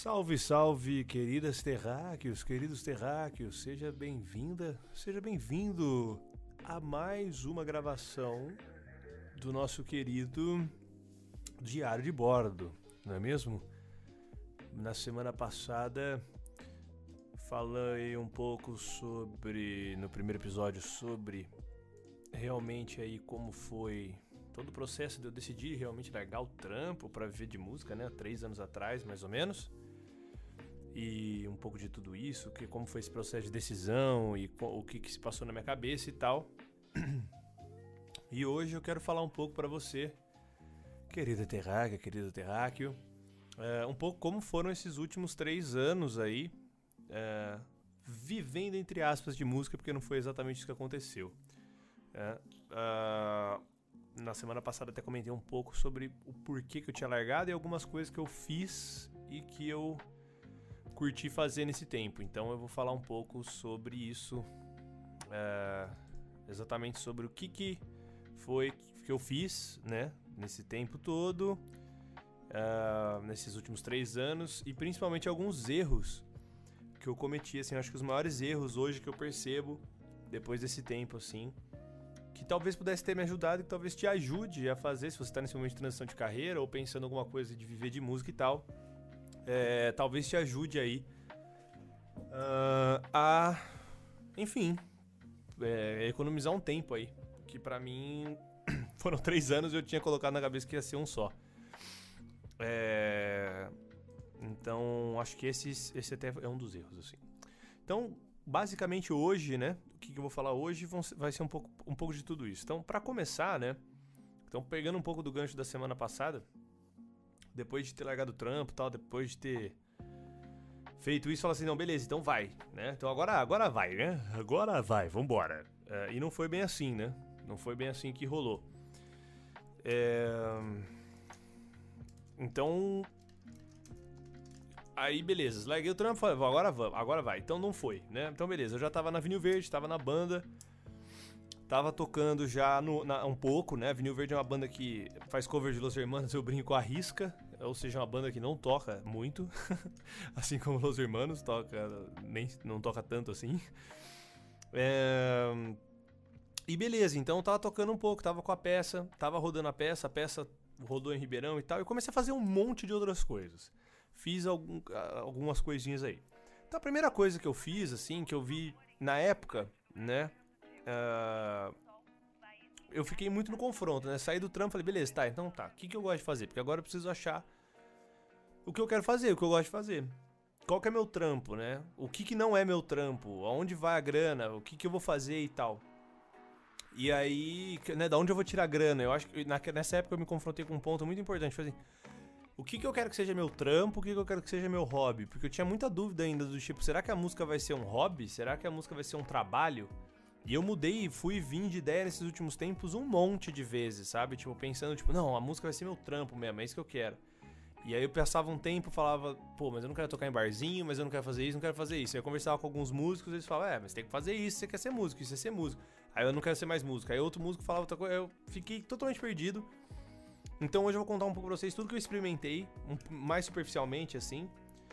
Salve, salve, queridas terráqueos, queridos terráqueos, seja bem-vinda, seja bem-vindo a mais uma gravação do nosso querido Diário de Bordo, não é mesmo? Na semana passada falei um pouco no primeiro episódio, sobre realmente aí como foi todo o processo de eu decidir realmente largar o trampo para viver de música, né? 3 anos atrás, mais ou menos. E um pouco de tudo isso, como foi esse processo de decisão e o que se passou na minha cabeça e tal. E hoje eu quero falar um pouco para você, querida terráquea, querido terráqueo, um pouco como foram esses últimos 3 anos aí, vivendo entre aspas de música, porque não foi exatamente isso que aconteceu. Na semana passada até comentei um pouco sobre o porquê que eu tinha largado e algumas coisas que eu fiz e que eu curti fazer nesse tempo. Então eu vou falar um pouco sobre isso, exatamente sobre o que foi que eu fiz, né, nesse tempo todo, nesses últimos 3 anos, e principalmente alguns erros que eu cometi, assim, acho que os maiores erros hoje que eu percebo depois desse tempo, assim, que talvez pudesse ter me ajudado e talvez te ajude a fazer, se você está nesse momento de transição de carreira ou pensando em alguma coisa de viver de música e tal, talvez te ajude aí enfim, economizar um tempo aí, que pra mim foram 3 anos e eu tinha colocado na cabeça que ia ser um só. Então, acho que esse até é um dos erros, assim. Então, basicamente hoje, né, o que eu vou falar hoje vai ser um pouco de tudo isso. Então, pra começar, né, então pegando um pouco do gancho da semana passada, depois de ter largado o trampo e tal, depois de ter feito isso, fala assim, não, beleza, então vai, né, então agora vai, né, agora vai, vambora. E não foi bem assim, né, não foi bem assim que rolou. Então, aí beleza, larguei o trampo, falei, agora vai, então não foi, né, então beleza, eu já tava na Vinil Verde, tava na banda, tava tocando já um pouco, né? Vinil Verde é uma banda que faz cover de Los Hermanos, eu brinco, arrisca, ou seja, uma banda que não toca muito, assim como Los Hermanos não toca tanto assim. E beleza, então eu tava tocando um pouco, tava com a peça, tava rodando a peça rodou em Ribeirão e tal, e comecei a fazer um monte de outras coisas. Fiz algumas coisinhas aí. Então a primeira coisa que eu fiz, assim, que eu vi na época, né? Eu fiquei muito no confronto, né? Saí do trampo e falei, beleza, tá, então tá, o que eu gosto de fazer? Porque agora eu preciso achar o que eu quero fazer, o que eu gosto de fazer. Qual que é meu trampo, né? O que não é meu trampo? Aonde vai a grana? O que eu vou fazer e tal? E aí, né, da onde eu vou tirar a grana? Eu acho que nessa época eu me confrontei com um ponto muito importante. Falei assim, o que eu quero que seja meu trampo? O que eu quero que seja meu hobby? Porque eu tinha muita dúvida ainda do tipo, será que a música vai ser um hobby? Será que a música vai ser um trabalho? E eu mudei, fui e vim de ideia nesses últimos tempos um monte de vezes, sabe? Tipo, pensando, tipo, não, a música vai ser meu trampo mesmo, é isso que eu quero. E aí eu passava um tempo e falava, pô, mas eu não quero tocar em barzinho, mas eu não quero fazer isso, não quero fazer isso. Aí eu conversava com alguns músicos, eles falavam, mas tem que fazer isso, você quer ser músico, isso é ser músico. Aí eu não quero ser mais músico. Aí outro músico falava outra coisa, eu fiquei totalmente perdido. Então hoje eu vou contar um pouco pra vocês tudo que eu experimentei, mais superficialmente, assim.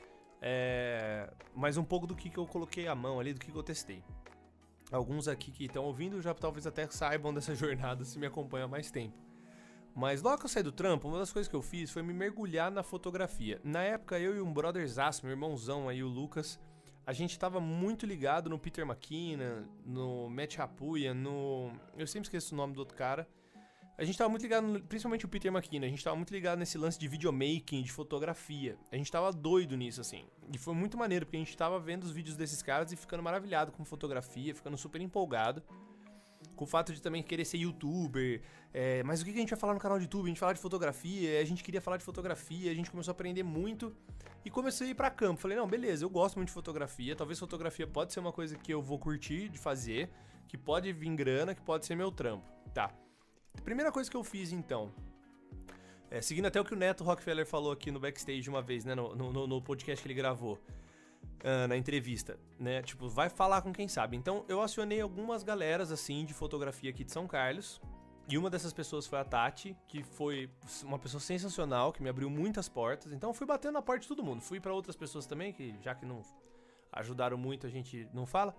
Mas um pouco do que eu coloquei a mão ali, do que eu testei. Alguns aqui que estão ouvindo já talvez até saibam dessa jornada se me acompanham há mais tempo. Mas logo que eu saí do trampo, uma das coisas que eu fiz foi me mergulhar na fotografia. Na época, eu e um brotherzaço, meu irmãozão aí, o Lucas, a gente tava muito ligado no Peter McKinnon, no Matt Rapuia, eu sempre esqueço o nome do outro cara. A gente tava muito ligado, principalmente o Peter McKinnon, a gente tava muito ligado nesse lance de videomaking, de fotografia. A gente tava doido nisso, assim. E foi muito maneiro, porque a gente tava vendo os vídeos desses caras e ficando maravilhado com fotografia, ficando super empolgado. Com o fato de também querer ser youtuber. Mas o que a gente vai falar no canal de YouTube? A gente fala de fotografia, a gente queria falar de fotografia, a gente começou a aprender muito. E comecei a ir pra campo. Falei, não, beleza, eu gosto muito de fotografia. Talvez fotografia pode ser uma coisa que eu vou curtir de fazer, que pode vir grana, que pode ser meu trampo. Tá. Primeira coisa que eu fiz, então, seguindo até o que o Neto Rockefeller falou aqui no backstage uma vez, né, no podcast que ele gravou, na entrevista, né, tipo, vai falar com quem sabe. Então, eu acionei algumas galeras, assim, de fotografia aqui de São Carlos, E uma dessas pessoas foi a Tati, que foi uma pessoa sensacional, que me abriu muitas portas. Então eu fui batendo na porta de todo mundo. Fui pra outras pessoas também, que já que não ajudaram muito, a gente não fala.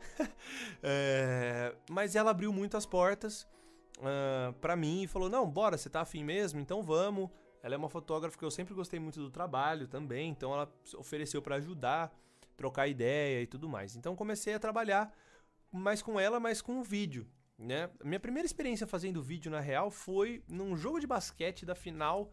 Mas ela abriu muitas portas pra mim e falou, não, bora, você tá afim mesmo? Então vamos. Ela é uma fotógrafa que eu sempre gostei muito do trabalho também, então ela ofereceu pra ajudar, trocar ideia e tudo mais. Então comecei a trabalhar mais com ela, mas com vídeo. Né? Minha primeira experiência fazendo vídeo, na real, foi num jogo de basquete da final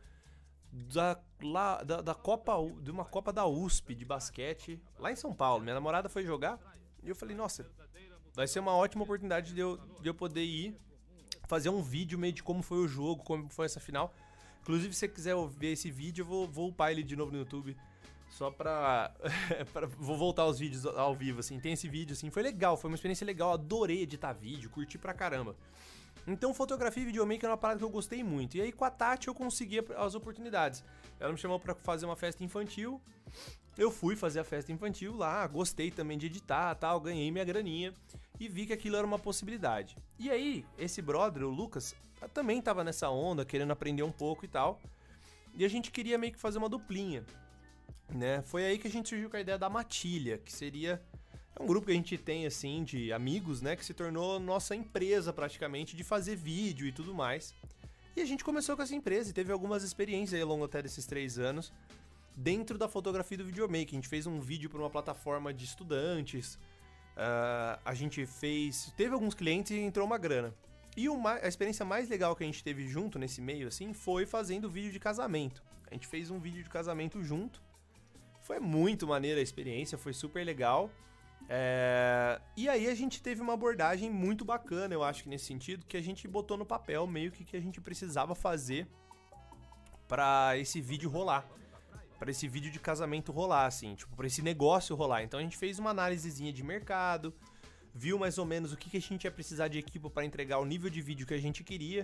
da Copa, de uma Copa da USP de basquete, lá em São Paulo. Minha namorada foi jogar e eu falei, nossa, vai ser uma ótima oportunidade de eu poder ir fazer um vídeo meio de como foi o jogo, como foi essa final. Inclusive, se você quiser ver esse vídeo, eu vou upar ele de novo no YouTube. Só pra... vou voltar aos vídeos ao vivo, assim. Tem esse vídeo, assim. Foi legal, foi uma experiência legal. Adorei editar vídeo, curti pra caramba. Então, fotografia e videomaker é uma parada que eu gostei muito. E aí, com a Tati, eu consegui as oportunidades. Ela me chamou pra fazer uma festa infantil. Eu fui fazer a festa infantil lá. Gostei também de editar, tal. Ganhei minha graninha. E vi que aquilo era uma possibilidade. E aí, esse brother, o Lucas, também tava nessa onda, querendo aprender um pouco e tal. E a gente queria meio que fazer uma duplinha. Né? Foi aí que a gente surgiu com a ideia da Matilha, que seria um grupo que a gente tem assim de amigos, né, que se tornou nossa empresa praticamente de fazer vídeo e tudo mais. E a gente começou com essa empresa e teve algumas experiências aí ao longo até desses 3 anos dentro da fotografia do videomaker. A gente fez um vídeo para uma plataforma de estudantes, a gente teve alguns clientes e entrou uma grana. E a experiência mais legal que a gente teve junto nesse meio assim foi fazendo vídeo de casamento. A gente fez um vídeo de casamento junto. Foi muito maneira a experiência, foi super legal. E aí a gente teve uma abordagem muito bacana, eu acho que nesse sentido, que a gente botou no papel meio que a gente precisava fazer pra esse vídeo rolar. Pra esse vídeo de casamento rolar, assim, tipo, pra esse negócio rolar. Então a gente fez uma análisezinha de mercado, viu mais ou menos o que a gente ia precisar de equipe pra entregar o nível de vídeo que a gente queria.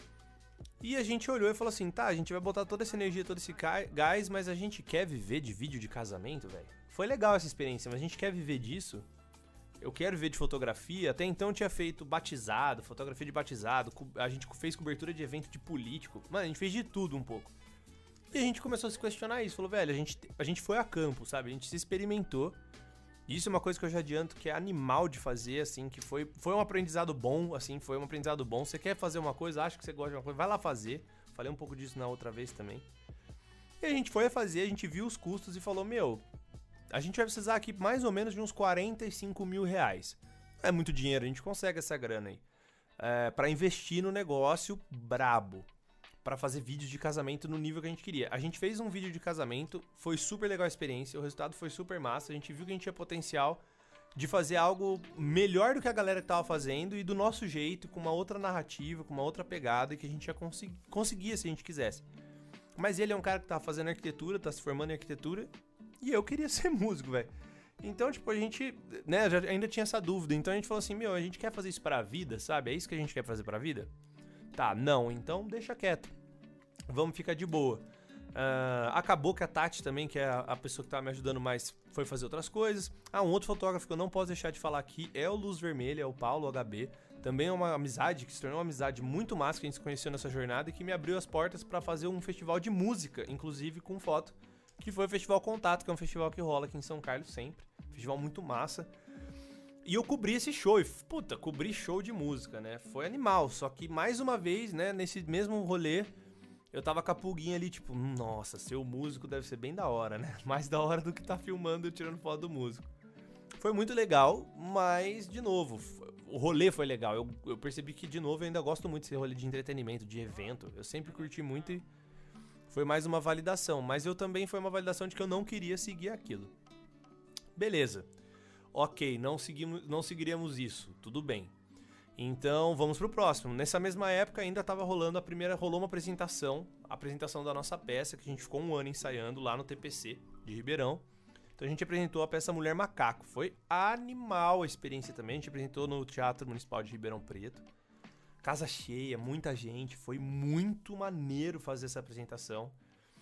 E a gente olhou e falou assim, tá, a gente vai botar toda essa energia, todo esse gás, mas a gente quer viver de vídeo de casamento, velho? Foi legal essa experiência, mas a gente quer viver disso? Eu quero viver de fotografia. Até então eu tinha feito batizado, fotografia de batizado, a gente fez cobertura de evento de político. Mano, a gente fez de tudo um pouco. E a gente começou a se questionar isso, falou, velho, a gente foi a campo, sabe? A gente se experimentou. Isso é uma coisa que eu já adianto que é animal de fazer, assim, que foi um aprendizado bom, assim, foi um aprendizado bom. Você quer fazer uma coisa, acha que você gosta de uma coisa, vai lá fazer. Falei um pouco disso na outra vez também. E a gente foi a fazer, a gente viu os custos e falou, meu, a gente vai precisar aqui mais ou menos de uns 45 mil reais. É muito dinheiro, a gente consegue essa grana aí. Pra investir no negócio brabo. Pra fazer vídeos de casamento no nível que a gente queria. A gente fez um vídeo de casamento, foi super legal a experiência, o resultado foi super massa, a gente viu que a gente tinha potencial de fazer algo melhor do que a galera que tava fazendo e do nosso jeito, com uma outra narrativa, com uma outra pegada, que a gente ia conseguir se a gente quisesse. Mas ele é um cara que tava fazendo arquitetura, tá se formando em arquitetura, e eu queria ser músico, velho. Então, tipo, a gente, né, ainda tinha essa dúvida, então a gente falou assim, meu, a gente quer fazer isso pra vida, sabe? É isso que a gente quer fazer pra vida? Tá, não, então deixa quieto. Vamos ficar de boa. Acabou que a Tati também, que é a pessoa que tava me ajudando mais, foi fazer outras coisas. Um outro fotógrafo que eu não posso deixar de falar aqui é o Luz Vermelha, é o Paulo HB. Também é uma amizade que se tornou uma amizade muito massa que a gente se conheceu nessa jornada e que me abriu as portas pra fazer um festival de música, inclusive com foto, que foi o Festival Contato, que é um festival que rola aqui em São Carlos sempre. Festival muito massa. E eu cobri esse show, e puta, cobri show de música, né? Foi animal, só que mais uma vez, né, nesse mesmo rolê, eu tava com a pulguinha ali, tipo, nossa, ser o músico deve ser bem da hora, né? Mais da hora do que tá filmando e tirando foto do músico. Foi muito legal, mas, de novo, o rolê foi legal. Eu percebi que, de novo, eu ainda gosto muito desse rolê de entretenimento, de evento. Eu sempre curti muito e foi mais uma validação. Mas eu também foi uma validação de que eu não queria seguir aquilo. Beleza. Ok, não seguiríamos isso, tudo bem. Então vamos pro próximo. Nessa mesma época ainda tava rolando rolou uma apresentação, a apresentação da nossa peça, que a gente ficou um ano ensaiando lá no TPC de Ribeirão. Então a gente apresentou a peça Mulher Macaco. Foi animal a experiência também, a gente apresentou no Teatro Municipal de Ribeirão Preto. Casa cheia, muita gente, foi muito maneiro fazer essa apresentação.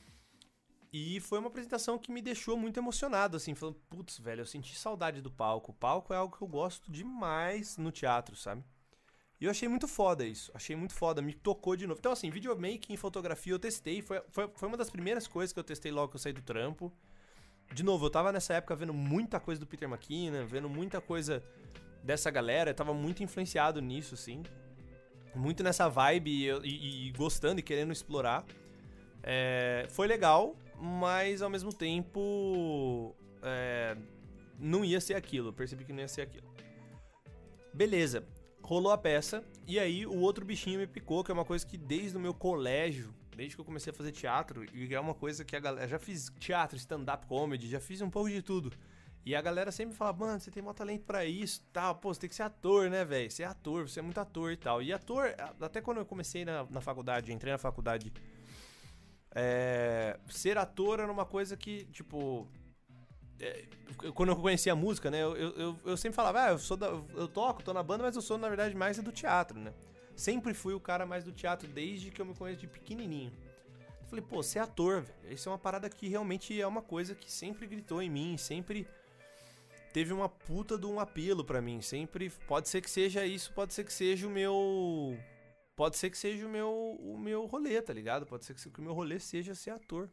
E foi uma apresentação que me deixou muito emocionado, assim, falando, putz, velho, eu senti saudade do palco. O palco é algo que eu gosto demais no teatro, sabe? E eu achei muito foda isso. Achei muito foda, me tocou de novo. Então, assim, videomaking e fotografia eu testei. Foi uma das primeiras coisas que eu testei logo que eu saí do trampo. De novo, eu tava nessa época vendo muita coisa do Peter McKinnon, vendo muita coisa dessa galera. Eu tava muito influenciado nisso, assim. Muito nessa vibe e gostando e querendo explorar. Foi legal, mas ao mesmo tempo não ia ser aquilo. Eu percebi que não ia ser aquilo. Beleza. Rolou a peça, e aí o outro bichinho me picou, que é uma coisa que desde o meu colégio, desde que eu comecei a fazer teatro, e é uma coisa que a galera... Já fiz teatro, stand-up comedy, já fiz um pouco de tudo. E a galera sempre fala, mano, você tem maior talento pra isso, tal, pô, você tem que ser ator, né, velho? Você é ator, você é muito ator e tal. E ator, até quando eu comecei na faculdade, entrei na faculdade, ser ator era uma coisa que, tipo... quando eu conheci a música, né, eu sempre falava, eu toco, tô na banda, mas eu sou, na verdade, mais do teatro, né? Sempre fui o cara mais do teatro, desde que eu me conheço de pequenininho. Eu falei, pô, ser ator, velho, isso é uma parada que realmente é uma coisa que sempre gritou em mim, sempre teve uma puta de um apelo pra mim, sempre, pode ser que seja isso, pode ser que seja o meu... Pode ser que seja o meu rolê, tá ligado? Pode ser que o meu rolê seja ser ator.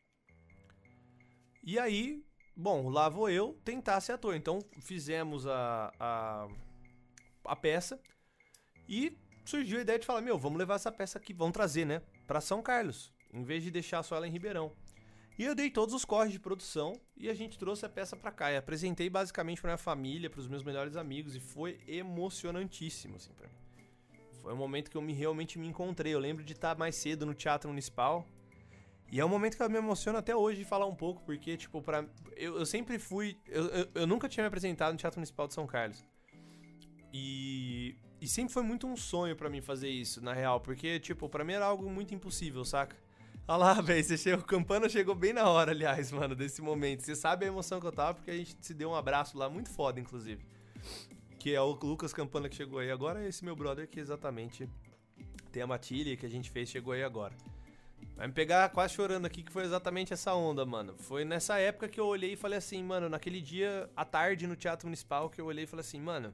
E aí... Bom, lá vou eu tentar ser ator. Então fizemos a peça e surgiu a ideia de falar, vamos levar essa peça aqui, vamos trazer, né, pra São Carlos, em vez de deixar só ela em Ribeirão. E eu dei todos os corres de produção e a gente trouxe a peça pra cá. E apresentei basicamente pra minha família, pros meus melhores amigos, e foi emocionantíssimo, assim, pra mim. Foi um momento que eu realmente me encontrei. Eu lembro de estar mais cedo no Teatro Municipal. E é um momento que eu me emociono até hoje de falar um pouco, porque, tipo, eu sempre fui... Eu nunca tinha me apresentado no Teatro Municipal de São Carlos. E sempre foi muito um sonho pra mim fazer isso, na real, porque, tipo, pra mim era algo muito impossível, saca? Olha lá, velho, o Campana chegou bem na hora, aliás, mano, desse momento. Você sabe a emoção que eu tava, porque a gente se deu um abraço lá, muito foda, inclusive. Que é o Lucas Campana que chegou aí agora, esse meu brother que exatamente tem a matilha que a gente fez, chegou aí agora. Vai me pegar quase chorando aqui, que foi exatamente essa onda, mano. Foi nessa época que eu olhei e falei assim, mano, naquele dia, à tarde, no Teatro Municipal, que eu olhei e falei assim, mano,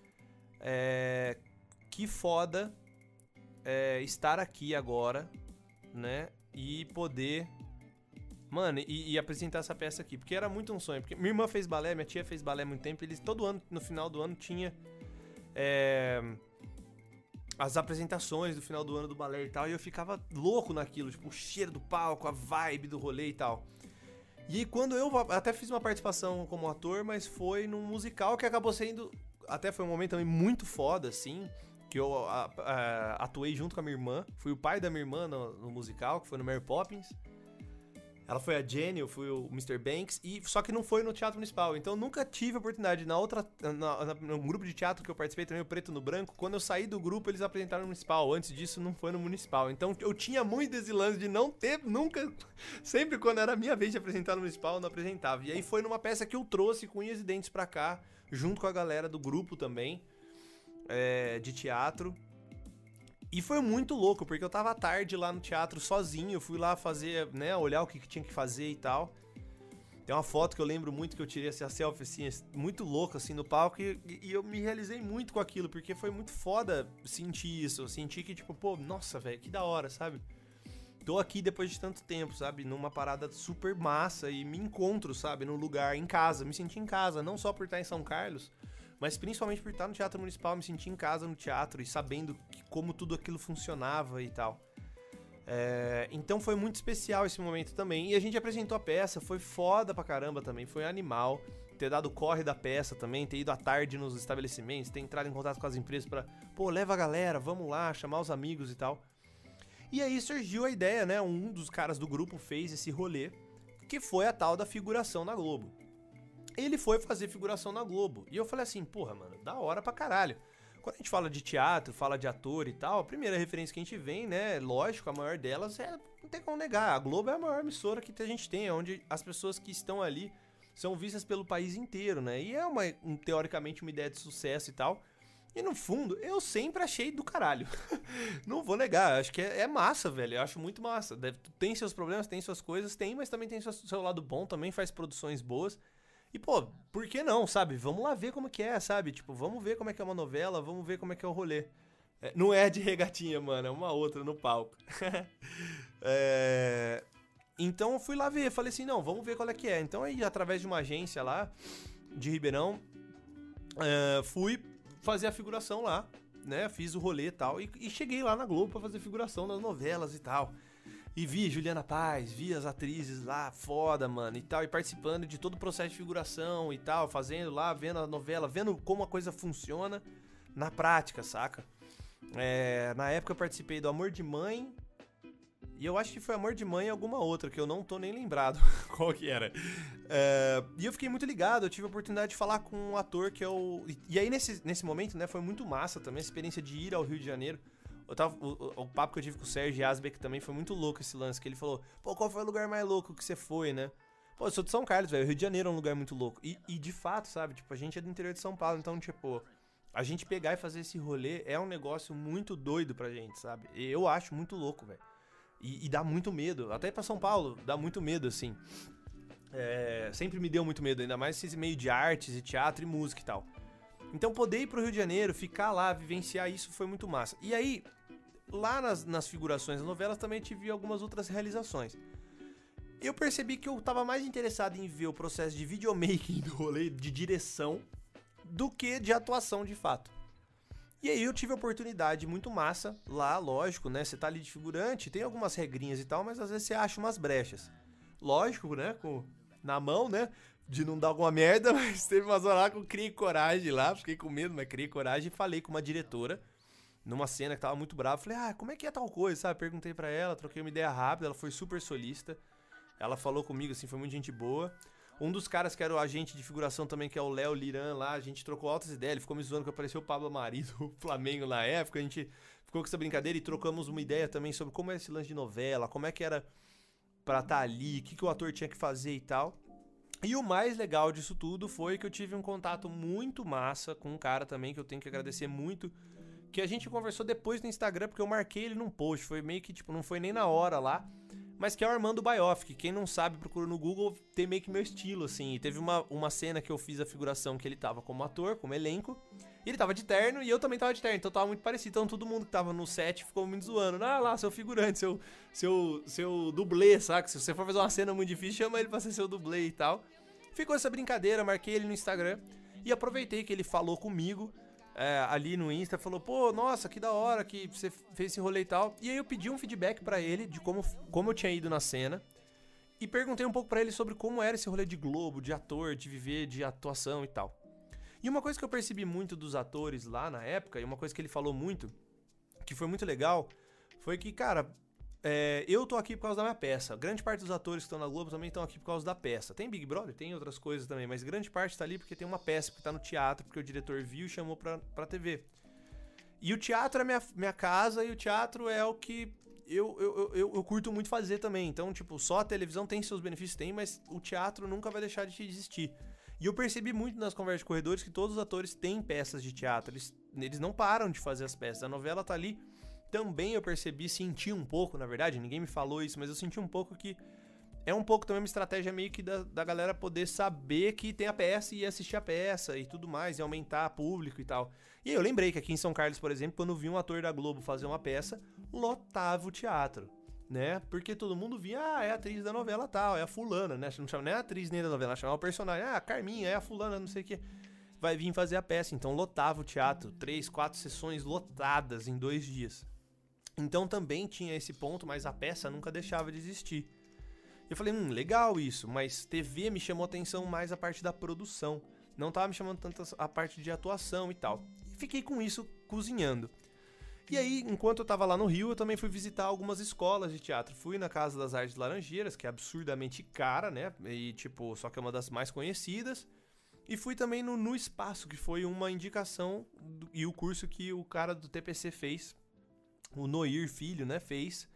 que foda estar aqui agora, né, e poder, mano, e apresentar essa peça aqui, porque era muito um sonho, porque minha irmã fez balé, minha tia fez balé há muito tempo, eles todo ano, no final do ano, tinha as apresentações do final do ano do balé e tal, e eu ficava louco naquilo, tipo, o cheiro do palco, a vibe do rolê e tal. E quando eu até fiz uma participação como ator, mas foi num musical que acabou sendo, até foi um momento também muito foda, assim, que eu atuei junto com a minha irmã, fui o pai da minha irmã no musical, que foi no Mary Poppins. Ela foi a Jenny, eu fui o Mr. Banks, só que não foi no Teatro Municipal. Então eu nunca tive a oportunidade. No grupo de teatro que eu participei também, o Preto no Branco, quando eu saí do grupo, eles apresentaram no Municipal. Antes disso, não foi no Municipal. Então eu tinha muito esse lance de não ter, nunca... Sempre quando era a minha vez de apresentar no Municipal, eu não apresentava. E aí foi numa peça que eu trouxe com unhas e dentes pra cá, junto com a galera do grupo também, de teatro. E foi muito louco, porque eu tava à tarde lá no teatro sozinho, fui lá fazer, né, olhar o que tinha que fazer e tal. Tem uma foto que eu lembro muito que eu tirei essa selfie, assim, muito louca, assim, no palco, e eu me realizei muito com aquilo, porque foi muito foda sentir isso. Eu senti que, tipo, pô, nossa, velho, que da hora, sabe? Tô aqui depois de tanto tempo, sabe? Numa parada super massa e me encontro, sabe? Num lugar, em casa, me senti em casa, não só por estar em São Carlos, mas principalmente por estar no Teatro Municipal, me senti em casa no teatro e sabendo como tudo aquilo funcionava e tal. Então foi muito especial esse momento também. E a gente apresentou a peça, foi foda pra caramba também, foi animal. Ter dado o corre da peça também, ter ido à tarde nos estabelecimentos, ter entrado em contato com as empresas pra, pô, leva a galera, vamos lá, chamar os amigos e tal. E aí surgiu a ideia, né, um dos caras do grupo fez esse rolê, que foi a tal da figuração na Globo. Ele foi fazer figuração na Globo. E eu falei assim, porra, mano, da hora pra caralho. Quando a gente fala de teatro, fala de ator e tal, a primeira referência que a gente vem, né, lógico, a maior delas não tem como negar, a Globo é a maior emissora que a gente tem, onde as pessoas que estão ali são vistas pelo país inteiro, né, e é teoricamente uma ideia de sucesso e tal, e no fundo, eu sempre achei do caralho, não vou negar, acho que é massa, velho, eu acho muito massa, tem seus problemas, tem suas coisas, mas também tem seu lado bom, também faz produções boas. E, pô, por que não, sabe? Vamos lá ver como que é, sabe? Tipo, vamos ver como é que é uma novela, vamos ver como é que é o rolê. Não é de regatinha, mano, é uma outra no palco. Então eu fui lá ver, falei assim, não, vamos ver qual é que é. Então aí, através de uma agência lá, de Ribeirão, fui fazer a figuração lá, né? Fiz o rolê e tal, e cheguei lá na Globo pra fazer figuração nas novelas e tal. E vi Juliana Paz, vi as atrizes lá, foda, mano, e tal, e participando de todo o processo de figuração e tal, fazendo lá, vendo a novela, vendo como a coisa funciona na prática, saca? Na época eu participei do Amor de Mãe, e eu acho que foi Amor de Mãe e alguma outra, que eu não tô nem lembrado qual que era. E eu fiquei muito ligado, eu tive a oportunidade de falar com um ator que é o... E aí nesse momento, né, foi muito massa também a experiência de ir ao Rio de Janeiro. O papo que eu tive com o Sérgio Asbeck também foi muito louco esse lance, que ele falou, pô, qual foi o lugar mais louco que você foi, né? Pô, eu sou de São Carlos, velho, o Rio de Janeiro é um lugar muito louco. E de fato, sabe, tipo, a gente é do interior de São Paulo, então, tipo, a gente pegar e fazer esse rolê é um negócio muito doido pra gente, sabe? E eu acho muito louco, velho. E dá muito medo, até pra São Paulo, dá muito medo, assim. Sempre me deu muito medo, ainda mais esse meio de artes e teatro e música e tal. Então poder ir pro Rio de Janeiro, ficar lá, vivenciar isso foi muito massa. E aí, lá nas figurações das novelas também tive algumas outras realizações. Eu percebi que eu tava mais interessado em ver o processo de videomaking do rolê, de direção, do que de atuação de fato. E aí eu tive a oportunidade muito massa lá, lógico, né? Você tá ali de figurante, tem algumas regrinhas e tal, mas às vezes você acha umas brechas. Lógico, né? Na mão, né? De não dar alguma merda, mas teve umas horas lá que eu criei coragem lá, fiquei com medo, mas criei coragem e falei com uma diretora, numa cena que tava muito brava, falei, como é que é tal coisa, sabe? Perguntei pra ela, troquei uma ideia rápida, ela foi super solista, ela falou comigo, assim, foi muito gente boa. Um dos caras que era o agente de figuração também, que é o Léo Liran lá, a gente trocou altas ideias, ele ficou me zoando que apareceu o Pablo Mari do Flamengo na época, a gente ficou com essa brincadeira e trocamos uma ideia também sobre como é esse lance de novela, como é que era pra estar ali, o que o ator tinha que fazer e tal. E o mais legal disso tudo foi que eu tive um contato muito massa com um cara também, que eu tenho que agradecer muito, que a gente conversou depois no Instagram, porque eu marquei ele num post, foi meio que, tipo, não foi nem na hora lá, mas que é o Armando Baioff, que quem não sabe, procura no Google, tem meio que meu estilo, assim, e teve uma cena que eu fiz a figuração que ele tava como ator, como elenco, e ele tava de terno, e eu também tava de terno, então tava muito parecido, então todo mundo que tava no set ficou me zoando, lá, seu figurante, seu dublê, saca? Se você for fazer uma cena muito difícil, chama ele pra ser seu dublê e tal. Ficou essa brincadeira, marquei ele no Instagram, e aproveitei que ele falou comigo, ali no Insta, falou, pô, nossa, que da hora que você fez esse rolê e tal. E aí eu pedi um feedback pra ele de como eu tinha ido na cena. E perguntei um pouco pra ele sobre como era esse rolê de Globo, de ator, de viver, de atuação e tal. E uma coisa que eu percebi muito dos atores lá na época, e uma coisa que ele falou muito, que foi muito legal, foi que, cara, eu tô aqui por causa da minha peça. Grande parte dos atores que estão na Globo também estão aqui por causa da peça. Tem Big Brother, tem outras coisas também, mas grande parte tá ali porque tem uma peça, porque tá no teatro, porque o diretor viu e chamou pra TV. E o teatro é minha casa, e o teatro é o que eu curto muito fazer também. Então, tipo, só a televisão tem seus benefícios, tem, mas o teatro nunca vai deixar de existir. E eu percebi muito nas conversas de corredores que todos os atores têm peças de teatro. Eles não param de fazer as peças. A novela tá ali. Também eu percebi, senti um pouco, na verdade, ninguém me falou isso, mas eu senti um pouco que é um pouco também uma estratégia meio que da galera poder saber que tem a peça e assistir a peça e tudo mais, e aumentar público e tal. E aí eu lembrei que aqui em São Carlos, por exemplo, quando eu vi um ator da Globo fazer uma peça, lotava o teatro, né? Porque todo mundo via, é a atriz da novela tal, é a fulana, né? Não chama nem a atriz nem da novela, chamava o personagem, a Carminha, é a fulana, não sei o que. Vai vir fazer a peça, então lotava o teatro, 3, 4 sessões lotadas em 2 dias. Então também tinha esse ponto, mas a peça nunca deixava de existir. Eu falei, legal isso, mas TV me chamou atenção mais a parte da produção. Não tava me chamando tanto a parte de atuação e tal. E fiquei com isso cozinhando. E aí, enquanto eu tava lá no Rio, eu também fui visitar algumas escolas de teatro. Fui na Casa das Artes Laranjeiras, que é absurdamente cara, né? E tipo, só que é uma das mais conhecidas. E fui também no Espaço, que foi uma indicação e o curso que o cara do TPC fez. O Noir Filho, né, fez,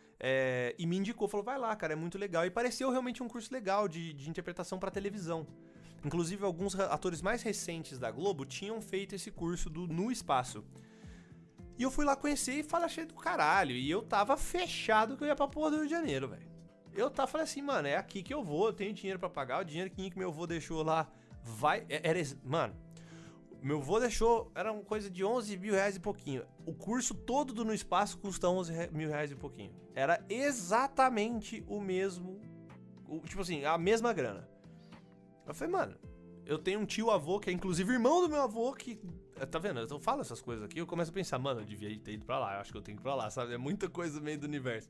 e me indicou, falou, vai lá, cara, é muito legal. E pareceu realmente um curso legal de interpretação pra televisão. Inclusive, alguns atores mais recentes da Globo tinham feito esse curso no Espaço. E eu fui lá conhecer e falei, achei do caralho. E eu tava fechado que eu ia pra porra do Rio de Janeiro, velho. Falei assim, mano, é aqui que eu vou, eu tenho dinheiro pra pagar, o dinheiro que meu avô deixou lá, mano... Meu vô deixou, era uma coisa de 11 mil reais e pouquinho. O curso todo do No Espaço custa 11 mil reais e pouquinho. Era exatamente o mesmo, tipo assim, a mesma grana. Eu falei, mano, eu tenho um tio-avô, que é inclusive irmão do meu avô, que... Tá vendo? Eu falo essas coisas aqui, eu começo a pensar, mano, eu devia ter ido pra lá, eu acho que eu tenho que ir pra lá, sabe? É muita coisa no meio do universo.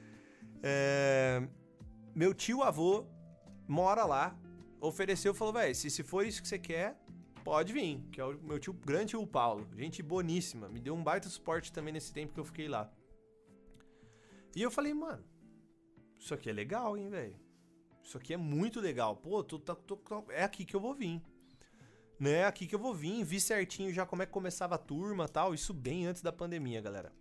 Meu tio-avô mora lá, ofereceu, falou, velho, se for isso que você quer, pode vir, que é o meu tio, grande tio Paulo, gente boníssima, me deu um baita suporte também nesse tempo que eu fiquei lá. E eu falei, mano, isso aqui é legal, hein, velho? Isso aqui é muito legal. Pô, é aqui que eu vou vir. Né? É aqui que eu vou vir. Vi certinho já como é que começava a turma e tal. Isso bem antes da pandemia, galera.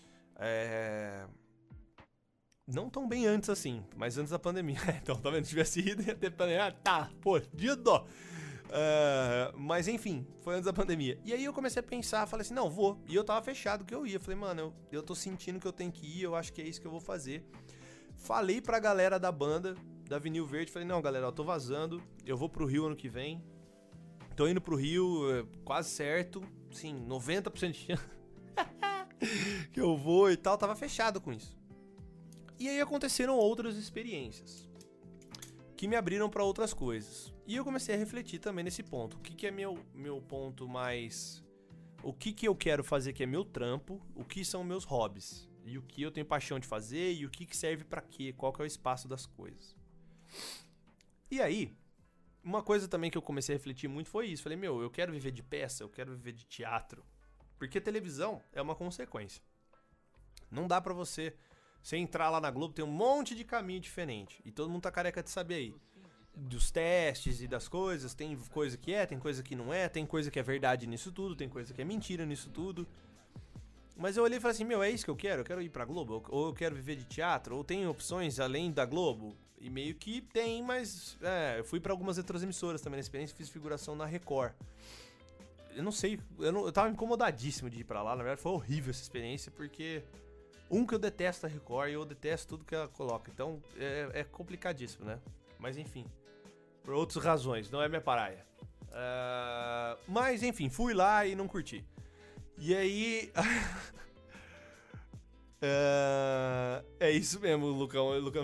Não tão bem antes assim, mas antes da pandemia. Então, tá vendo? Se tivesse ido, ia ter pandemia. Tá, pô, dia dó. Mas enfim, foi antes da pandemia. E aí eu comecei a pensar, falei assim, não, vou. E eu tava fechado que eu ia. Falei, mano, eu tô sentindo que eu tenho que ir, eu acho que é isso que eu vou fazer. Falei pra galera da banda, da Vinil Verde, falei, não, galera, eu tô vazando, eu vou pro Rio ano que vem. Tô indo pro Rio, quase certo, sim, 90% de chance que eu vou e tal, tava fechado com isso. E aí aconteceram outras experiências que me abriram pra outras coisas. E eu comecei a refletir também nesse ponto. O que é meu ponto mais... O que eu quero fazer que é meu trampo, o que são meus hobbies. E o que eu tenho paixão de fazer e o que serve pra quê, qual que é o espaço das coisas. E aí, uma coisa também que eu comecei a refletir muito foi isso. Falei, eu quero viver de peça, eu quero viver de teatro. Porque televisão é uma consequência. Não dá pra você entrar lá na Globo, tem um monte de caminho diferente. E todo mundo tá careca de saber aí. Dos testes e das coisas, tem coisa que tem coisa que não é, tem coisa que é verdade nisso tudo, tem coisa que é mentira nisso tudo. Mas eu olhei e falei assim, é isso que eu quero ir pra Globo, ou eu quero viver de teatro, ou tem opções além da Globo, e meio que tem, mas eu fui pra algumas outras emissoras também na experiência, fiz figuração na Record. Eu não sei, eu tava incomodadíssimo de ir pra lá, na verdade foi horrível essa experiência, porque que eu detesto a Record e eu detesto tudo que ela coloca, então é complicadíssimo, né? Mas enfim, por outras razões, não é minha praia. Mas enfim, fui lá e não curti. E aí... é isso mesmo, Lucão.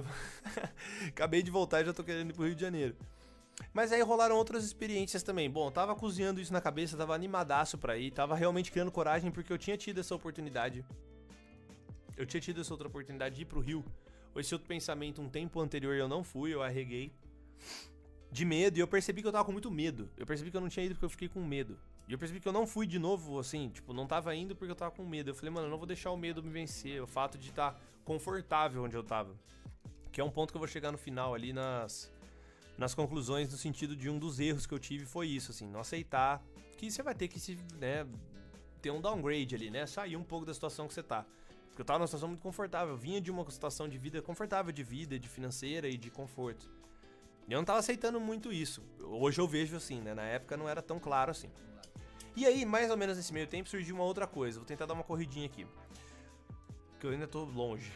Acabei de voltar e já tô querendo ir pro Rio de Janeiro. Mas aí rolaram outras experiências também. Bom, tava cozinhando isso na cabeça, tava animadaço pra ir, tava realmente criando coragem porque eu tinha tido essa oportunidade. Eu tinha tido essa outra oportunidade de ir pro Rio. Esse outro pensamento, um tempo anterior eu não fui, eu arreguei. De medo, e eu percebi que eu tava com muito medo. Eu percebi que eu não tinha ido porque eu fiquei com medo. E eu percebi que eu não fui de novo, assim, tipo, não tava indo porque eu tava com medo. Eu falei, mano, eu não vou deixar o medo me vencer, o fato de estar confortável onde eu tava. Que é um ponto que eu vou chegar no final ali nas conclusões, no sentido de um dos erros que eu tive foi isso, assim, não aceitar que você vai ter que ter um downgrade ali, né, sair um pouco da situação que você tá. Porque eu tava numa situação muito confortável, eu vinha de uma situação de vida confortável, de vida, de financeira e de conforto. E eu não tava aceitando muito isso. Hoje eu vejo assim, né, na época não era tão claro assim. E aí, mais ou menos nesse meio tempo, surgiu uma outra coisa. Vou tentar dar uma corridinha aqui. Porque eu ainda tô longe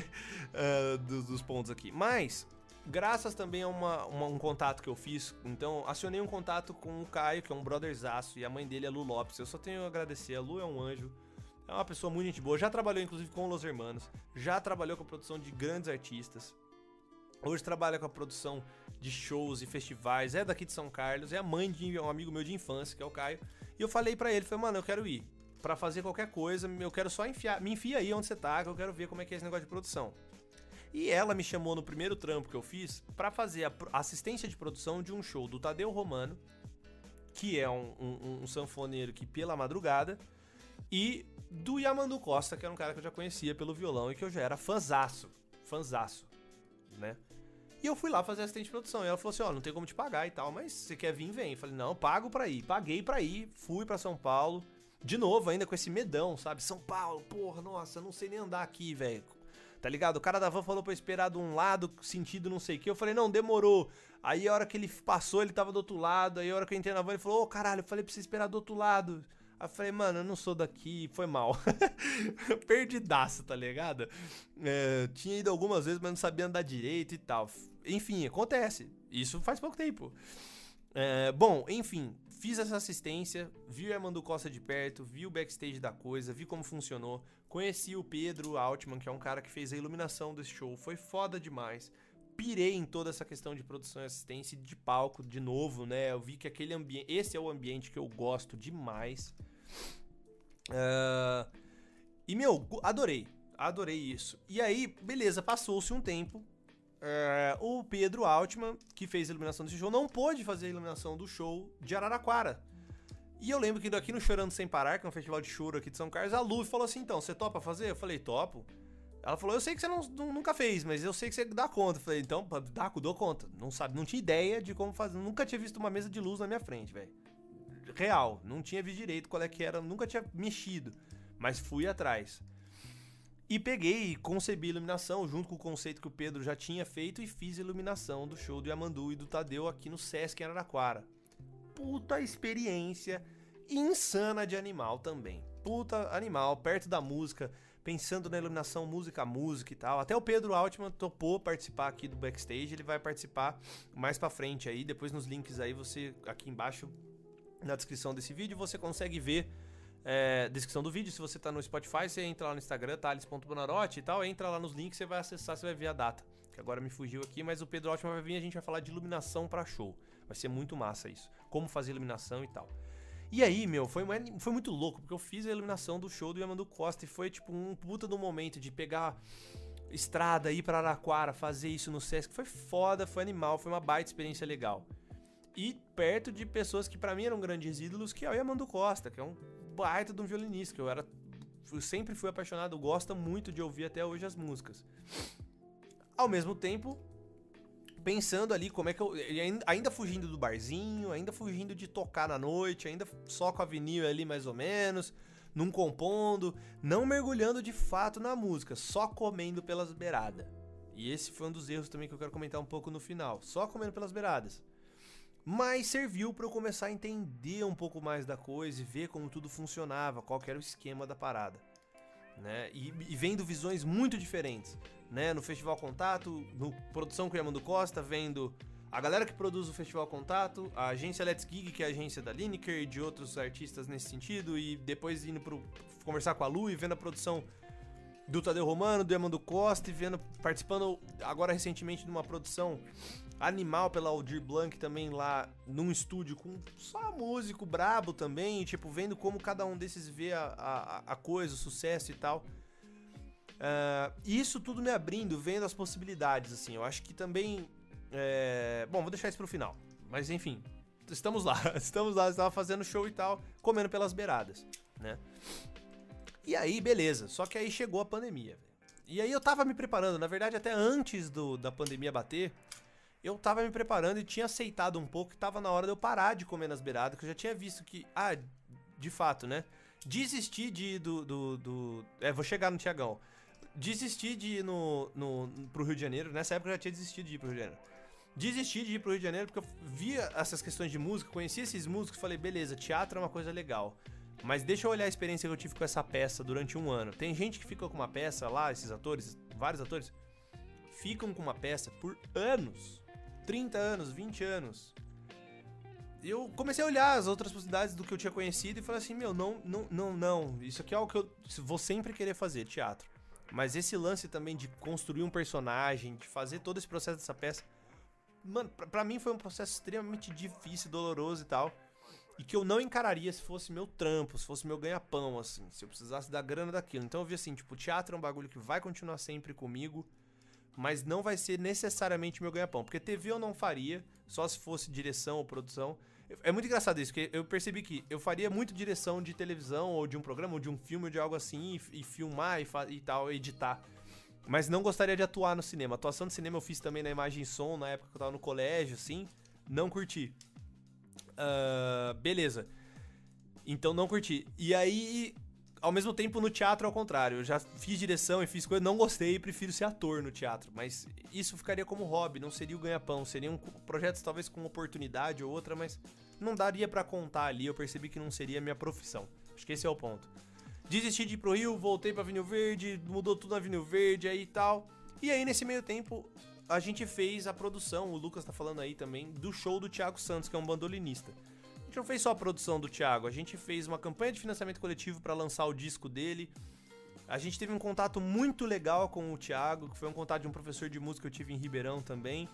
dos pontos aqui. Mas, graças também a um contato que eu fiz, então, acionei um contato com o Caio, que é um brotherzaço, e a mãe dele é Lu Lopes. Eu só tenho a agradecer. A Lu é um anjo. É uma pessoa muito gente boa. Já trabalhou, inclusive, com Los Hermanos. Já trabalhou com a produção de grandes artistas. Hoje trabalha com a produção de shows e festivais, é daqui de São Carlos, é a mãe de um amigo meu de infância, que é o Caio. E eu falei pra ele, falei, mano, eu quero ir pra fazer qualquer coisa, eu quero só me enfia aí onde você tá, que eu quero ver como é que é esse negócio de produção. E ela me chamou no primeiro trampo que eu fiz pra fazer a assistência de produção de um show do Tadeu Romano, que é um sanfoneiro que pela madrugada, e do Yamandu Costa, que era um cara que eu já conhecia pelo violão e que eu já era fanzaço, né? E eu fui lá fazer assistente de produção. E ela falou assim, não tem como te pagar e tal, mas se você quer vir, vem. Eu falei, não, pago pra ir. Paguei pra ir, fui pra São Paulo. De novo, ainda com esse medão, sabe? São Paulo, porra, nossa, eu não sei nem andar aqui, velho. Tá ligado? O cara da van falou pra eu esperar de um lado, sentido não sei o que. Eu falei, não, demorou. Aí a hora que ele passou, ele tava do outro lado. Aí a hora que eu entrei na van, ele falou, caralho, eu falei pra você esperar do outro lado. Aí eu falei, mano, eu não sou daqui, foi mal. Perdidaço, tá ligado? Tinha ido algumas vezes, mas não sabia andar direito e tal. Enfim, acontece. Isso faz pouco tempo. Bom, enfim, Fiz essa assistência, vi o Yamandu Costa de perto, vi o backstage da coisa, vi como funcionou. Conheci o Pedro Altman, que é um cara que fez a iluminação desse show. Foi foda demais. Pirei em toda essa questão de produção e assistência de palco, de novo, né? Eu vi que aquele ambiente... Esse é o ambiente que eu gosto demais. E, meu, adorei. Adorei isso. E aí, beleza, passou-se um tempo. O Pedro Altman, que fez a iluminação desse show, não pôde fazer a iluminação do show de Araraquara. E eu lembro que indo aqui no Chorando Sem Parar, que é um festival de choro aqui de São Carlos, a Lu falou assim, então, você topa fazer? Eu falei, topo. Ela falou, eu sei que você nunca fez, mas eu sei que você dá conta. Eu falei, então, dou conta. Não tinha ideia de como fazer. Nunca tinha visto uma mesa de luz na minha frente, velho. Real, não tinha visto direito qual é que era, nunca tinha mexido. Mas fui atrás. E peguei e concebi a iluminação junto com o conceito que o Pedro já tinha feito e fiz a iluminação do show do Yamandu e do Tadeu aqui no Sesc em Araraquara. Puta experiência insana de animal também. Puta animal, perto da música, pensando na iluminação música a música e tal. Até o Pedro Altman topou participar aqui do backstage, ele vai participar mais pra frente aí, depois nos links aí, você aqui embaixo na descrição desse vídeo, você consegue ver descrição do vídeo. Se você tá no Spotify, você entra lá no Instagram, thales.bonarotti e tal, entra lá nos links, você vai acessar, você vai ver a data, que agora me fugiu aqui, mas o Pedro Altman vai vir e a gente vai falar de iluminação pra show. Vai ser muito massa isso, como fazer iluminação e tal. E aí, meu, foi muito louco, porque eu fiz a iluminação do show do Yamandu Costa e foi tipo um puta do momento de pegar estrada, ir pra Araraquara, fazer isso no Sesc. Foi foda, foi animal, foi uma baita experiência legal. E perto de pessoas que pra mim eram grandes ídolos, que é o Yamandu Costa, que é um baita de um violinista, que eu sempre fui apaixonado, gosto muito de ouvir até hoje as músicas. Ao mesmo tempo, pensando ali como é que eu... Ainda fugindo do barzinho, ainda fugindo de tocar na noite, ainda só com a vinil ali mais ou menos, não compondo, não mergulhando de fato na música, só comendo pelas beiradas. E esse foi um dos erros também que eu quero comentar um pouco no final, só comendo pelas beiradas. Mas serviu para eu começar a entender um pouco mais da coisa e ver como tudo funcionava, qual que era o esquema da parada, né? E vendo visões muito diferentes, né? No Festival Contato, no Produção com o Yamandu Costa, vendo a galera que produz o Festival Contato, a agência Let's Gig, que é a agência da Lineker e de outros artistas nesse sentido, e depois indo conversar com a Lu e vendo a produção do Tadeu Romano, do Yamandu Costa, e participando agora recentemente de uma produção animal pela Aldir Blanc também lá num estúdio com só músico brabo também, tipo, vendo como cada um desses vê a coisa, o sucesso e tal. Isso tudo me abrindo, vendo as possibilidades, assim. Eu acho que também... Bom, vou deixar isso pro final. Mas enfim, estamos lá, estava fazendo show e tal, comendo pelas beiradas, né? E aí, beleza, só que aí chegou a pandemia, velho. E aí eu tava me preparando, na verdade até antes da pandemia bater, eu tava me preparando e tinha aceitado um pouco que tava na hora de eu parar de comer nas beiradas, que eu já tinha visto que, de fato, né? Desistir de ir vou chegar no Tiagão. Desistir de ir pro Rio de Janeiro, nessa época eu já tinha desistido de ir pro Rio de Janeiro. Desisti de ir pro Rio de Janeiro porque eu via essas questões de música, conhecia esses músicos e falei, beleza, teatro é uma coisa legal. Mas deixa eu olhar a experiência que eu tive com essa peça durante um ano. Tem gente que fica com uma peça lá, esses atores, vários atores, ficam com uma peça por anos. 30 anos, 20 anos. Eu comecei a olhar as outras possibilidades do que eu tinha conhecido e falei assim, meu, não. Isso aqui é algo que eu vou sempre querer fazer, teatro. Mas esse lance também de construir um personagem, de fazer todo esse processo dessa peça, mano, pra mim foi um processo extremamente difícil, doloroso e tal. E que eu não encararia se fosse meu trampo, se fosse meu ganha-pão, assim, se eu precisasse da grana daquilo. Então eu vi assim, tipo, teatro é um bagulho que vai continuar sempre comigo, mas não vai ser necessariamente meu ganha-pão. Porque TV eu não faria, só se fosse direção ou produção. É muito engraçado isso, porque eu percebi que eu faria muito direção de televisão, ou de um programa, ou de um filme, ou de algo assim, e filmar e tal, editar. Mas não gostaria de atuar no cinema. Atuação de cinema eu fiz também na Imagem e Som, na época que eu tava no colégio, assim, não curti. Beleza. Então não curti. E aí, ao mesmo tempo no teatro ao contrário. Eu já fiz direção e fiz coisa, não gostei e prefiro ser ator no teatro. Mas isso ficaria como hobby, não seria o ganha-pão. Seriam projetos talvez com oportunidade ou outra, mas não daria pra contar ali. Eu percebi que não seria a minha profissão. Acho que esse é o ponto. Desisti de ir pro Rio, voltei pra Vinil Verde, mudou tudo na Vinil Verde aí e tal. E aí nesse meio tempo a gente fez a produção, o Lucas tá falando aí também, do show do Thiago Santos, que é um bandolinista. gente não fez só a produção do Thiago, a gente fez uma campanha de financiamento coletivo para lançar o disco dele. A gente teve um contato muito legal com o Thiago, que foi um contato de um professor de música que eu tive em Ribeirão também.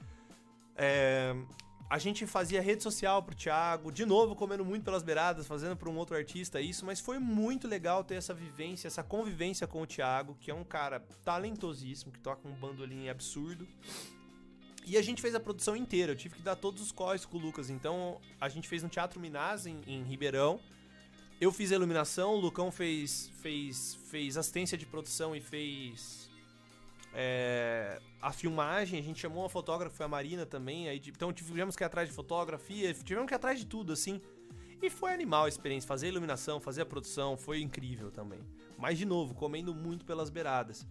A gente fazia rede social pro Thiago, de novo comendo muito pelas beiradas, fazendo para um outro artista isso, mas foi muito legal ter essa vivência, essa convivência com o Thiago, que é um cara talentosíssimo, que toca um bandolim absurdo. E a gente fez a produção inteira, eu tive que dar todos os corres com o Lucas, então a gente fez no Teatro Minas, em Ribeirão. Eu fiz a iluminação, o Lucão fez assistência de produção e fez a filmagem. A gente chamou uma fotógrafa, foi a Marina também, então tivemos que ir atrás de fotografia, tivemos que ir atrás de tudo, assim. E foi animal a experiência, fazer a iluminação, fazer a produção, foi incrível também. Mas, de novo, comendo muito pelas beiradas.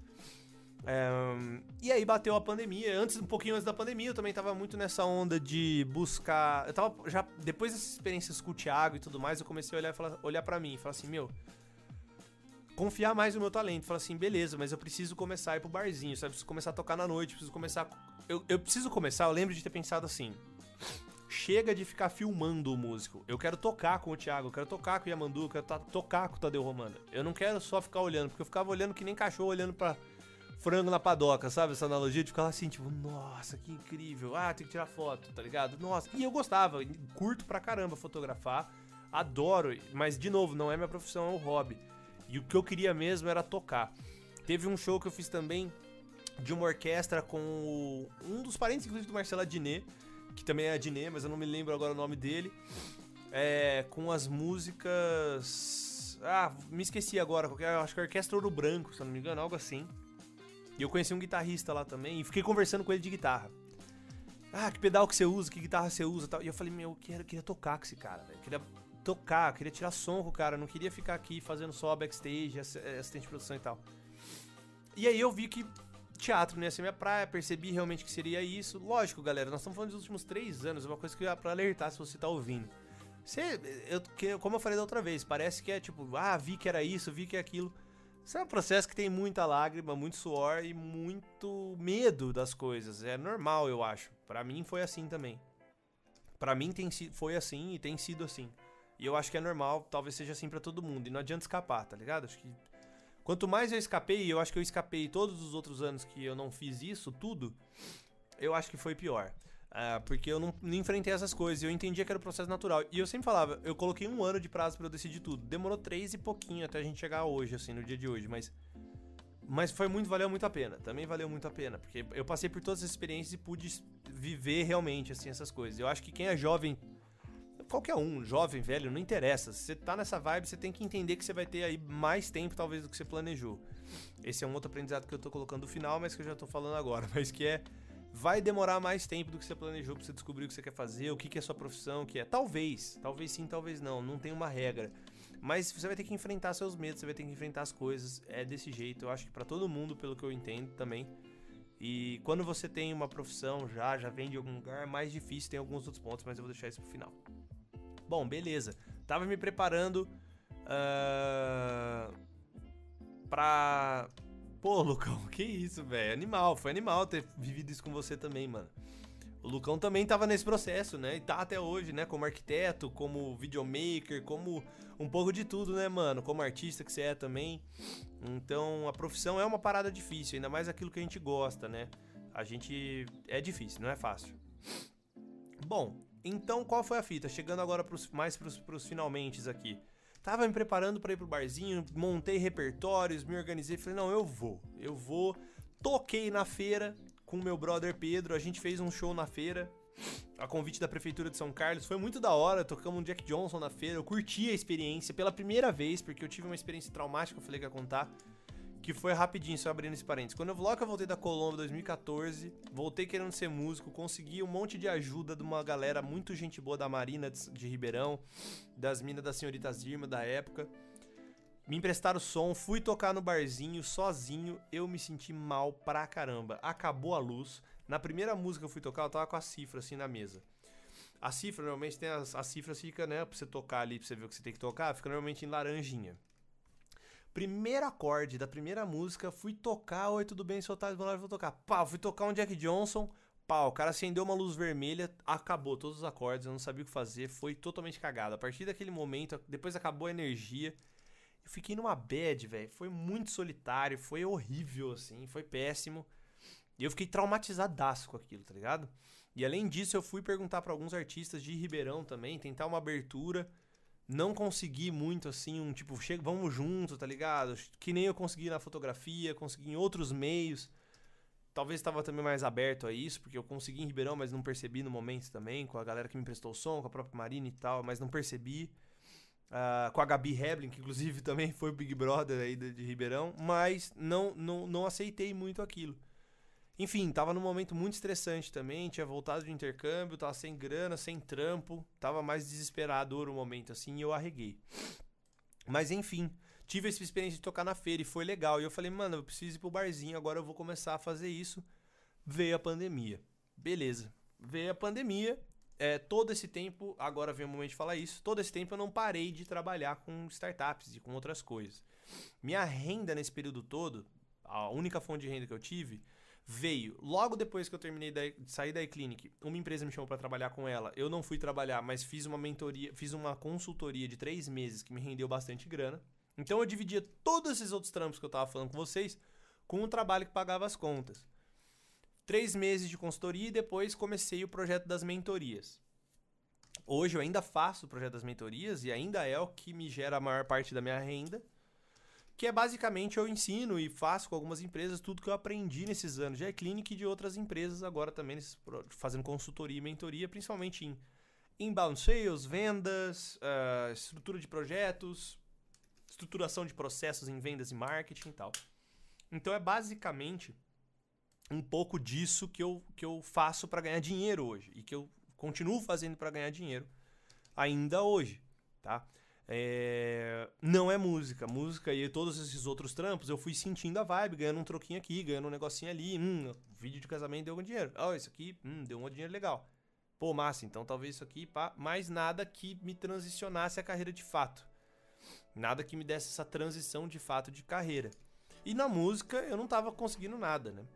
E aí bateu a pandemia. Um pouquinho antes da pandemia, eu também tava muito nessa onda de buscar. Eu tava já, depois dessas experiências com o Thiago e tudo mais, eu comecei a olhar pra mim e falar assim, confiar mais no meu talento. Falar assim, beleza, mas eu preciso começar a ir pro barzinho, sabe? Preciso começar a tocar na noite, preciso começar. Eu preciso começar, eu lembro de ter pensado assim. Chega de ficar filmando o músico. Eu quero tocar com o Thiago, eu quero tocar com o Yamandu, eu quero tocar com o Tadeu Romana. Eu não quero só ficar olhando, porque eu ficava olhando que nem cachorro olhando pra frango na padoca, sabe? Essa analogia de ficar assim, tipo, nossa, que incrível. Tem que tirar foto, tá ligado? Nossa. E eu gostava, curto pra caramba fotografar, adoro, mas de novo, não é minha profissão, é um hobby. E o que eu queria mesmo era tocar. Teve um show que eu fiz também de uma orquestra com um dos parentes, inclusive, do Marcelo Adnet, que também é Adnet, mas eu não me lembro agora o nome dele. Com as músicas... me esqueci agora, acho que é a Orquestra Ouro Branco, se eu não me engano, algo assim. E eu conheci um guitarrista lá também e fiquei conversando com ele de guitarra. Que pedal que você usa, que guitarra você usa e tal. E eu falei, eu queria tocar com esse cara, velho. Queria tocar, queria tirar som com o cara, não queria ficar aqui fazendo só backstage, assistente de produção e tal. E aí eu vi que teatro não ia ser minha praia, percebi realmente que seria isso. Lógico, galera, nós estamos falando dos últimos 3 anos, é uma coisa que é pra alertar se você tá ouvindo. Como eu falei da outra vez, parece que é tipo, vi que era isso, vi que é aquilo. Isso é um processo que tem muita lágrima, muito suor e muito medo das coisas. É normal, eu acho. Pra mim foi assim também. Pra mim foi assim e tem sido assim. E eu acho que é normal, talvez seja assim pra todo mundo. E não adianta escapar, tá ligado? Acho que quanto mais eu escapei, eu acho que eu escapei todos os outros anos que eu não fiz isso, tudo, eu acho que foi pior. Porque eu não enfrentei essas coisas, eu entendia que era o processo natural. E eu sempre falava, eu coloquei 1 ano de prazo pra eu decidir tudo. Demorou 3 e pouquinho até a gente chegar hoje, assim, no dia de hoje. Mas valeu muito a pena. Também valeu muito a pena. Porque eu passei por todas as experiências e pude viver realmente, assim, essas coisas. Eu acho que quem é jovem, qualquer um, jovem, velho, não interessa. Se você tá nessa vibe, você tem que entender que você vai ter aí mais tempo, talvez, do que você planejou. Esse é um outro aprendizado que eu tô colocando no final, mas que eu já tô falando agora. Mas que vai demorar mais tempo do que você planejou pra você descobrir o que você quer fazer, o que é a sua profissão, o que é. Talvez sim, talvez não tem uma regra. Mas você vai ter que enfrentar seus medos, você vai ter que enfrentar as coisas, é desse jeito. Eu acho que pra todo mundo, pelo que eu entendo também. E quando você tem uma profissão, já vem de algum lugar, é mais difícil, tem alguns outros pontos, mas eu vou deixar isso pro final. Bom, beleza. Tava me preparando pra... Pô, Lucão, que isso, velho? Animal, foi animal ter vivido isso com você também, mano. O Lucão também tava nesse processo, né? E tá até hoje, né? Como arquiteto, como videomaker, como um pouco de tudo, né, mano? Como artista que você é também. Então, a profissão é uma parada difícil, ainda mais aquilo que a gente gosta, né? É difícil, não é fácil. Bom, então qual foi a fita? Chegando agora pros finalmentes aqui. Tava me preparando pra ir pro barzinho, montei repertórios, me organizei, falei, não, eu vou. Toquei na feira com o meu brother Pedro, a gente fez um show na feira, a convite da Prefeitura de São Carlos, foi muito da hora, tocamos um Jack Johnson na feira, eu curti a experiência pela primeira vez, porque eu tive uma experiência traumática, eu falei que ia contar, que foi rapidinho, só abrindo esse parênteses. Quando eu voltei da Colômbia em 2014, voltei querendo ser músico, consegui um monte de ajuda de uma galera muito gente boa da Marina de Ribeirão, das minas da Senhoritas Irma da época. Me emprestaram o som, fui tocar no barzinho sozinho, eu me senti mal pra caramba. Acabou a luz. Na primeira música que eu fui tocar, eu tava com a cifra assim na mesa. A cifra, normalmente tem as cifras fica, né, pra você tocar ali, pra você ver o que você tem que tocar, fica normalmente em laranjinha. Primeiro acorde da primeira música, fui tocar, oi, tudo bem, seu Thales, vou tocar. Pá, fui tocar um Jack Johnson, pau, o cara acendeu uma luz vermelha, acabou todos os acordes, eu não sabia o que fazer, foi totalmente cagado. A partir daquele momento, depois acabou a energia, eu fiquei numa bad, velho, foi muito solitário, foi horrível, assim, foi péssimo. E eu fiquei traumatizadaço com aquilo, tá ligado? E além disso, eu fui perguntar pra alguns artistas de Ribeirão também, tentar uma abertura, não consegui muito, assim, um tipo, chega, vamos junto, tá ligado? Que nem eu consegui na fotografia, consegui em outros meios. Talvez estava também mais aberto a isso, porque eu consegui em Ribeirão, mas não percebi no momento também, com a galera que me emprestou o som, com a própria Marina e tal, mas não percebi. Com a Gabi Heblin, que inclusive também foi o Big Brother aí de Ribeirão, mas não aceitei muito aquilo. Enfim, tava num momento muito estressante também, tinha voltado de intercâmbio, tava sem grana, sem trampo, tava mais desesperador o momento assim, e eu arreguei. Mas enfim, tive essa experiência de tocar na feira e foi legal. E eu falei, mano, eu preciso ir pro barzinho, agora eu vou começar a fazer isso. Veio a pandemia. Beleza. Veio a pandemia. Todo esse tempo, agora vem o momento de falar isso, todo esse tempo eu não parei de trabalhar com startups e com outras coisas. Minha renda nesse período todo, a única fonte de renda que eu tive, veio logo depois que eu terminei de sair da iClinic. Uma empresa me chamou para trabalhar com ela. Eu não fui trabalhar, mas fiz uma mentoria, fiz uma consultoria de 3 meses que me rendeu bastante grana. Então eu dividia todos esses outros trampos que eu tava falando com vocês com um trabalho que pagava as contas. 3 meses de consultoria e depois comecei o projeto das mentorias. Hoje eu ainda faço o projeto das mentorias e ainda é o que me gera a maior parte da minha renda. Que é basicamente eu ensino e faço com algumas empresas tudo que eu aprendi nesses anos de iClinic e de outras empresas agora também, fazendo consultoria e mentoria, principalmente em inbound sales, vendas, estrutura de projetos, estruturação de processos em vendas e marketing e tal. Então é basicamente um pouco disso que eu faço para ganhar dinheiro hoje e que eu continuo fazendo para ganhar dinheiro ainda hoje, tá? Não é música. Música e todos esses outros trampos, eu fui sentindo a vibe, ganhando um troquinho aqui, ganhando um negocinho ali. Vídeo de casamento deu algum dinheiro. Isso aqui deu um dinheiro legal. Pô, massa, então talvez isso aqui, pá. Mas nada que me transicionasse a carreira de fato. Nada que me desse essa transição de fato de carreira. E na música eu não tava conseguindo nada, né?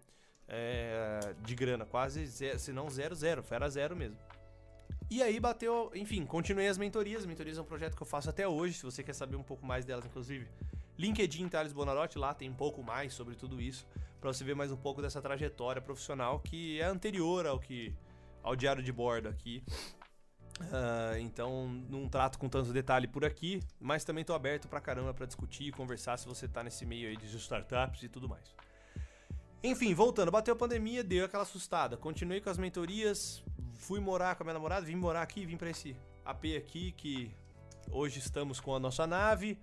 De grana, quase zero, se não zero, era zero mesmo. E aí bateu, enfim, continuei as mentorias. Mentorias é um projeto que eu faço até hoje, se você quer saber um pouco mais delas, inclusive. LinkedIn, Thales Bonarotti, lá tem um pouco mais sobre tudo isso, pra você ver mais um pouco dessa trajetória profissional que é anterior ao diário de bordo aqui. Então, não trato com tanto detalhe por aqui, mas também tô aberto pra caramba pra discutir e conversar se você tá nesse meio aí de startups e tudo mais. Enfim, voltando, bateu a pandemia, deu aquela assustada. Continuei com as mentorias, fui morar com a minha namorada, vim morar aqui, vim pra esse AP aqui, que hoje estamos com a nossa nave.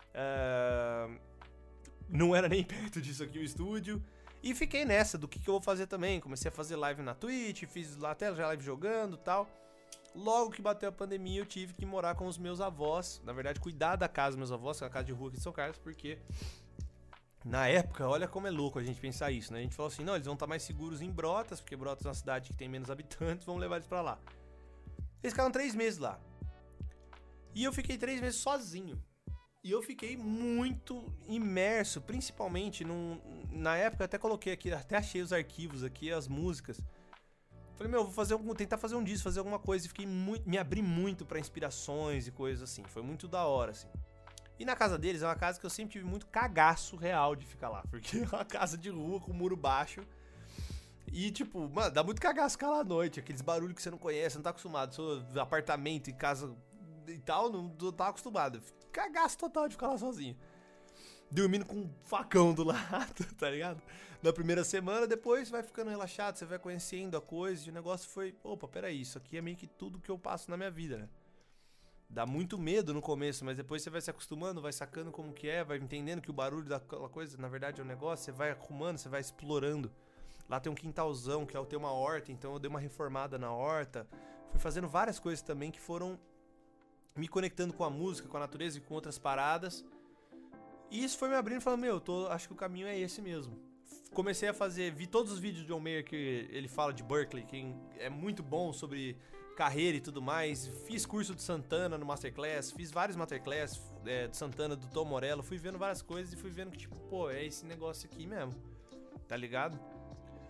Não era nem perto disso aqui o estúdio. E fiquei nessa, do que eu vou fazer também. Comecei a fazer live na Twitch, fiz lá até já live jogando e tal. Logo que bateu a pandemia, eu tive que morar com os meus avós. Na verdade, cuidar da casa dos meus avós, que é uma casa de rua aqui de São Carlos, porque... Na época, olha como é louco a gente pensar isso, né? A gente falou assim, não, eles vão estar mais seguros em Brotas, porque Brotas é uma cidade que tem menos habitantes, vamos levar eles pra lá. Eles ficaram 3 meses lá. E eu fiquei 3 meses sozinho. E eu fiquei muito imerso, principalmente na época, eu até coloquei aqui, até achei os arquivos aqui, as músicas. Falei, vou tentar fazer um disco, fazer alguma coisa. E me abri muito pra inspirações e coisas assim. Foi muito da hora, assim. E na casa deles é uma casa que eu sempre tive muito cagaço real de ficar lá. Porque é uma casa de rua com muro baixo. E tipo, mano, dá muito cagaço ficar lá à noite. Aqueles barulhos que você não conhece, não tá acostumado. Sou apartamento e casa e tal, não tá acostumado. Cagaço total de ficar lá sozinho. Dormindo com um facão do lado, tá ligado? Na primeira semana, depois vai ficando relaxado, você vai conhecendo a coisa. E o negócio foi, opa, peraí, isso aqui é meio que tudo que eu passo na minha vida, né? Dá muito medo no começo, mas depois você vai se acostumando, vai sacando como que é, vai entendendo que o barulho daquela coisa, na verdade, é um negócio, você vai arrumando, você vai explorando. Lá tem um quintalzão, que tem uma horta, então eu dei uma reformada na horta. Fui fazendo várias coisas também que foram me conectando com a música, com a natureza e com outras paradas. E isso foi me abrindo e falando, acho que o caminho é esse mesmo. Comecei a vi todos os vídeos de John Mayer que ele fala de Berkeley, que é muito bom sobre... carreira e tudo mais, fiz curso de Santana no Masterclass, fiz vários Masterclass de Santana, do Tom Morello, fui vendo várias coisas e fui vendo que tipo, é esse negócio aqui mesmo, tá ligado?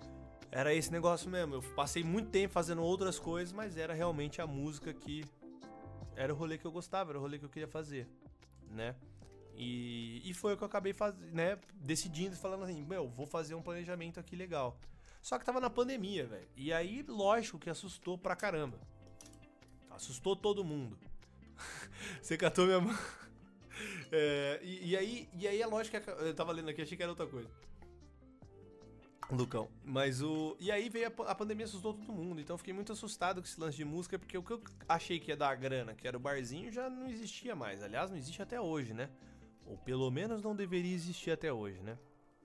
Era esse negócio mesmo. Eu passei muito tempo fazendo outras coisas, mas era realmente a música que era o rolê que eu gostava, era o rolê que eu queria fazer, né? E foi o que eu acabei fazendo, né? Decidindo, falando assim, vou fazer um planejamento aqui legal. Só que tava na pandemia, velho. E aí, lógico que assustou pra caramba. Assustou todo mundo. Você catou minha mão. E aí é lógico que eu tava lendo aqui, achei que era outra coisa. Lucão. Mas e aí veio a pandemia, assustou todo mundo. Então eu fiquei muito assustado com esse lance de música, porque o que eu achei que ia dar grana, que era o barzinho, já não existia mais. Aliás, não existe até hoje, né? Ou pelo menos não deveria existir até hoje, né?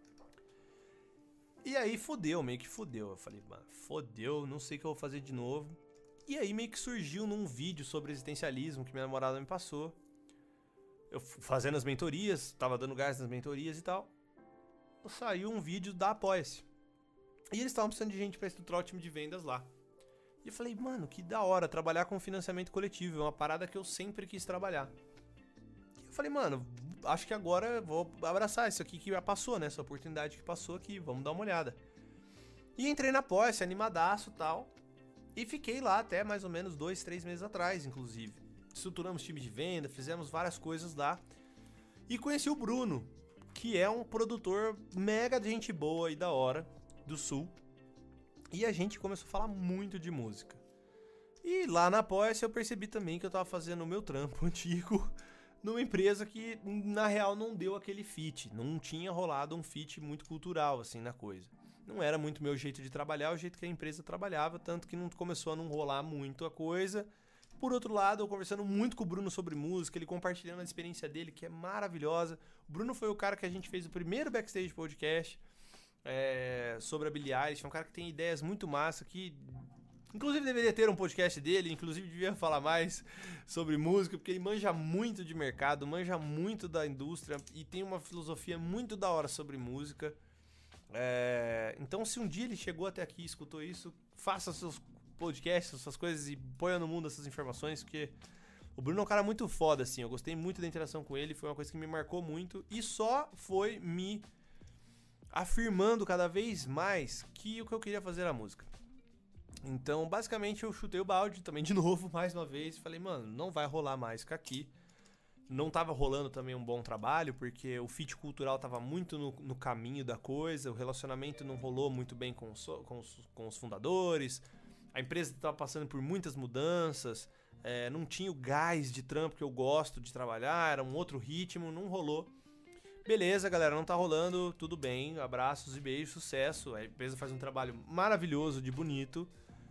E aí fodeu, meio que fodeu. Eu falei, mano, fodeu, não sei o que eu vou fazer de novo. E aí meio que surgiu num vídeo sobre existencialismo que minha namorada me passou. Eu fazendo as mentorias, tava dando gás nas mentorias e tal. Saiu um vídeo da Apoia-se. E eles estavam precisando de gente pra estruturar o time de vendas lá. E eu falei, mano, que da hora trabalhar com financiamento coletivo. É uma parada que eu sempre quis trabalhar. E eu falei, mano, acho que agora eu vou abraçar isso aqui que já passou, né? Essa oportunidade que passou aqui, vamos dar uma olhada. E entrei na Apoia-se, animadaço e tal. E fiquei lá até mais ou menos 2, 3 meses atrás, inclusive. Estruturamos time de venda, fizemos várias coisas lá. E conheci o Bruno, que é um produtor mega de gente boa e da hora, do Sul. E a gente começou a falar muito de música. E lá na Apoia-se eu percebi também que eu tava fazendo o meu trampo antigo numa empresa que, na real, não deu aquele fit. Não tinha rolado um fit muito cultural, assim, na coisa. Não era muito meu jeito de trabalhar, o jeito que a empresa trabalhava, tanto que não começou a não rolar muito a coisa. Por outro lado, eu conversando muito com o Bruno sobre música, ele compartilhando a experiência dele, que é maravilhosa. O Bruno foi o cara que a gente fez o primeiro Backstage Podcast sobre a Billie Eilish. É um cara que tem ideias muito massa, que inclusive deveria ter um podcast dele, inclusive devia falar mais sobre música, porque ele manja muito de mercado, manja muito da indústria e tem uma filosofia muito da hora sobre música. Então, se um dia ele chegou até aqui e escutou isso, faça seus podcasts, suas coisas e ponha no mundo essas informações, porque o Bruno é um cara muito foda, assim. Eu gostei muito da interação com ele, foi uma coisa que me marcou muito e só foi me afirmando cada vez mais que o que eu queria fazer era música. Então, basicamente, eu chutei o balde também de novo, mais uma vez, falei, mano, não vai rolar mais ficar aqui. Não tava rolando também um bom trabalho, porque o fit cultural tava muito no caminho da coisa, o relacionamento não rolou muito bem com os fundadores, a empresa tava passando por muitas mudanças, não tinha o gás de trampo que eu gosto de trabalhar, era um outro ritmo, não rolou. Beleza, galera, não tá rolando, tudo bem, abraços e beijos, sucesso, a empresa faz um trabalho maravilhoso, de bonito.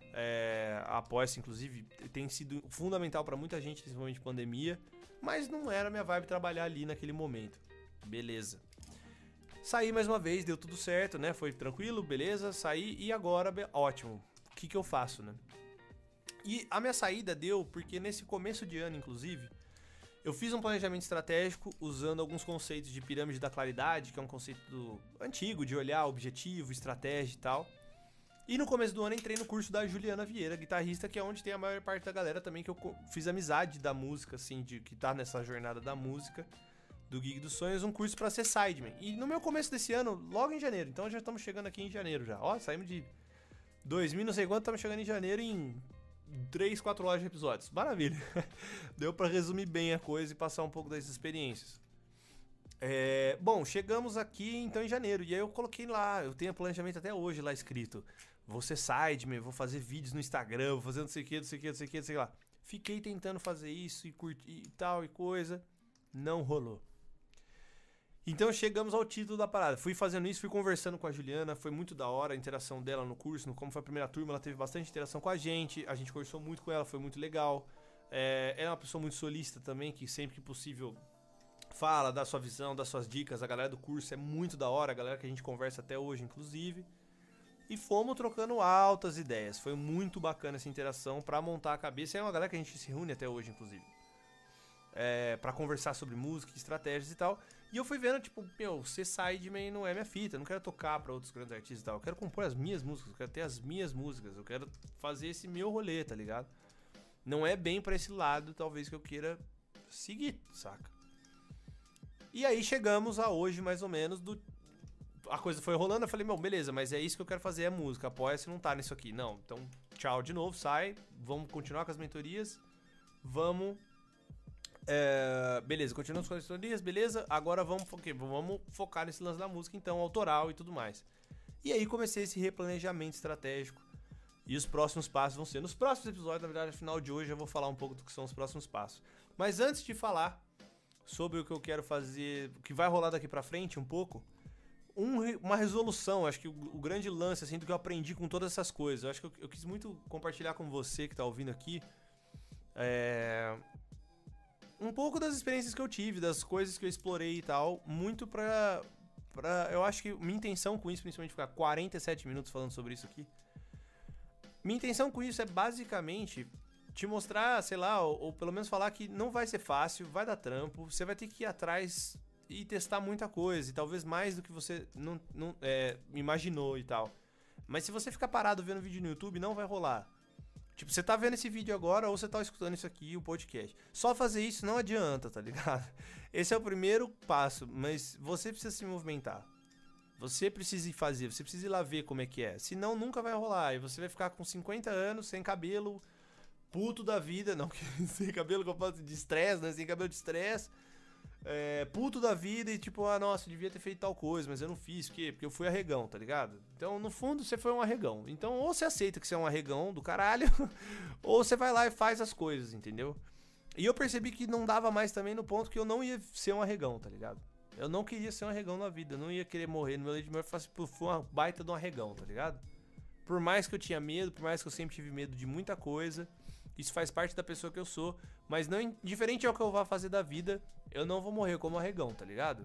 A Apoia-se, inclusive, tem sido fundamental para muita gente nesse momento de pandemia, mas não era minha vibe trabalhar ali naquele momento. Beleza. Saí mais uma vez, deu tudo certo, né? Foi tranquilo, beleza, saí e agora, ótimo. O que eu faço, né? E a minha saída deu porque nesse começo de ano, inclusive, eu fiz um planejamento estratégico usando alguns conceitos de pirâmide da claridade, que é um conceito antigo de olhar objetivo, estratégia e tal. E no começo do ano entrei no curso da Juliana Vieira, guitarrista, que é onde tem a maior parte da galera também, que eu fiz amizade da música, assim, que tá nessa jornada da música, do Gig dos Sonhos, um curso pra ser sideman. E no meu começo desse ano, logo em janeiro, então já estamos chegando aqui em janeiro já. Ó, saímos de 2000 não sei quanto, estamos chegando em janeiro em 3, 4 lojas de episódios. Maravilha. Deu pra resumir bem a coisa e passar um pouco das experiências. Bom, chegamos aqui então em janeiro, e aí eu coloquei lá, eu tenho planejamento até hoje lá escrito. Vou ser sideman, vou fazer vídeos no Instagram, vou fazer não sei o que, não sei o que, não sei o que, não sei lá. Fiquei tentando fazer isso e curtir e tal e coisa. Não rolou. Então chegamos ao título da parada. Fui fazendo isso, fui conversando com a Juliana, foi muito da hora a interação dela no curso. Como foi a primeira turma, ela teve bastante interação com a gente conversou muito com ela, foi muito legal. Ela é uma pessoa muito solícita também, que sempre que possível fala, dá sua visão, dá suas dicas. A galera do curso é muito da hora, a galera que a gente conversa até hoje, inclusive. E fomos trocando altas ideias. Foi muito bacana essa interação pra montar a cabeça. É uma galera que a gente se reúne até hoje, inclusive. Pra conversar sobre música, estratégias e tal. E eu fui vendo, tipo, ser sideman não é minha fita. Eu não quero tocar pra outros grandes artistas e tal. Eu quero compor as minhas músicas, eu quero ter as minhas músicas. Eu quero fazer esse meu rolê, tá ligado? Não é bem pra esse lado, talvez, que eu queira seguir, saca? E aí chegamos a hoje, mais ou menos, a coisa foi rolando, eu falei, meu, beleza, mas é isso que eu quero fazer, é música, apoia-se, não tá nisso aqui. Não, então tchau de novo, sai, vamos continuar com as mentorias, vamos... beleza, continuamos com as mentorias, beleza, agora vamos focar nesse lance da música, então, autoral e tudo mais. E aí comecei esse replanejamento estratégico. E os próximos passos vão ser... Nos próximos episódios, na verdade, no final de hoje, eu vou falar um pouco do que são os próximos passos. Mas antes de falar sobre o que eu quero fazer, o que vai rolar daqui pra frente um pouco, uma resolução, acho que o grande lance, assim, do que eu aprendi com todas essas coisas. Eu acho que eu quis muito compartilhar com você que tá ouvindo aqui, um pouco das experiências que eu tive, das coisas que eu explorei e tal, muito eu acho que minha intenção com isso, principalmente ficar 47 minutos falando sobre isso aqui, minha intenção com isso é basicamente te mostrar, sei lá, ou pelo menos falar que não vai ser fácil, vai dar trampo, você vai ter que ir atrás e testar muita coisa, e talvez mais do que você não imaginou e tal. Mas se você ficar parado vendo vídeo no YouTube, não vai rolar. Tipo, você tá vendo esse vídeo agora ou você tá escutando isso aqui, o podcast. Só fazer isso não adianta, tá ligado? Esse é o primeiro passo, mas você precisa se movimentar. Você precisa ir fazer, você precisa ir lá ver como é que é. Senão nunca vai rolar. E você vai ficar com 50 anos, sem cabelo, puto da vida. Não, sem cabelo que eu falo de estresse, né? Sem cabelo de estresse. Puto da vida e tipo, nossa, eu devia ter feito tal coisa, mas eu não fiz. Por quê? Porque eu fui arregão, tá ligado? Então, no fundo, você foi um arregão. Então, ou você aceita que você é um arregão do caralho, ou você vai lá e faz as coisas, entendeu? E eu percebi que não dava mais também no ponto que eu não ia ser um arregão, tá ligado? Eu não queria ser um arregão na vida, eu não ia querer morrer no meu leito de morte, foi uma baita de um arregão, tá ligado? Por mais que eu tinha medo, por mais que eu sempre tive medo de muita coisa, isso faz parte da pessoa que eu sou, mas não indiferente ao que eu vá fazer da vida, eu não vou morrer como arregão, tá ligado?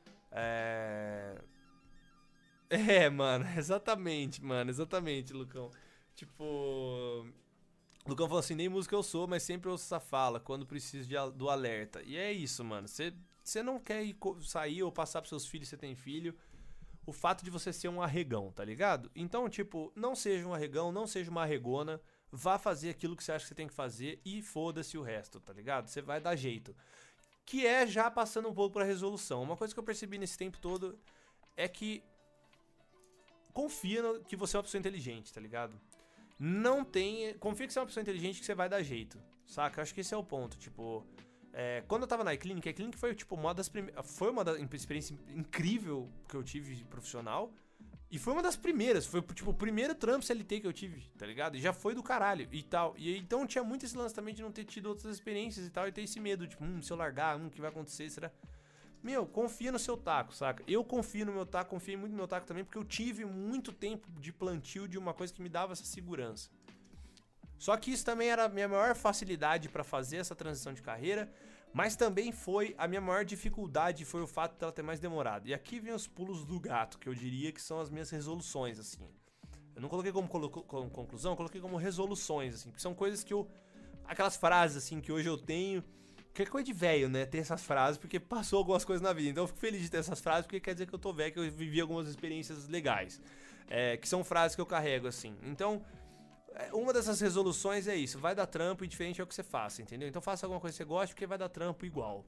Mano, exatamente, Lucão. Tipo... Lucão falou assim, nem música eu sou, mas sempre ouço essa fala, quando preciso do alerta. E é isso, mano, você não quer sair ou passar pros seus filhos, você tem filho, o fato de você ser um arregão, tá ligado? Então, tipo, não seja um arregão, não seja uma arregona, vá fazer aquilo que você acha que você tem que fazer e foda-se o resto, tá ligado? Você vai dar jeito. Que é já passando um pouco pra resolução. Uma coisa que eu percebi nesse tempo todo é que confia que você é uma pessoa inteligente, tá ligado? Confia que você é uma pessoa inteligente que você vai dar jeito, saca? Eu acho que esse é o ponto, tipo... quando eu tava na iClinic, a iClinic foi, tipo, foi uma experiência incrível que eu tive profissional. E foi uma das primeiras, foi, tipo, o primeiro trampo CLT que eu tive, tá ligado? E já foi do caralho e tal. E então tinha muito esse lance também de não ter tido outras experiências e tal. E ter esse medo, tipo, se eu largar, o que vai acontecer, será... Meu, confia no seu taco, saca? Eu confio no meu taco, confiei muito no meu taco também, porque eu tive muito tempo de plantio de uma coisa que me dava essa segurança. Só que isso também era a minha maior facilidade pra fazer essa transição de carreira, mas também foi a minha maior dificuldade, foi o fato dela ter mais demorado. E aqui vem os pulos do gato, que eu diria que são as minhas resoluções, assim. Eu não coloquei como conclusão, eu coloquei como resoluções, assim, porque são coisas que aquelas frases, assim, que hoje eu tenho... Que é coisa de velho, né? Ter essas frases, porque passou algumas coisas na vida. Então eu fico feliz de ter essas frases, porque quer dizer que eu tô velho, que eu vivi algumas experiências legais. Que são frases que eu carrego, assim. Então, uma dessas resoluções é isso. Vai dar trampo e diferente é o que você faça, entendeu? Então faça alguma coisa que você goste, porque vai dar trampo igual.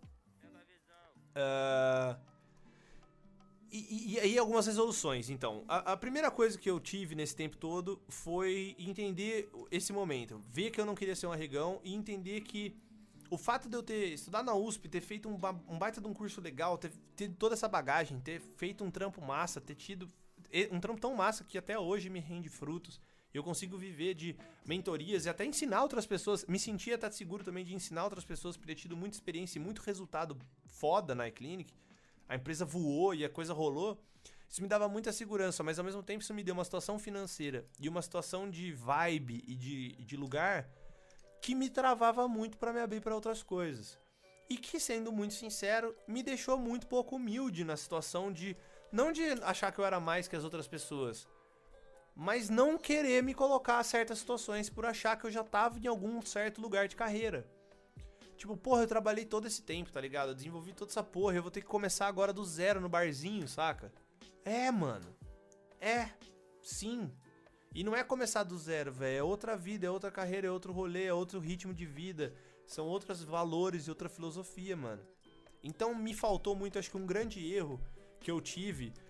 E aí algumas resoluções. Então, a primeira coisa que eu tive nesse tempo todo foi entender esse momento. Ver que eu não queria ser um arregão e entender que o fato de eu ter estudado na USP, ter feito um baita de um curso legal, ter toda essa bagagem, ter feito um trampo massa, ter tido um trampo tão massa que até hoje me rende frutos. Eu consigo viver de mentorias e até ensinar outras pessoas. Me sentia até seguro também de ensinar outras pessoas por ter tido muita experiência e muito resultado foda na iClinic. A empresa voou e a coisa rolou. Isso me dava muita segurança, mas ao mesmo tempo isso me deu uma situação financeira e uma situação de vibe e de lugar que me travava muito pra me abrir pra outras coisas. E que, sendo muito sincero, me deixou muito pouco humilde na situação de... Não de achar que eu era mais que as outras pessoas, mas não querer me colocar a certas situações por achar que eu já tava em algum certo lugar de carreira. Tipo, porra, eu trabalhei todo esse tempo, tá ligado? Eu desenvolvi toda essa porra, eu vou ter que começar agora do zero no barzinho, saca? Mano. Sim. E não é começar do zero, velho. É outra vida, é outra carreira, é outro rolê, é outro ritmo de vida. São outros valores e outra filosofia, mano. Então me faltou muito, acho que um grande erro que eu tive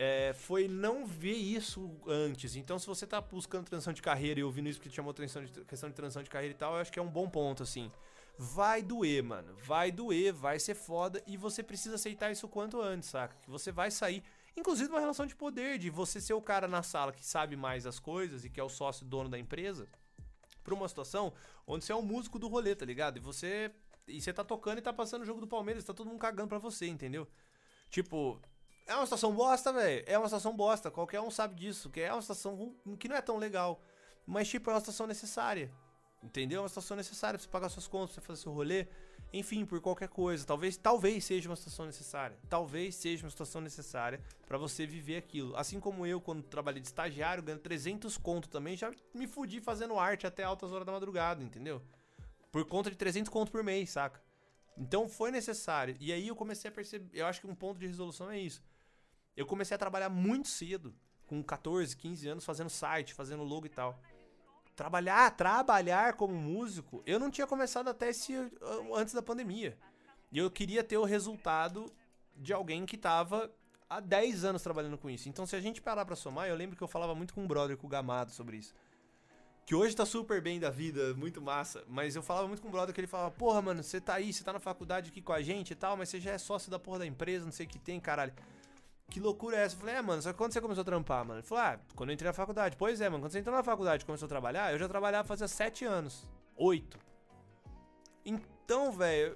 foi não ver isso antes. Então, se você tá buscando transição de carreira e ouvindo isso que te chamou questão de transição de carreira e tal, eu acho que é um bom ponto, assim. Vai doer, mano. Vai doer, vai ser foda. E você precisa aceitar isso o quanto antes, saca? Que você vai sair, inclusive, de uma relação de poder, de você ser o cara na sala que sabe mais as coisas e que é o sócio dono da empresa, pra uma situação onde você é o músico do rolê, tá ligado? E você tá tocando e tá passando o jogo do Palmeiras, tá todo mundo cagando pra você, entendeu? Tipo, é uma situação bosta, velho. É uma situação bosta. Qualquer um sabe disso. Que é uma situação que não é tão legal. Mas, tipo, é uma situação necessária. Entendeu? É uma situação necessária pra você pagar suas contas, pra você fazer seu rolê. Enfim, por qualquer coisa. Talvez seja uma situação necessária. Talvez seja uma situação necessária pra você viver aquilo. Assim como eu, quando trabalhei de estagiário, ganhando 300 conto também, já me fudi fazendo arte até altas horas da madrugada, entendeu? Por conta de 300 conto por mês, saca? Então foi necessário. E aí eu comecei a perceber. Eu acho que um ponto de resolução é isso. Eu comecei a trabalhar muito cedo, com 14, 15 anos, fazendo site, fazendo logo e tal. Trabalhar como músico, eu não tinha começado até antes da pandemia. E eu queria ter o resultado de alguém que tava há 10 anos trabalhando com isso. Então, se a gente parar pra somar, eu lembro que eu falava muito com um brother, com o Gamado, sobre isso. Que hoje tá super bem da vida, muito massa. Mas eu falava muito com um brother que ele falava: porra, mano, você tá aí, você tá na faculdade aqui com a gente e tal, mas você já é sócio da porra da empresa, não sei o que tem, caralho. Que loucura é essa? Eu falei: mano, só que quando você começou a trampar, mano? Ele falou: quando eu entrei na faculdade. Pois é, mano, quando você entrou na faculdade e começou a trabalhar, eu já trabalhava fazia 7 anos. 8. Então, velho,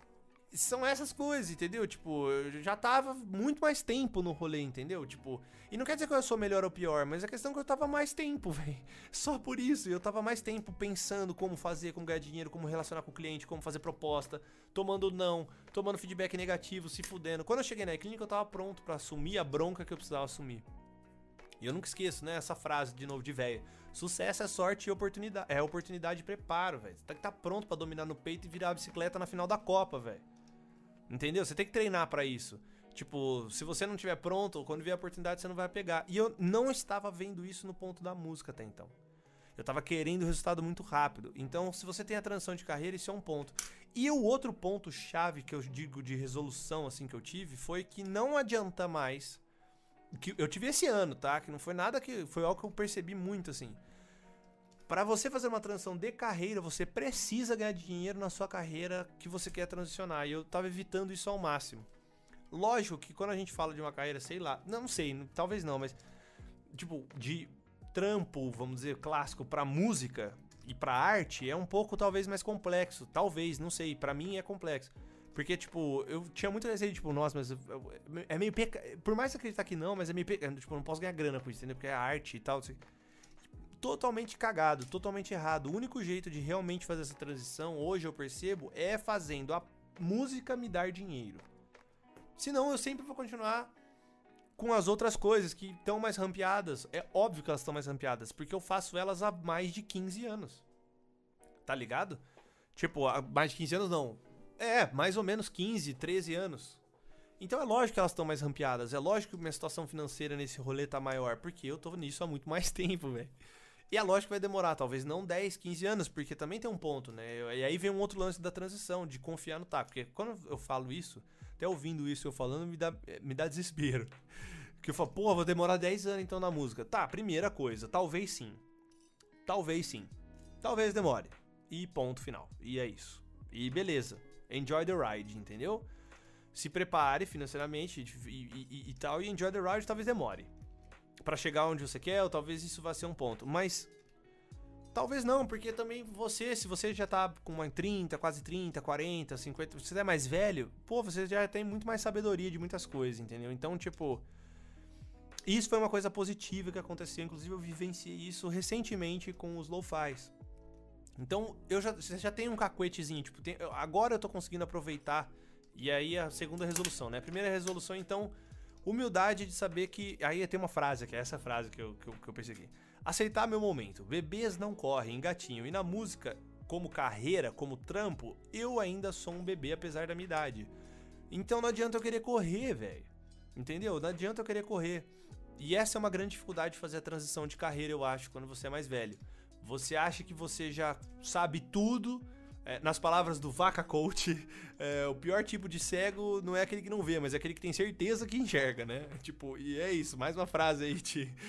são essas coisas, entendeu? Tipo, eu já tava muito mais tempo no rolê, entendeu? Tipo, e não quer dizer que eu sou melhor ou pior, mas a questão é que eu tava mais tempo, velho. Só por isso, eu tava mais tempo pensando como fazer, como ganhar dinheiro, como relacionar com o cliente, como fazer proposta, tomando não, tomando feedback negativo, se fudendo. Quando eu cheguei na clínica, eu tava pronto pra assumir a bronca que eu precisava assumir. E eu nunca esqueço, né, essa frase, de novo, de velho. Sucesso é sorte e oportunidade. É oportunidade e preparo, velho. Você tem que estar pronto pra dominar no peito e virar a bicicleta na final da Copa, velho. Entendeu? Você tem que treinar pra isso. Tipo, se você não estiver pronto, quando vier a oportunidade, você não vai pegar. E eu não estava vendo isso no ponto da música até então. Eu tava querendo o resultado muito rápido. Então, se você tem a transição de carreira, isso é um ponto. E o outro ponto chave que eu digo de resolução, assim, que eu tive, foi que não adianta mais... Que eu tive esse ano, tá? Que não foi nada que... Foi algo que eu percebi muito, assim. Pra você fazer uma transição de carreira, você precisa ganhar dinheiro na sua carreira que você quer transicionar. E eu tava evitando isso ao máximo. Lógico que quando a gente fala de uma carreira, sei lá... Não sei, talvez não, mas... Tipo, de trampo, vamos dizer, clássico pra música e pra arte, é um pouco talvez mais complexo. Talvez, não sei. Pra mim é complexo. Porque, tipo, eu tinha muito receio, tipo, nossa, mas é meio por mais que acreditar que não, mas é meio tipo, eu não posso ganhar grana com isso, entendeu? Porque é arte e tal, assim. Totalmente cagado, totalmente errado. O único jeito de realmente fazer essa transição, hoje eu percebo, é fazendo a música me dar dinheiro. Senão eu sempre vou continuar com as outras coisas que estão mais rampeadas. É óbvio que elas estão mais rampeadas, porque eu faço elas há mais de 15 anos. Tá ligado? Tipo, há mais de 15 anos não. Mais ou menos 15, 13 anos. Então é lógico que elas estão mais rampeadas. É lógico que minha situação financeira nesse rolê tá maior, porque eu tô nisso há muito mais tempo, velho. E é lógico que vai demorar, talvez não 10, 15 anos, porque também tem um ponto, né? E aí vem um outro lance da transição, de confiar no taco. Porque quando eu falo isso, até ouvindo isso eu falando, me dá desespero. Porque eu falo, pô, vou demorar 10 anos então na música. Tá, primeira coisa, talvez sim. Talvez sim. Talvez demore. E ponto final. E é isso. E beleza. Enjoy the ride, entendeu? Se prepare financeiramente e tal, e enjoy the ride talvez demore. Pra chegar onde você quer, ou talvez isso vá ser um ponto. Mas talvez não, porque também se você já tá com uma 30, quase 30, 40, 50, se você é mais velho, pô, você já tem muito mais sabedoria de muitas coisas, entendeu? Então, tipo, isso foi uma coisa positiva que aconteceu. Inclusive, eu vivenciei isso recentemente com os lo-fis. Então, você já tem um cacuetezinho, tipo, agora eu tô conseguindo aproveitar. E aí a segunda resolução, né? A primeira resolução, então, humildade de saber que... Aí tem uma frase, que é essa frase que eu persegui. Aceitar meu momento. Bebês não correm, engatinham. E na música, como carreira, como trampo, eu ainda sou um bebê, apesar da minha idade. Então não adianta eu querer correr, velho. Entendeu? Não adianta eu querer correr. E essa é uma grande dificuldade de fazer a transição de carreira, eu acho, quando você é mais velho. Você acha que você já sabe tudo, Nas palavras do Vaca Coach, o pior tipo de cego não é aquele que não vê, mas é aquele que tem certeza que enxerga, né? Tipo, e é isso, mais uma frase aí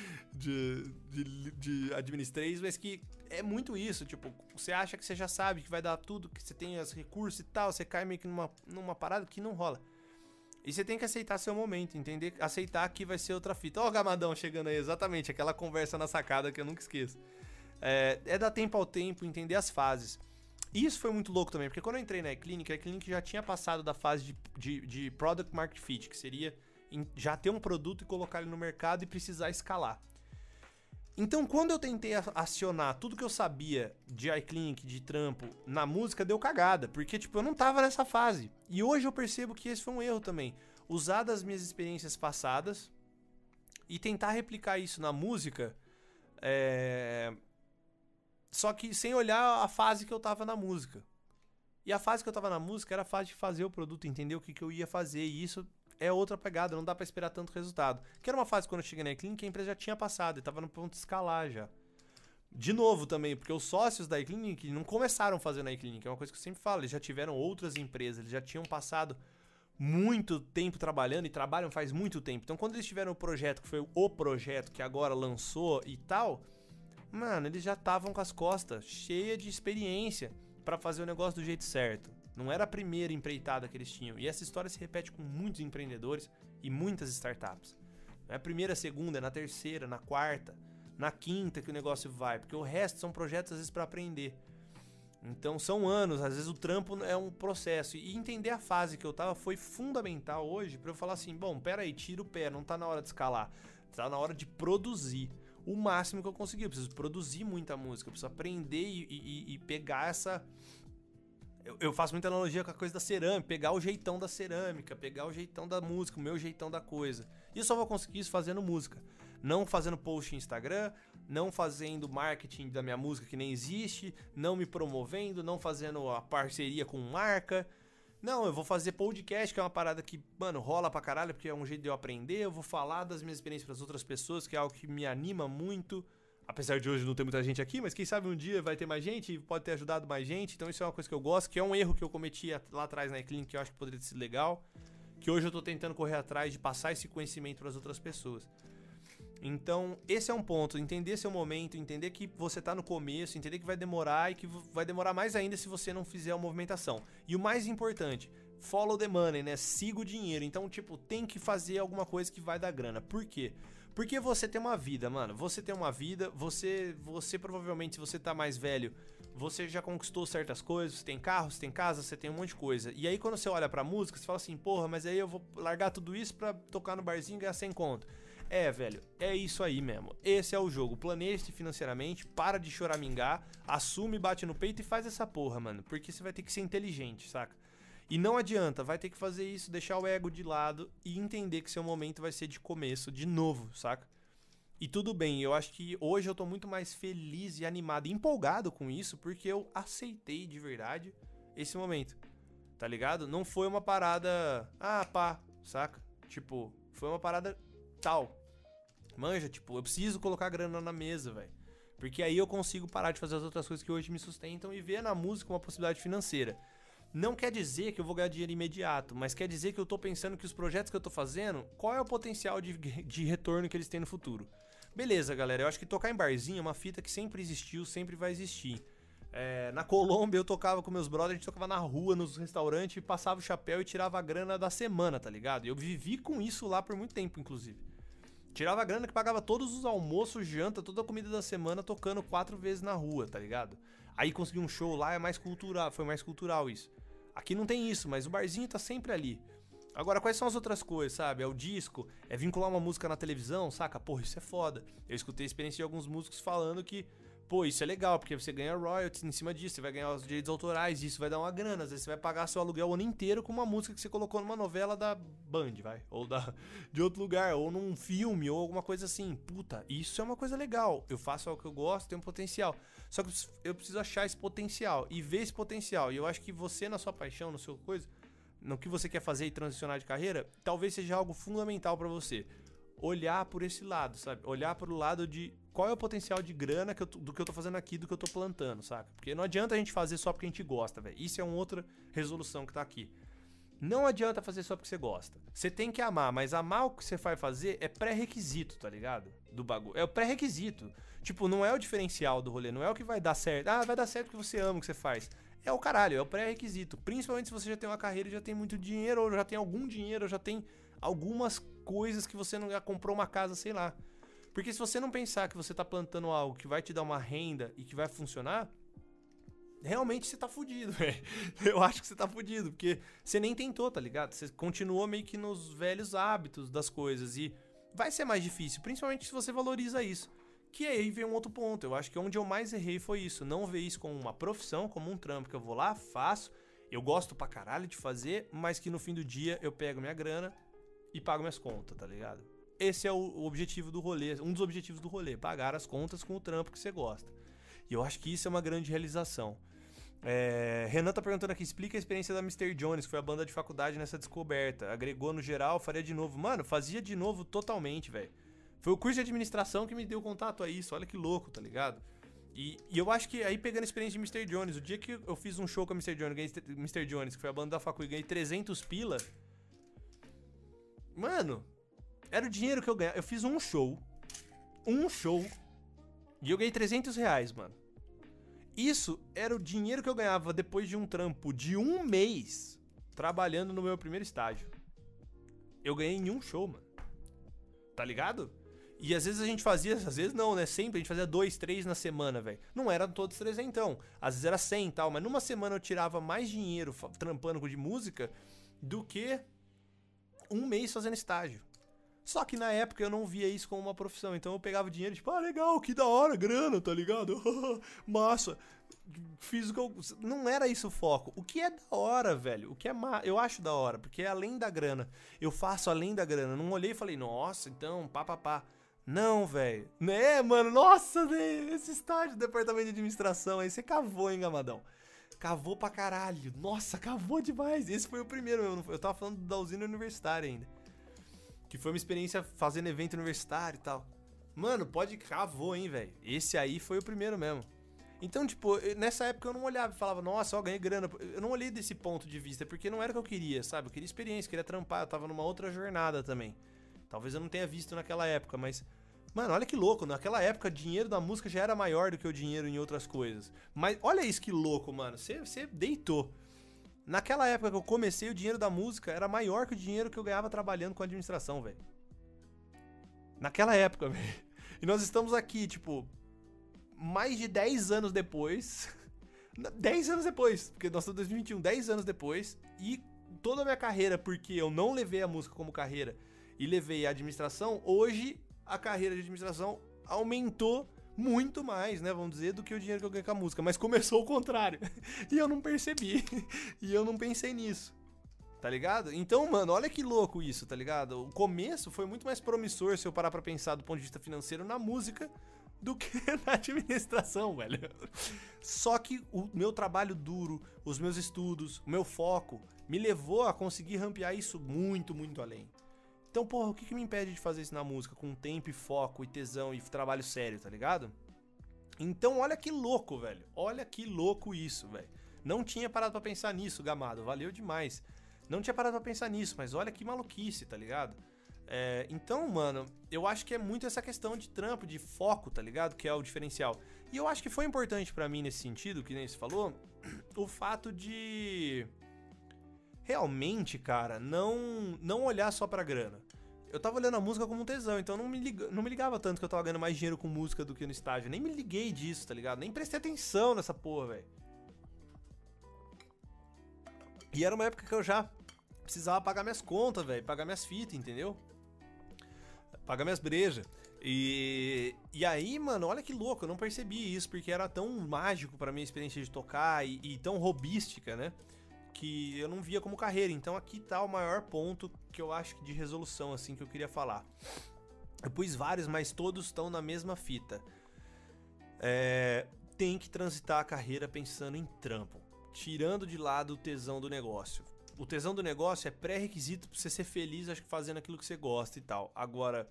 de administration, mas que é muito isso, tipo, você acha que você já sabe que vai dar tudo, que você tem os recursos e tal, você cai meio que numa parada que não rola. E você tem que aceitar seu momento, entender? Aceitar que vai ser outra fita. Ó o Gamadão chegando aí, exatamente, aquela conversa na sacada que eu nunca esqueço. É dar tempo ao tempo, entender as fases. E isso foi muito louco também, porque quando eu entrei na iClinic, a iClinic já tinha passado da fase de Product Market Fit, que seria já ter um produto e colocar ele no mercado e precisar escalar. Então, quando eu tentei acionar tudo que eu sabia de iClinic, de trampo, na música, deu cagada, porque, tipo, eu não tava nessa fase. E hoje eu percebo que esse foi um erro também. Usar das minhas experiências passadas e tentar replicar isso na música, só que sem olhar a fase que eu tava na música. E a fase que eu tava na música era a fase de fazer o produto, entender o que eu ia fazer. E isso é outra pegada, não dá pra esperar tanto resultado. Que era uma fase quando eu cheguei na iClinic que a empresa já tinha passado e tava no ponto de escalar já. De novo também, porque os sócios da iClinic não começaram fazendo a iClinic. É uma coisa que eu sempre falo, eles já tiveram outras empresas, eles já tinham passado muito tempo trabalhando e trabalham faz muito tempo. Então quando eles tiveram o projeto, que foi o projeto que agora lançou e tal... Mano, eles já estavam com as costas cheias de experiência pra fazer o negócio do jeito certo. Não era a primeira empreitada que eles tinham. E essa história se repete com muitos empreendedores e muitas startups. Não é a primeira, a segunda, é na terceira, na quarta, na quinta que o negócio vai. Porque o resto são projetos, às vezes, pra aprender. Então, são anos. Às vezes, o trampo é um processo. E entender a fase que eu tava foi fundamental hoje pra eu falar assim, bom, peraí, tira o pé, não tá na hora de escalar. Tá na hora de produzir o máximo que eu conseguir. Eu preciso produzir muita música, eu preciso aprender e pegar essa... Eu faço muita analogia com a coisa da cerâmica, pegar o jeitão da cerâmica, pegar o jeitão da música, o meu jeitão da coisa. E eu só vou conseguir isso fazendo música. Não fazendo post no Instagram, não fazendo marketing da minha música que nem existe, não me promovendo, não fazendo a parceria com marca. Não, eu vou fazer podcast, que é uma parada que, mano, rola pra caralho, porque é um jeito de eu aprender. Eu vou falar das minhas experiências pras outras pessoas, que é algo que me anima muito. Apesar de hoje não ter muita gente aqui, mas quem sabe um dia vai ter mais gente e pode ter ajudado mais gente. Então isso é uma coisa que eu gosto, que é um erro que eu cometi lá atrás na iClinic, que eu acho que poderia ter sido legal. Que hoje eu tô tentando correr atrás de passar esse conhecimento pras outras pessoas. Então, esse é um ponto, entender seu momento, entender que você tá no começo, entender que vai demorar e que vai demorar mais ainda se você não fizer a movimentação. E o mais importante, follow the money, né? Siga o dinheiro. Então, tipo, tem que fazer alguma coisa que vai dar grana. Por quê? Porque você tem uma vida, mano. Você tem uma vida, você provavelmente, se você tá mais velho, você já conquistou certas coisas, você tem carro, você tem casa, você tem um monte de coisa. E aí quando você olha pra música, você fala assim, porra, mas aí eu vou largar tudo isso pra tocar no barzinho e ganhar 100 conto. Velho, é isso aí mesmo. Esse é o jogo. Planeje-se financeiramente, para de choramingar, assume, bate no peito e faz essa porra, mano. Porque você vai ter que ser inteligente, saca? E não adianta, vai ter que fazer isso, deixar o ego de lado e entender que seu momento vai ser de começo, de novo, saca? E tudo bem, eu acho que hoje eu tô muito mais feliz e animado e empolgado com isso, porque eu aceitei de verdade esse momento, tá ligado? Não foi uma parada, saca? Tipo, foi uma parada tal. Manja, tipo, eu preciso colocar grana na mesa, velho. Porque aí eu consigo parar de fazer as outras coisas que hoje me sustentam e ver na música uma possibilidade financeira. Não quer dizer que eu vou ganhar dinheiro imediato, mas quer dizer que eu tô pensando que os projetos que eu tô fazendo, qual é o potencial de retorno que eles têm no futuro. Beleza, galera, eu acho que tocar em barzinho é uma fita que sempre existiu, sempre vai existir. Na Colômbia eu tocava com meus brothers, a gente tocava na rua, nos restaurantes, passava o chapéu e tirava a grana da semana, tá ligado? E eu vivi com isso lá por muito tempo, inclusive. Tirava a grana que pagava todos os almoços, janta, toda a comida da semana, tocando 4 vezes na rua, tá ligado? Aí consegui um show lá, foi mais cultural isso. Aqui não tem isso, mas o barzinho tá sempre ali. Agora, quais são as outras coisas, sabe? É o disco, é vincular uma música na televisão, saca? Porra, isso é foda. Eu escutei a experiência de alguns músicos falando que, pô, isso é legal, porque você ganha royalties em cima disso, você vai ganhar os direitos autorais, isso vai dar uma grana. Às vezes você vai pagar seu aluguel o ano inteiro com uma música que você colocou numa novela da Band, vai. Ou de outro lugar, ou num filme, ou alguma coisa assim. Puta, isso é uma coisa legal. Eu faço algo que eu gosto, tenho um potencial. Só que eu preciso achar esse potencial e ver esse potencial. E eu acho que você, na sua paixão, no seu coisa, no que você quer fazer e transicionar de carreira, talvez seja algo fundamental pra você. Olhar por esse lado, sabe? Olhar pro lado de qual é o potencial de grana do que eu tô fazendo aqui, do que eu tô plantando, saca? Porque não adianta a gente fazer só porque a gente gosta, velho. Isso é uma outra resolução que tá aqui. Não adianta fazer só porque você gosta. Você tem que amar, mas amar o que você vai fazer é pré-requisito, tá ligado? Do bagulho. É o pré-requisito. Tipo, não é o diferencial do rolê, não é o que vai dar certo. Ah, vai dar certo porque você ama o que você faz. É o caralho, é o pré-requisito. Principalmente se você já tem uma carreira e já tem muito dinheiro, ou já tem algum dinheiro, ou já tem algumas coisas que você não já comprou uma casa, sei lá. Porque se você não pensar que você tá plantando algo que vai te dar uma renda e que vai funcionar, realmente você tá fudido, velho. Eu acho que você tá fudido, porque você nem tentou, tá ligado? Você continuou meio que nos velhos hábitos das coisas e vai ser mais difícil, principalmente se você valoriza isso. Que aí vem um outro ponto. Eu acho que onde eu mais errei foi isso. Não ver isso como uma profissão, como um trampo que eu vou lá, faço. Eu gosto pra caralho de fazer, mas que no fim do dia eu pego minha grana e pago minhas contas, tá ligado? Esse é o objetivo do rolê, um dos objetivos do rolê, pagar as contas com o trampo que você gosta. E eu acho que isso é uma grande realização. Renan tá perguntando aqui, explica a experiência da Mr. Jones, que foi a banda de faculdade nessa descoberta. Agregou no geral, faria de novo. Mano, fazia de novo totalmente, velho. Foi o curso de administração que me deu contato a isso, olha que louco, tá ligado? E eu acho que aí pegando a experiência de Mr. Jones, o dia que eu fiz um show com a Mr. Jones, que foi a banda da facu, e ganhei 300 pila. Mano, era o dinheiro que eu ganhava. Eu fiz um show, e eu ganhei 300 reais, mano. Isso era o dinheiro que eu ganhava depois de um trampo de um mês trabalhando no meu primeiro estágio. Eu ganhei em um show, mano. Tá ligado? E às vezes a gente fazia, às vezes não, né? Sempre a gente fazia 2, 3 na semana, velho. Não eram todos 300, então. Às vezes era 100 e tal, mas numa semana eu tirava mais dinheiro trampando de música do que um mês fazendo estágio. Só que na época eu não via isso como uma profissão. Então eu pegava o dinheiro e tipo, legal, que da hora, grana, tá ligado? Massa. Fiz o que eu... Não era isso o foco. O que é da hora, velho? O que é eu acho da hora, porque é além da grana. Eu faço além da grana. Não olhei e falei, nossa, então, pá. Não, velho. Né, mano? Nossa, né? Esse estágio do departamento de administração aí, você cavou, hein, Gamadão? Cavou pra caralho. Nossa, cavou demais. Esse foi o primeiro, eu tava falando da usina universitária ainda. Que foi uma experiência fazendo evento universitário e tal. Mano, cavou, hein, velho. Esse aí foi o primeiro mesmo. Então, tipo, nessa época eu não olhava e falava, nossa, ó, ganhei grana. Eu não olhei desse ponto de vista, porque não era o que eu queria, sabe? Eu queria experiência, queria trampar, eu tava numa outra jornada também. Talvez eu não tenha visto naquela época, mas... Mano, olha que louco, naquela época o dinheiro da música já era maior do que o dinheiro em outras coisas. Mas olha isso que louco, mano, você deitou. Naquela época que eu comecei, o dinheiro da música era maior que o dinheiro que eu ganhava trabalhando com administração, velho. Naquela época, velho. E nós estamos aqui, tipo, mais de 10 anos depois. 10 anos depois, porque nós estamos em 2021, 10 anos depois. E toda a minha carreira, porque eu não levei a música como carreira e levei a administração, hoje a carreira de administração aumentou muito mais, né, vamos dizer, do que o dinheiro que eu ganhei com a música. Mas começou o contrário. E eu não percebi. E eu não pensei nisso. Tá ligado? Então, mano, olha que louco isso, tá ligado? O começo foi muito mais promissor, se eu parar pra pensar do ponto de vista financeiro, na música do que na administração, velho. Só que o meu trabalho duro, os meus estudos, o meu foco, me levou a conseguir rampear isso muito, muito além. Então, porra, o que me impede de fazer isso na música com tempo e foco e tesão e trabalho sério, tá ligado? Então, olha que louco, velho. Olha que louco isso, velho. Não tinha parado pra pensar nisso, Gamado. Valeu demais. Não tinha parado pra pensar nisso, mas olha que maluquice, tá ligado? Então, mano, eu acho que é muito essa questão de trampo, de foco, tá ligado? Que é o diferencial. E eu acho que foi importante pra mim nesse sentido, que nem você falou, o fato de... realmente, cara, não olhar só pra grana. Eu tava olhando a música como um tesão, então não me ligava tanto que eu tava ganhando mais dinheiro com música do que no estágio. Nem me liguei disso, tá ligado? Nem prestei atenção nessa porra, velho. E era uma época que eu já precisava pagar minhas contas, velho. Pagar minhas fitas, entendeu? Pagar minhas brejas. E aí, mano, olha que louco. Eu não percebi isso, porque era tão mágico pra minha experiência de tocar e tão robística, né? Que eu não via como carreira. Então aqui tá o maior ponto que eu acho de resolução, assim, que eu queria falar. Eu pus vários, mas todos estão na mesma fita. Tem que transitar a carreira pensando em trampo, tirando de lado o tesão do negócio. O tesão do negócio é pré-requisito pra você ser feliz, acho que fazendo aquilo que você gosta e tal. Agora,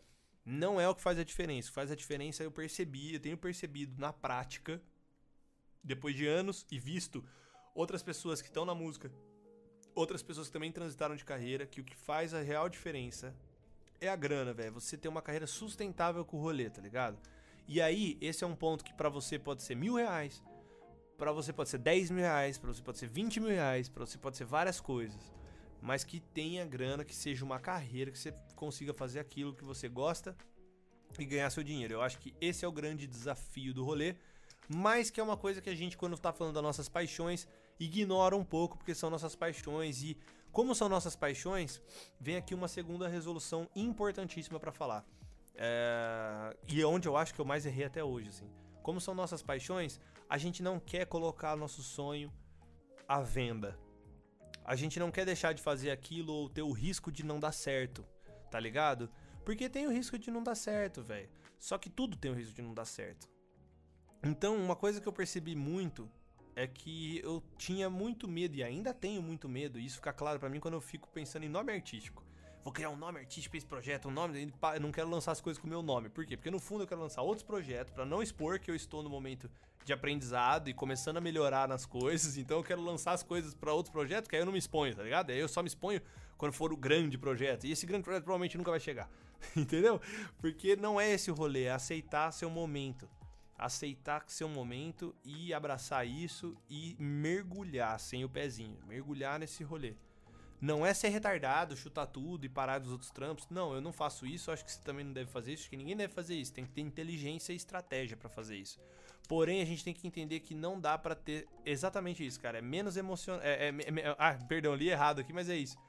Não é o que faz a diferença. O que faz a diferença eu tenho percebido na prática, depois de anos e visto outras pessoas que estão na música, outras pessoas que também transitaram de carreira, que o que faz a real diferença é a grana, velho. Você ter uma carreira sustentável com o rolê, tá ligado? E aí, esse é um ponto que pra você pode ser R$1.000, pra você pode ser R$10.000, pra você pode ser R$20.000, pra você pode ser várias coisas. Mas que tenha grana, que seja uma carreira, que você consiga fazer aquilo que você gosta e ganhar seu dinheiro. Eu acho que esse é o grande desafio do rolê, mas que é uma coisa que a gente, quando tá falando das nossas paixões, ignora um pouco, porque são nossas paixões. E como são nossas paixões, vem aqui uma segunda resolução importantíssima pra falar. E é onde eu acho que eu mais errei até hoje, assim. Como são nossas paixões, a gente não quer colocar nosso sonho à venda. A gente não quer deixar de fazer aquilo ou ter o risco de não dar certo, tá ligado? Porque tem o risco de não dar certo, velho. Só que tudo tem o risco de não dar certo. Então, uma coisa que eu percebi muito é que eu tinha muito medo, e ainda tenho muito medo, e isso fica claro pra mim quando eu fico pensando em nome artístico. Vou criar um nome artístico pra esse projeto, eu não quero lançar as coisas com o meu nome. Por quê? Porque no fundo eu quero lançar outros projetos pra não expor que eu estou no momento de aprendizado e começando a melhorar nas coisas. Então eu quero lançar as coisas pra outros projetos, que aí eu não me exponho, tá ligado? Aí eu só me exponho quando for o grande projeto. E esse grande projeto provavelmente nunca vai chegar. Entendeu? Porque não é esse o rolê, é aceitar seu momento. Aceitar seu momento e abraçar isso e mergulhar sem o pezinho. Mergulhar nesse rolê. Não é ser retardado, chutar tudo e parar dos outros trampos. Não, eu não faço isso, acho que você também não deve fazer isso, acho que ninguém deve fazer isso. Tem que ter inteligência e estratégia pra fazer isso. Porém, a gente tem que entender que não dá pra ter exatamente isso, cara. É menos emocionante. Perdão, li errado aqui, mas é isso.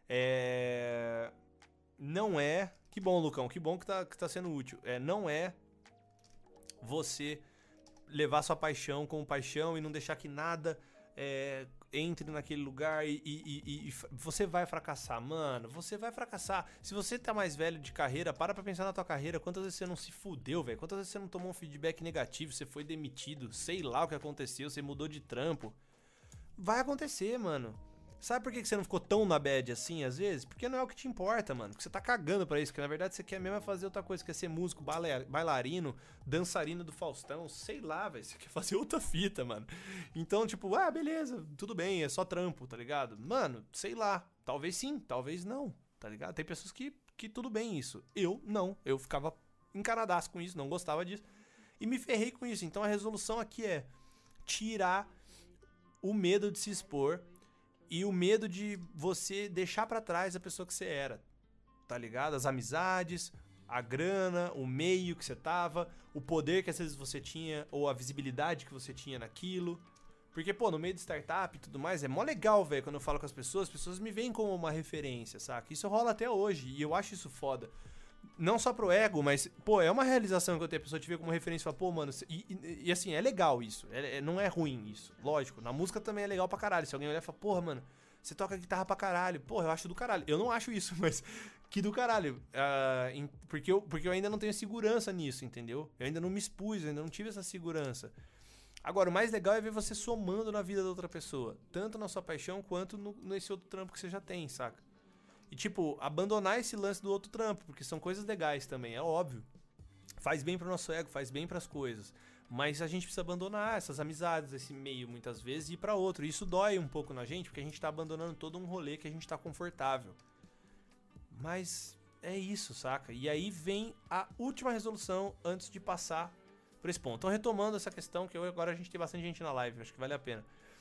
Não é... Que bom, Lucão, que bom que tá sendo útil. Não é você levar sua paixão como paixão e não deixar que nada... entre naquele lugar e você vai fracassar, mano. Você vai fracassar. Se você tá mais velho de carreira, para pra pensar na tua carreira. Quantas vezes você não se fudeu, velho? Quantas vezes você não tomou um feedback negativo? Você foi demitido, sei lá o que aconteceu, você mudou de trampo. Vai acontecer, mano. Sabe por que você não ficou tão na bad assim, às vezes? Porque não é o que te importa, mano. Porque você tá cagando pra isso. Que na verdade você quer mesmo fazer outra coisa. Você quer ser músico, bailarino, dançarino do Faustão. Sei lá, velho. Você quer fazer outra fita, mano. Então, tipo, beleza. Tudo bem, é só trampo, tá ligado? Mano, sei lá. Talvez sim, talvez não, tá ligado? Tem pessoas que tudo bem isso. Eu, não. Eu ficava encanadaço com isso, não gostava disso. E me ferrei com isso. Então a resolução aqui é tirar o medo de se expor e o medo de você deixar pra trás a pessoa que você era, tá ligado? As amizades, a grana, o meio que você tava, o poder que às vezes você tinha, ou a visibilidade que você tinha naquilo. Porque, pô, no meio de startup e tudo mais, é mó legal, velho, quando eu falo com as pessoas me veem como uma referência, saca? Isso rola até hoje, e eu acho isso foda. Não só pro ego, mas, pô, é uma realização que eu tenho, a pessoa te ver como referência e fala, pô, mano, e assim, é legal isso, não é ruim isso, lógico, na música também é legal pra caralho, se alguém olhar e falar, porra, mano, você toca guitarra pra caralho, porra, eu acho do caralho, eu não acho isso, mas que do caralho, porque eu ainda não tenho segurança nisso, entendeu? Eu ainda não me expus, eu ainda não tive essa segurança. Agora, o mais legal é ver você somando na vida da outra pessoa, tanto na sua paixão quanto nesse outro trampo que você já tem, saca? E, tipo, abandonar esse lance do outro trampo, porque são coisas legais também, é óbvio. Faz bem pro nosso ego, faz bem pras coisas. Mas a gente precisa abandonar essas amizades, esse meio, muitas vezes, e ir pra outro. E isso dói um pouco na gente, porque a gente tá abandonando todo um rolê que a gente tá confortável. Mas é isso, saca? E aí vem a última resolução antes de passar por esse ponto. Então, retomando essa questão, que agora a gente tem bastante gente na live, acho que vale a pena.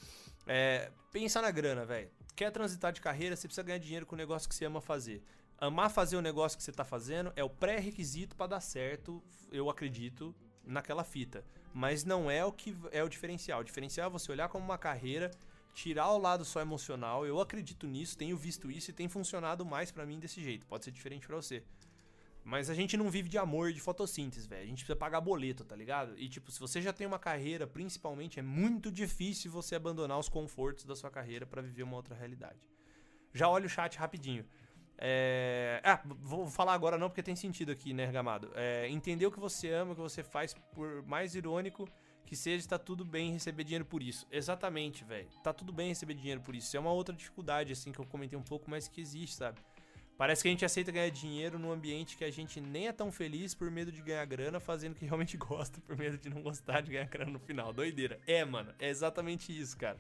Pensa na grana, velho. Quer transitar de carreira, você precisa ganhar dinheiro com o negócio que você ama fazer. Amar fazer o negócio que você tá fazendo é o pré-requisito pra dar certo, eu acredito, naquela fita. Mas não é o que é o diferencial. O diferencial é você olhar como uma carreira, tirar o lado só emocional. Eu acredito nisso, tenho visto isso e tem funcionado mais pra mim desse jeito. Pode ser diferente pra você. Mas a gente não vive de amor e de fotossíntese, velho. A gente precisa pagar boleto, tá ligado? E, tipo, se você já tem uma carreira, principalmente, é muito difícil você abandonar os confortos da sua carreira pra viver uma outra realidade. Já olha o chat rapidinho. Vou falar agora não, porque tem sentido aqui, né, Gamado? Entender o que você ama, o que você faz, por mais irônico que seja, tá tudo bem receber dinheiro por isso. Exatamente, velho. Tá tudo bem receber dinheiro por isso. Isso é uma outra dificuldade, assim, que eu comentei um pouco, mas que existe, sabe? Parece que a gente aceita ganhar dinheiro num ambiente que a gente nem é tão feliz por medo de ganhar grana, fazendo o que realmente gosta por medo de não gostar de ganhar grana no final. Doideira. Mano, é exatamente isso, cara.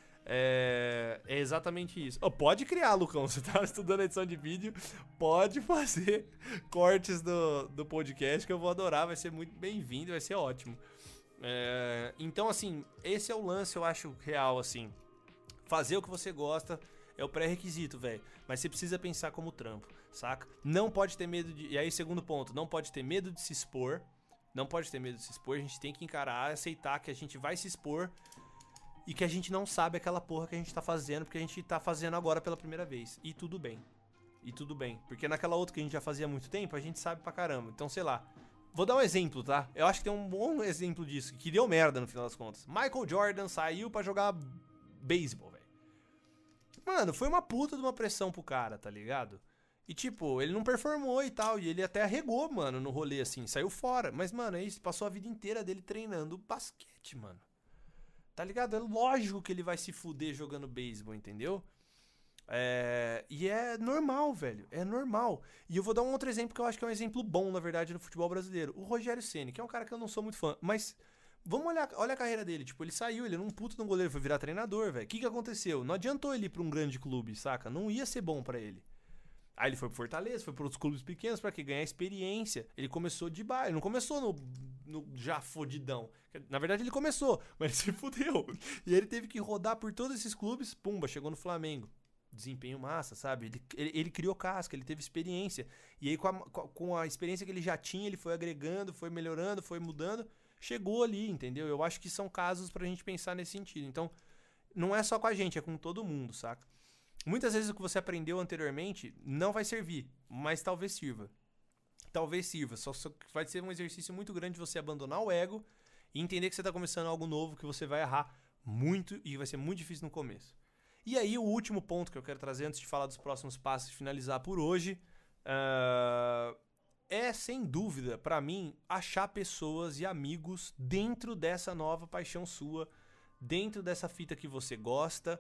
É exatamente isso. Pode criar, Lucão. Você tá estudando edição de vídeo, pode fazer cortes do podcast que eu vou adorar. Vai ser muito bem-vindo, vai ser ótimo. Então, assim, esse é o lance, eu acho, real, assim. Fazer o que você gosta é o pré-requisito, velho. Mas você precisa pensar como trampo, saca? Não pode ter medo de... E aí, segundo ponto, não pode ter medo de se expor. Não pode ter medo de se expor. A gente tem que encarar, aceitar que a gente vai se expor e que a gente não sabe aquela porra que a gente tá fazendo, porque a gente tá fazendo agora pela primeira vez. E tudo bem. E tudo bem. Porque naquela outra que a gente já fazia há muito tempo, a gente sabe pra caramba. Então, sei lá. Vou dar um exemplo, tá? Eu acho que tem um bom exemplo disso, que deu merda no final das contas. Michael Jordan saiu pra jogar beisebol, velho. Mano, foi uma puta de uma pressão pro cara, tá ligado? E tipo, ele não performou e tal, e ele até arregou, mano, no rolê, assim, saiu fora. Mas, mano, é isso, passou a vida inteira dele treinando basquete, mano. Tá ligado? É lógico que ele vai se fuder jogando beisebol, entendeu? E é normal, velho, é normal. E eu vou dar um outro exemplo que eu acho que é um exemplo bom, na verdade, no futebol brasileiro. O Rogério Ceni, que é um cara que eu não sou muito fã, mas... Vamos olhar, olha a carreira dele, tipo, ele saiu, ele era um puto de um goleiro, foi virar treinador, velho. O que aconteceu? Não adiantou ele ir pra um grande clube, saca? Não ia ser bom pra ele. Aí ele foi pro Fortaleza, foi pra outros clubes pequenos pra quê? Ganhar experiência. Ele começou de baixo, ele não começou no já fodidão. Na verdade ele começou, mas ele se fudeu. E ele teve que rodar por todos esses clubes, pumba, chegou no Flamengo. Desempenho massa, sabe? Ele criou casca, ele teve experiência. E aí com a experiência que ele já tinha, ele foi agregando, foi melhorando, foi mudando. Chegou ali, entendeu? Eu acho que são casos pra gente pensar nesse sentido. Então, não é só com a gente, é com todo mundo, saca? Muitas vezes o que você aprendeu anteriormente não vai servir, mas talvez sirva. Talvez sirva, só vai ser um exercício muito grande você abandonar o ego e entender que você tá começando algo novo, que você vai errar muito e vai ser muito difícil no começo. E aí, o último ponto que eu quero trazer antes de falar dos próximos passos e finalizar por hoje... sem dúvida, pra mim, achar pessoas e amigos dentro dessa nova paixão sua, dentro dessa fita que você gosta,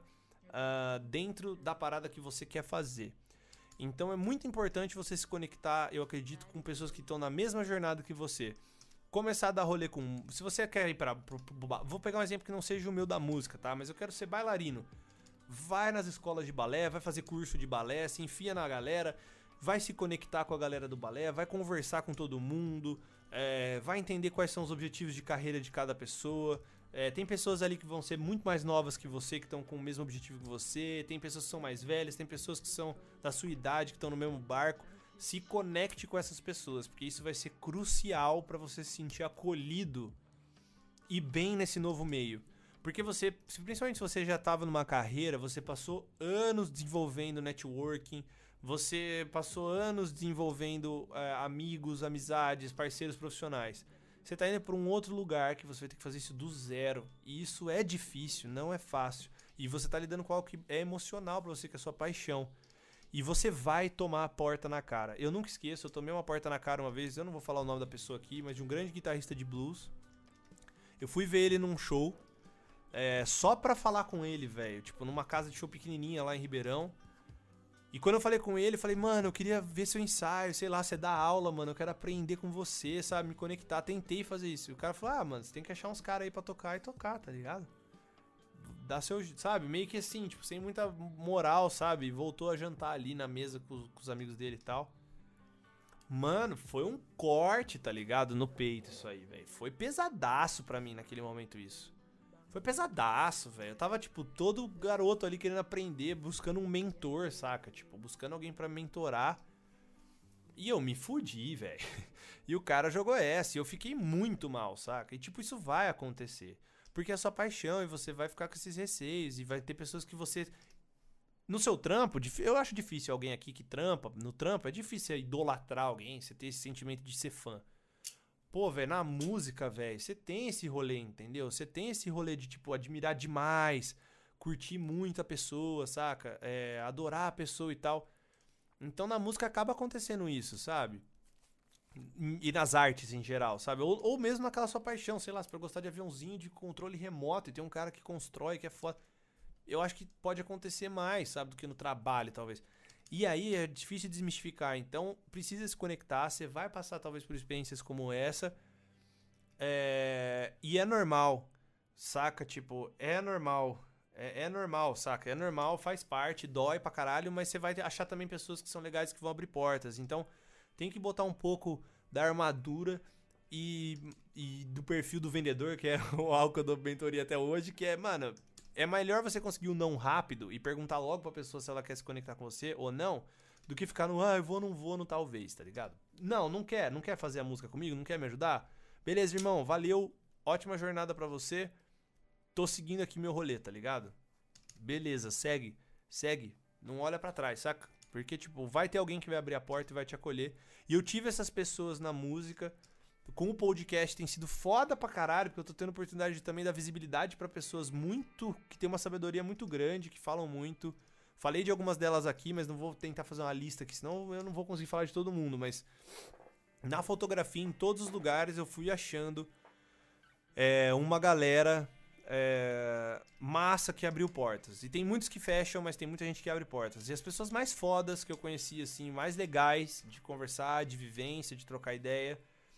dentro da parada que você quer fazer. Então é muito importante você se conectar, eu acredito, com pessoas que estão na mesma jornada que você. Começar a dar rolê com... Se você quer ir vou pegar um exemplo que não seja o meu da música, tá? Mas eu quero ser bailarino. Vai nas escolas de balé, vai fazer curso de balé, se enfia na galera... Vai se conectar com a galera do balé, vai conversar com todo mundo, vai entender quais são os objetivos de carreira de cada pessoa. Tem pessoas ali que vão ser muito mais novas que você, que estão com o mesmo objetivo que você. Tem pessoas que são mais velhas, tem pessoas que são da sua idade, que estão no mesmo barco. Se conecte com essas pessoas, porque isso vai ser crucial para você se sentir acolhido e bem nesse novo meio. Porque você, principalmente se você já estava numa carreira, você passou anos desenvolvendo networking, você passou anos desenvolvendo amigos, amizades, parceiros profissionais. Você tá indo para um outro lugar que você vai ter que fazer isso do zero. E isso é difícil, não é fácil. E você tá lidando com algo que é emocional para você, que é a sua paixão. E você vai tomar a porta na cara. Eu nunca esqueço, eu tomei uma porta na cara uma vez, eu não vou falar o nome da pessoa aqui, mas de um grande guitarrista de blues. Eu fui ver ele num show, só pra falar com ele, velho. Tipo, numa casa de show pequenininha lá em Ribeirão. E quando eu falei com ele, eu falei, mano, eu queria ver seu ensaio, sei lá, você dá aula, mano, eu quero aprender com você, sabe, me conectar, tentei fazer isso. E o cara falou, mano, você tem que achar uns caras aí pra tocar e tocar, tá ligado? Dá seu, sabe, meio que assim, tipo, sem muita moral, sabe, voltou a jantar ali na mesa com os amigos dele e tal. Mano, foi um corte, tá ligado, no peito isso aí, velho. Foi pesadaço pra mim naquele momento isso. Foi pesadaço, velho. Eu tava, tipo, todo garoto ali querendo aprender, buscando um mentor, saca? Tipo, buscando alguém pra mentorar. E eu me fudi, velho. E o cara jogou essa. E eu fiquei muito mal, saca? E, tipo, isso vai acontecer. Porque é sua paixão e você vai ficar com esses receios. E vai ter pessoas que você... No seu trampo, eu acho difícil alguém aqui que trampa. No trampo, é difícil idolatrar alguém, você ter esse sentimento de ser fã. Pô, velho, na música, velho, você tem esse rolê, entendeu? Você tem esse rolê de, tipo, admirar demais, curtir muito a pessoa, saca? Adorar a pessoa e tal. Então, na música acaba acontecendo isso, sabe? E nas artes em geral, sabe? Ou mesmo naquela sua paixão, sei lá, você pode gostar de aviãozinho de controle remoto e tem um cara que constrói, que é foda. Eu acho que pode acontecer mais, sabe? Do que no trabalho, talvez. E aí é difícil desmistificar. Então, precisa se conectar. Você vai passar, talvez, por experiências como essa. E é normal, saca? Tipo, é normal. É normal, saca? É normal, faz parte, dói pra caralho, mas você vai achar também pessoas que são legais que vão abrir portas. Então, tem que botar um pouco da armadura e do perfil do vendedor, que é algo que eu dou mentoria até hoje, que é, mano, é melhor você conseguir um não rápido e perguntar logo pra pessoa se ela quer se conectar com você ou não, do que ficar no, eu vou, não vou, no talvez, tá ligado? Não quer fazer a música comigo, não quer me ajudar? Beleza, irmão, valeu, ótima jornada pra você, tô seguindo aqui meu rolê, tá ligado? Beleza, segue, não olha pra trás, saca? Porque, tipo, vai ter alguém que vai abrir a porta e vai te acolher. E eu tive essas pessoas na música. Com o podcast tem sido foda pra caralho, porque eu tô tendo oportunidade de também dar visibilidade pra pessoas que tem uma sabedoria muito grande, que falam muito. Falei de algumas delas aqui, mas não vou tentar fazer uma lista aqui, senão eu não vou conseguir falar de todo mundo. Mas na fotografia, em todos os lugares, eu fui achando uma galera massa que abriu portas. E tem muitos que fecham, mas tem muita gente que abre portas. E as pessoas mais fodas que eu conheci, assim, mais legais de conversar, de vivência, de trocar ideia,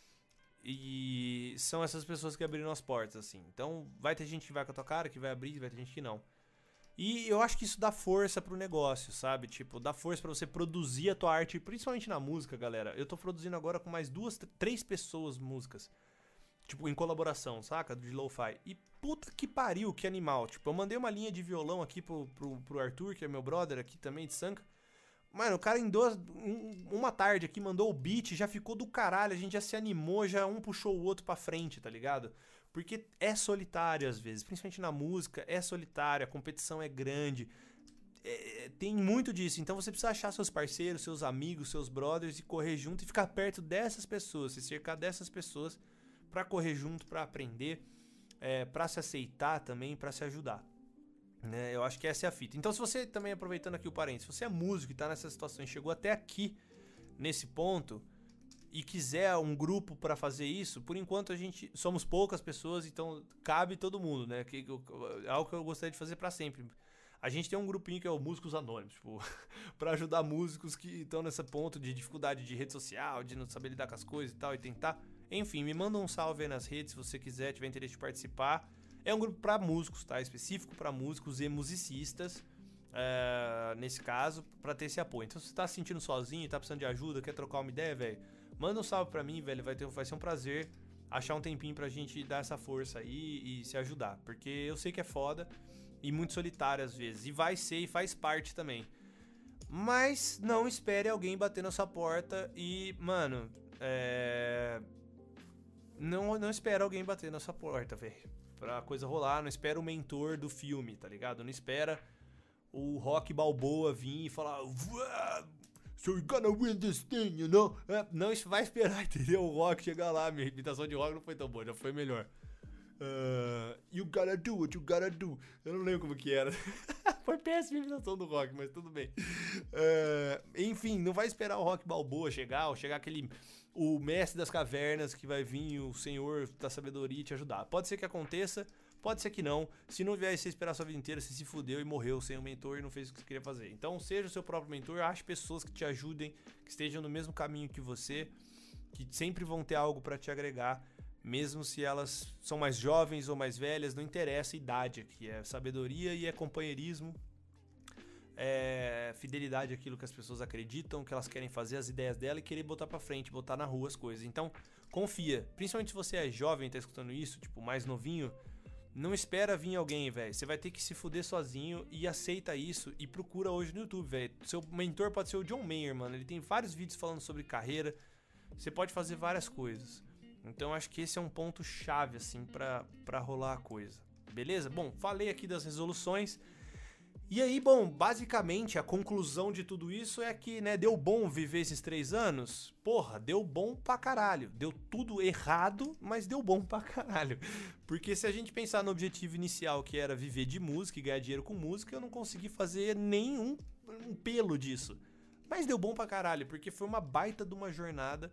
e são essas pessoas que abriram as portas, assim. Então, vai ter gente que vai com a tua cara, que vai abrir, vai ter gente que não. E eu acho que isso dá força pro negócio, sabe? Tipo, dá força pra você produzir a tua arte, principalmente na música, galera. Eu tô produzindo agora com mais 3 pessoas músicas. Tipo, em colaboração, saca? De lo-fi. E puta que pariu, que animal. Tipo, eu mandei uma linha de violão aqui pro Arthur, que é meu brother aqui também, de Sanca. Mano, o cara em uma tarde aqui mandou o beat, já ficou do caralho, a gente já se animou, já um puxou o outro pra frente, tá ligado? Porque é solitário às vezes, principalmente na música, é solitário, a competição é grande, tem muito disso. Então você precisa achar seus parceiros, seus amigos, seus brothers e correr junto e ficar perto dessas pessoas, se cercar dessas pessoas pra correr junto, pra aprender, pra se aceitar também, pra se ajudar. Eu acho que essa é a fita. Então, se você também, aproveitando aqui o parênteses, se você é músico e tá nessa situação e chegou até aqui, nesse ponto, e quiser um grupo pra fazer isso, por enquanto somos poucas pessoas, então cabe todo mundo, né? É algo que eu gostaria de fazer pra sempre. A gente tem um grupinho que é o Músicos Anônimos, tipo, pra ajudar músicos que estão nesse ponto de dificuldade de rede social, de não saber lidar com as coisas e tal, e tentar. Enfim, me manda um salve aí nas redes se você quiser, tiver interesse de participar. É um grupo pra músicos, tá? Específico pra músicos e musicistas, nesse caso, pra ter esse apoio. Então, se você tá se sentindo sozinho, tá precisando de ajuda, quer trocar uma ideia, velho, manda um salve pra mim, velho, vai ser um prazer achar um tempinho pra gente dar essa força aí e se ajudar. Porque eu sei que é foda e muito solitário às vezes. E vai ser e faz parte também. Mas não espere alguém bater na sua porta e, mano, não espera alguém bater na sua porta, velho. Pra coisa rolar, não espera o mentor do filme, tá ligado? Não espera o Rock Balboa vir e falar So you're gonna win this thing, you know? Não vai esperar, entendeu? O Rock chegar lá, minha imitação de Rock não foi tão boa, já foi melhor. You gotta do what you gotta do. Eu não lembro como que era. Foi péssima a imitação do Rock, mas tudo bem. Enfim, não vai esperar o Rock Balboa chegar, ou chegar o mestre das cavernas que vai vir, o senhor da sabedoria e te ajudar. Pode ser que aconteça, pode ser que não. Se não vier você esperar a sua vida inteira, você se fudeu e morreu sem o mentor e não fez o que você queria fazer. Então seja o seu próprio mentor, ache pessoas que te ajudem, que estejam no mesmo caminho que você, que sempre vão ter algo pra te agregar, mesmo se elas são mais jovens ou mais velhas, não interessa a idade aqui, é sabedoria e é companheirismo. Fidelidade àquilo que as pessoas acreditam, que elas querem fazer, as ideias dela e querer botar pra frente, botar na rua as coisas. Então, confia. Principalmente se você é jovem e tá escutando isso, tipo, mais novinho, não espera vir alguém, velho. Você vai ter que se fuder sozinho e aceita isso e procura hoje no YouTube, velho. Seu mentor pode ser o John Mayer, mano. Ele tem vários vídeos falando sobre carreira. Você pode fazer várias coisas. Então, acho que esse é um ponto chave, assim, pra rolar a coisa. Beleza? Bom, falei aqui das resoluções. E aí, bom, basicamente a conclusão de tudo isso é que, né, deu bom viver esses 3 anos? Porra, deu bom pra caralho. Deu tudo errado, mas deu bom pra caralho. Porque se a gente pensar no objetivo inicial, que era viver de música e ganhar dinheiro com música, eu não consegui fazer nenhum pelo disso. Mas deu bom pra caralho, porque foi uma baita de uma jornada.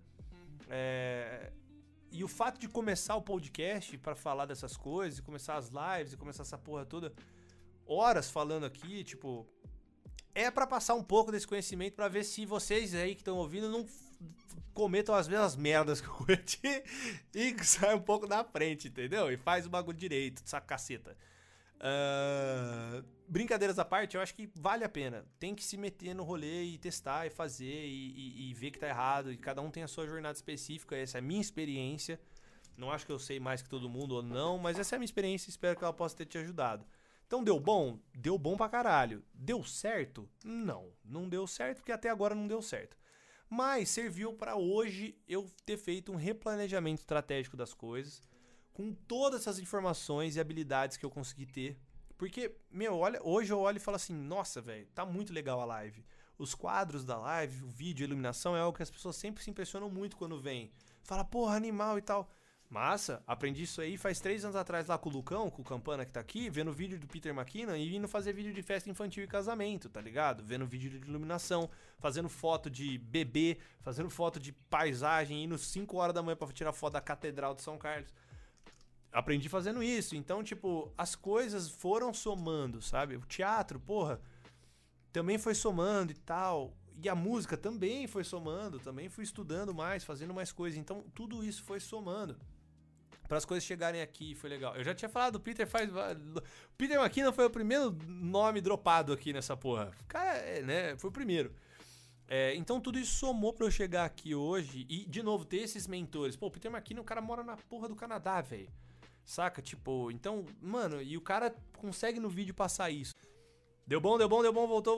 E o fato de começar o podcast pra falar dessas coisas, e começar as lives, e começar essa porra toda, horas falando aqui, tipo, é pra passar um pouco desse conhecimento pra ver se vocês aí que estão ouvindo não cometam as mesmas merdas que eu cometi e sai um pouco na frente, entendeu? E faz o bagulho direito, saca caceta. Brincadeiras à parte, eu acho que vale a pena. Tem que se meter no rolê e testar e fazer e ver que tá errado. E cada um tem a sua jornada específica. Essa é a minha experiência. Não acho que eu sei mais que todo mundo ou não, mas essa é a minha experiência e espero que ela possa ter te ajudado. Então deu bom? Deu bom pra caralho. Deu certo? Não deu certo porque até agora não deu certo. Mas serviu pra hoje eu ter feito um replanejamento estratégico das coisas, com todas essas informações e habilidades que eu consegui ter. Porque, hoje eu olho e falo assim, nossa, velho, tá muito legal a live. Os quadros da live, o vídeo, a iluminação é algo que as pessoas sempre se impressionam muito quando vem. Fala, porra, animal e tal. Massa, aprendi isso aí faz 3 anos atrás lá com o Lucão, com o Campana que tá aqui, vendo vídeo do Peter McKinnon e indo fazer vídeo de festa infantil e casamento, tá ligado? Vendo vídeo de iluminação, fazendo foto de bebê, fazendo foto de paisagem, indo 5 horas da manhã pra tirar foto da Catedral de São Carlos. Aprendi fazendo isso, então, tipo, as coisas foram somando, sabe? O teatro, porra, também foi somando e tal. E a música também foi somando, também fui estudando mais, fazendo mais coisas. Então, tudo isso foi somando para as coisas chegarem aqui, foi legal. Eu já tinha falado, o Peter Peter McKinnon foi o primeiro nome dropado aqui nessa porra. O cara, né, foi o primeiro. Então tudo isso somou pra eu chegar aqui hoje e, de novo, ter esses mentores. Pô, o Peter McKinnon, o cara mora na porra do Canadá, velho. Saca? Tipo, então, mano, e o cara consegue no vídeo passar isso. Deu bom, voltou.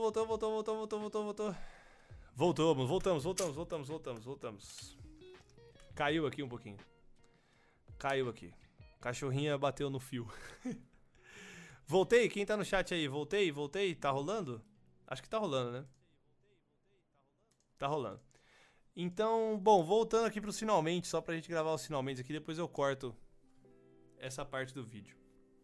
Voltamos. Caiu aqui um pouquinho. Cachorrinha bateu no fio. Voltei? Quem tá no chat aí? Voltei? Tá rolando? Acho que tá rolando, né? Tá rolando. Então, bom, voltando aqui pros finalmente, só pra gente gravar os finalmente aqui, depois eu corto essa parte do vídeo.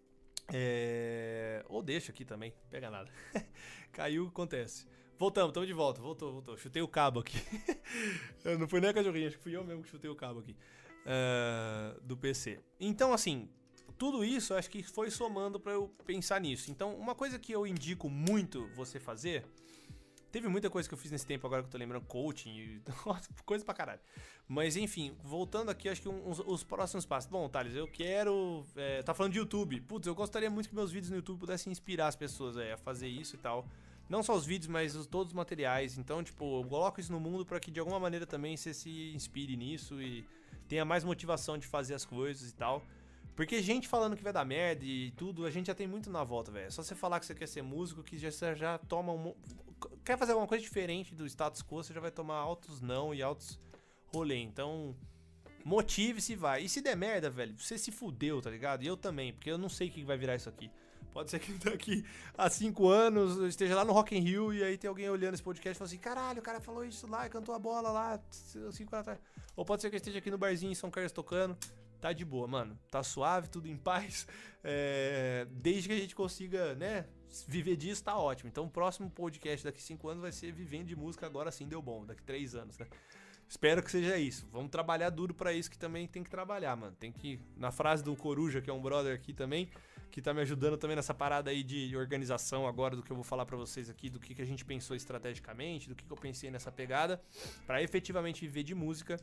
Ou deixo aqui também, pega nada. Caiu, acontece. Voltamos, estamos de volta, voltou. Chutei o cabo aqui. Não foi nem a cachorrinha, acho que fui eu mesmo que chutei o cabo aqui. Do PC. Então, assim, tudo isso acho que foi somando pra eu pensar nisso. Então, uma coisa que eu indico muito você fazer... Teve muita coisa que eu fiz nesse tempo agora que eu tô lembrando, coaching e coisa pra caralho. Mas enfim, voltando aqui, acho que os próximos passos. Bom, Thales, eu quero... tá falando de YouTube. Putz, eu gostaria muito que meus vídeos no YouTube pudessem inspirar as pessoas a fazer isso e tal. Não só os vídeos, mas todos os materiais. Então, tipo, eu coloco isso no mundo pra que de alguma maneira também você se inspire nisso e tenha mais motivação de fazer as coisas e tal. Porque gente falando que vai dar merda e tudo, a gente já tem muito na volta, velho. É só você falar que você quer ser músico, que você já toma quer fazer alguma coisa diferente do status quo, você já vai tomar altos não e altos rolê. Então, motive-se e vai. E se der merda, velho, você se fudeu, tá ligado? E eu também, porque eu não sei o que vai virar isso aqui. Pode ser que daqui a 5 anos eu esteja lá no Rock in Rio e aí tem alguém olhando esse podcast e fala assim, caralho, o cara falou isso lá e cantou a bola lá 5 anos atrás. Ou pode ser que eu esteja aqui no barzinho em São Carlos tocando. Tá de boa, mano. Tá suave, tudo em paz. Desde que a gente consiga, né, viver disso, tá ótimo. Então o próximo podcast daqui 5 anos vai ser Vivendo de Música, agora sim deu bom. Daqui 3 anos, né? Espero que seja isso. Vamos trabalhar duro pra isso, que também tem que trabalhar, mano. Tem que... Na frase do Coruja, que é um brother aqui também, que tá me ajudando também nessa parada aí de organização agora, do que eu vou falar pra vocês aqui, do que a gente pensou estrategicamente, do que eu pensei nessa pegada, pra efetivamente viver de música.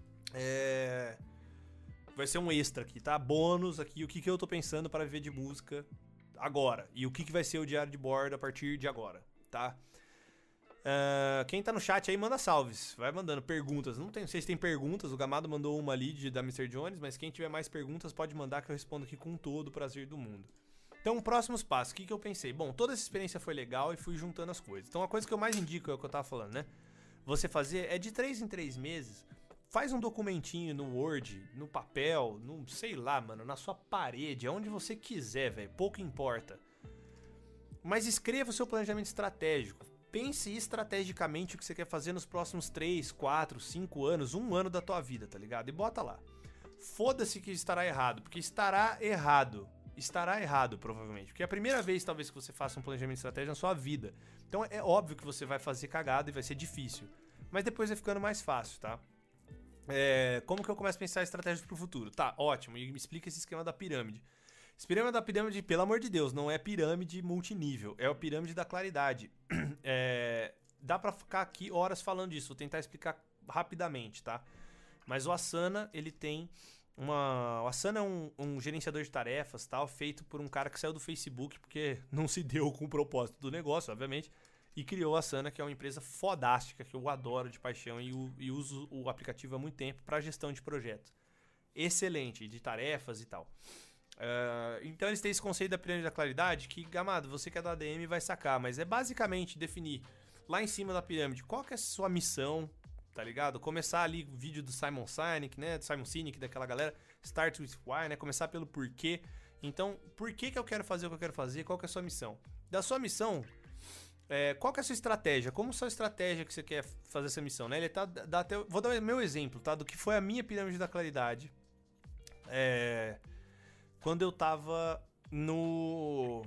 Vai ser um extra aqui, tá? Bônus aqui, o que eu tô pensando para viver de música agora. E o que vai ser o diário de bordo a partir de agora, tá? Quem tá no chat aí, manda salves. Vai mandando perguntas. Não sei se tem perguntas, o Gamado mandou uma ali da Mr. Jones, mas quem tiver mais perguntas pode mandar que eu respondo aqui com todo o prazer do mundo. Então, próximos passos, o que eu pensei? Bom, toda essa experiência foi legal e fui juntando as coisas. Então, a coisa que eu mais indico é o que eu tava falando, né? Você fazer é de 3 em 3 meses... Faz um documentinho no Word, no papel, no, sei lá, mano, na sua parede, aonde você quiser, velho, pouco importa. Mas escreva o seu planejamento estratégico. Pense estrategicamente o que você quer fazer nos próximos 3, 4, 5 anos, 1 ano da tua vida, tá ligado? E bota lá. Foda-se que estará errado, porque estará errado. Estará errado, provavelmente. Porque é a primeira vez, talvez, que você faça um planejamento estratégico na sua vida. Então é óbvio que você vai fazer cagada e vai ser difícil. Mas depois vai ficando mais fácil, tá? Como que eu começo a pensar estratégias pro futuro? Tá, ótimo, e me explica esse esquema da pirâmide. Esse esquema da pirâmide, pelo amor de Deus, não é pirâmide multinível, é a pirâmide da claridade. Dá pra ficar aqui horas falando disso, vou tentar explicar rapidamente, tá? Mas o Asana, ele tem o Asana é um gerenciador de tarefas, tal, feito por um cara que saiu do Facebook, porque não se deu com o propósito do negócio, obviamente, e criou a Asana, que é uma empresa fodástica, que eu adoro de paixão e uso o aplicativo há muito tempo para gestão de projetos. Excelente, de tarefas e tal. Então eles têm esse conceito da pirâmide da claridade que, Gamado, você que é da ADM vai sacar, mas é basicamente definir lá em cima da pirâmide qual que é a sua missão, tá ligado? Começar ali o vídeo do Simon Sinek, né? Do Simon Sinek, daquela galera. Start with why, né? Começar pelo porquê. Então, por que eu quero fazer o que eu quero fazer? Qual que é a sua missão? Da sua missão, qual que é a sua estratégia? Como sua estratégia que você quer fazer essa missão, né? Vou dar o meu exemplo, tá? Do que foi a minha pirâmide da claridade. Quando eu tava no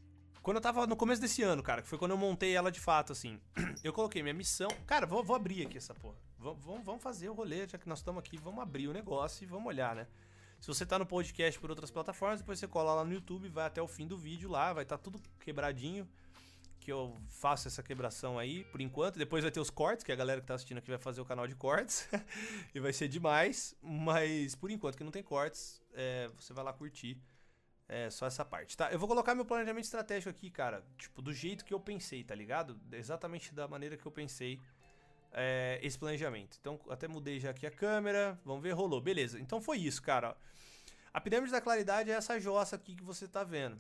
começo desse ano, cara, que foi quando eu montei ela de fato, assim. Eu coloquei minha missão. Cara, vou abrir aqui essa porra. Vamos fazer o rolê, já que nós estamos aqui, vamos abrir o negócio e vamos olhar, né? Se você tá no podcast por outras plataformas, depois você cola lá no YouTube, vai até o fim do vídeo lá, vai estar tudo quebradinho, que eu faço essa quebração aí, por enquanto. Depois vai ter os cortes, que a galera que tá assistindo aqui vai fazer o canal de cortes, e vai ser demais, mas por enquanto que não tem cortes, você vai lá curtir. Só essa parte, tá? Eu vou colocar meu planejamento estratégico aqui, cara, tipo, do jeito que eu pensei, tá ligado? Exatamente da maneira que eu pensei esse planejamento. Então, até mudei já aqui a câmera, vamos ver, rolou, beleza. Então foi isso, cara. A pirâmide da claridade é essa jossa aqui que você tá vendo,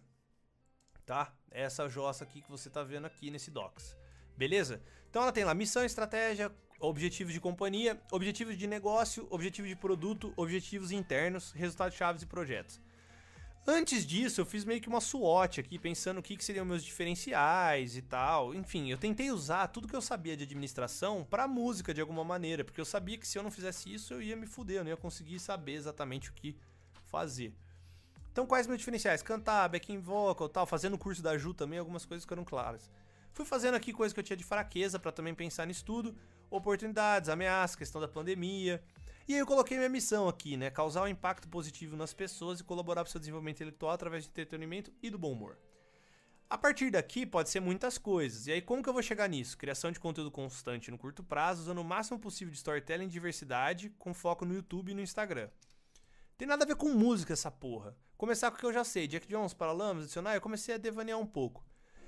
tá? É essa jossa aqui que você tá vendo aqui nesse Docs, beleza? Então ela tem lá missão, estratégia, objetivos de companhia, objetivos de negócio, objetivos de produto, objetivos internos, resultados chaves e projetos. Antes disso, eu fiz meio que uma SWOT aqui, pensando o que seriam meus diferenciais e tal. Enfim, eu tentei usar tudo que eu sabia de administração pra música de alguma maneira, porque eu sabia que se eu não fizesse isso, eu ia me fuder, eu não ia conseguir saber exatamente o que fazer. Então, quais meus diferenciais? Cantar, backing vocal, tal, fazendo o curso da Ju também, algumas coisas ficaram claras. Fui fazendo aqui coisas que eu tinha de fraqueza pra também pensar nisso tudo, oportunidades, ameaças, questão da pandemia. E aí eu coloquei minha missão aqui, né? Causar um impacto positivo nas pessoas e colaborar para o seu desenvolvimento intelectual através de entretenimento e do bom humor. A partir daqui pode ser muitas coisas. E aí como que eu vou chegar nisso? Criação de conteúdo constante no curto prazo, usando o máximo possível de storytelling e diversidade, com foco no YouTube e no Instagram. Tem nada a ver com música essa porra. Começar com o que eu já sei. Jack Jones, Paralamas, adicionar, eu comecei a devanear um pouco.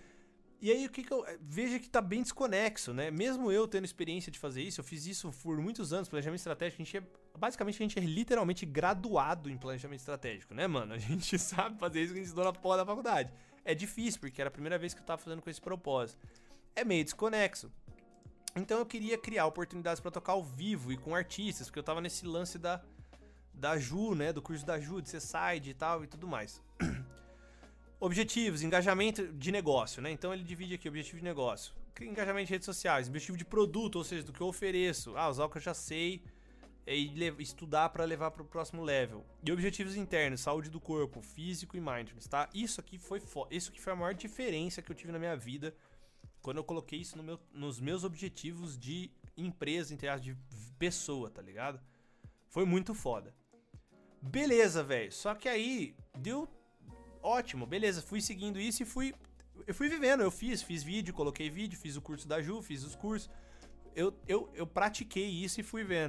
E aí o que eu vejo que tá bem desconexo, né? Mesmo eu tendo experiência de fazer isso, eu fiz isso por muitos anos, planejamento estratégico, basicamente a gente é literalmente graduado em planejamento estratégico, né, mano? A gente sabe fazer isso que a gente estudou na porra da faculdade. É difícil, porque era a primeira vez que eu tava fazendo com esse propósito. É meio desconexo. Então eu queria criar oportunidades pra tocar ao vivo e com artistas, porque eu tava nesse lance da Ju, né? Do curso da Ju, de ser side e tal e tudo mais. Objetivos, engajamento de negócio, né? Então ele divide aqui, objetivo de negócio, engajamento de redes sociais, objetivo de produto, ou seja, do que eu ofereço, usar o que eu já sei e estudar para levar para o próximo level. E objetivos internos, saúde do corpo, físico e mindfulness, tá? Isso aqui foi a maior diferença que eu tive na minha vida quando eu coloquei isso nos meus objetivos de empresa, entre as de pessoa, tá ligado? Foi muito foda. Beleza, velho. Só que aí deu ótimo, beleza, fui seguindo isso e eu fui vivendo, eu fiz vídeo, coloquei vídeo, fiz o curso da Ju, fiz os cursos, eu pratiquei isso e fui vendo,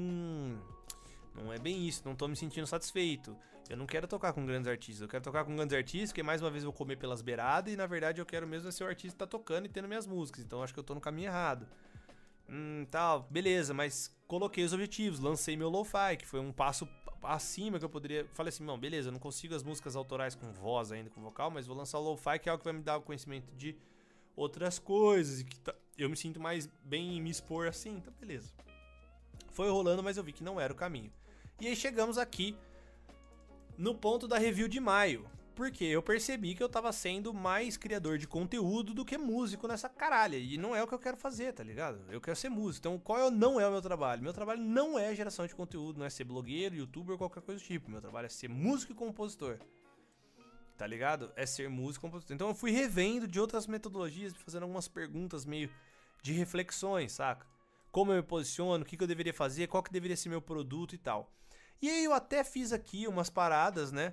não é bem isso, não tô me sentindo satisfeito, eu não quero tocar com grandes artistas, eu quero tocar com grandes artistas, porque mais uma vez eu vou comer pelas beiradas e na verdade eu quero mesmo ser o artista que tá tocando e tendo minhas músicas, então acho que eu tô no caminho errado. Tal, beleza, mas coloquei os objetivos, lancei meu lo-fi, que foi um passo acima que eu poderia. Falei assim, não, beleza, eu não consigo as músicas autorais com voz ainda, com vocal, mas vou lançar o lo-fi, que é algo que vai me dar o conhecimento de outras coisas e que eu me sinto mais bem em me expor assim, então beleza. Foi rolando, mas eu vi que não era o caminho. E aí chegamos aqui no ponto da review de maio. Porque eu percebi que eu tava sendo mais criador de conteúdo do que músico nessa caralha. E não é o que eu quero fazer, tá ligado? Eu quero ser músico. Então qual não é o meu trabalho? Meu trabalho não é geração de conteúdo, não é ser blogueiro, youtuber ou qualquer coisa do tipo. Meu trabalho é ser músico e compositor. Tá ligado? É ser músico e compositor. Então eu fui revendo de outras metodologias, fazendo algumas perguntas meio de reflexões, saca? Como eu me posiciono, o que eu deveria fazer, qual que deveria ser meu produto e tal. E aí eu até fiz aqui umas paradas, né?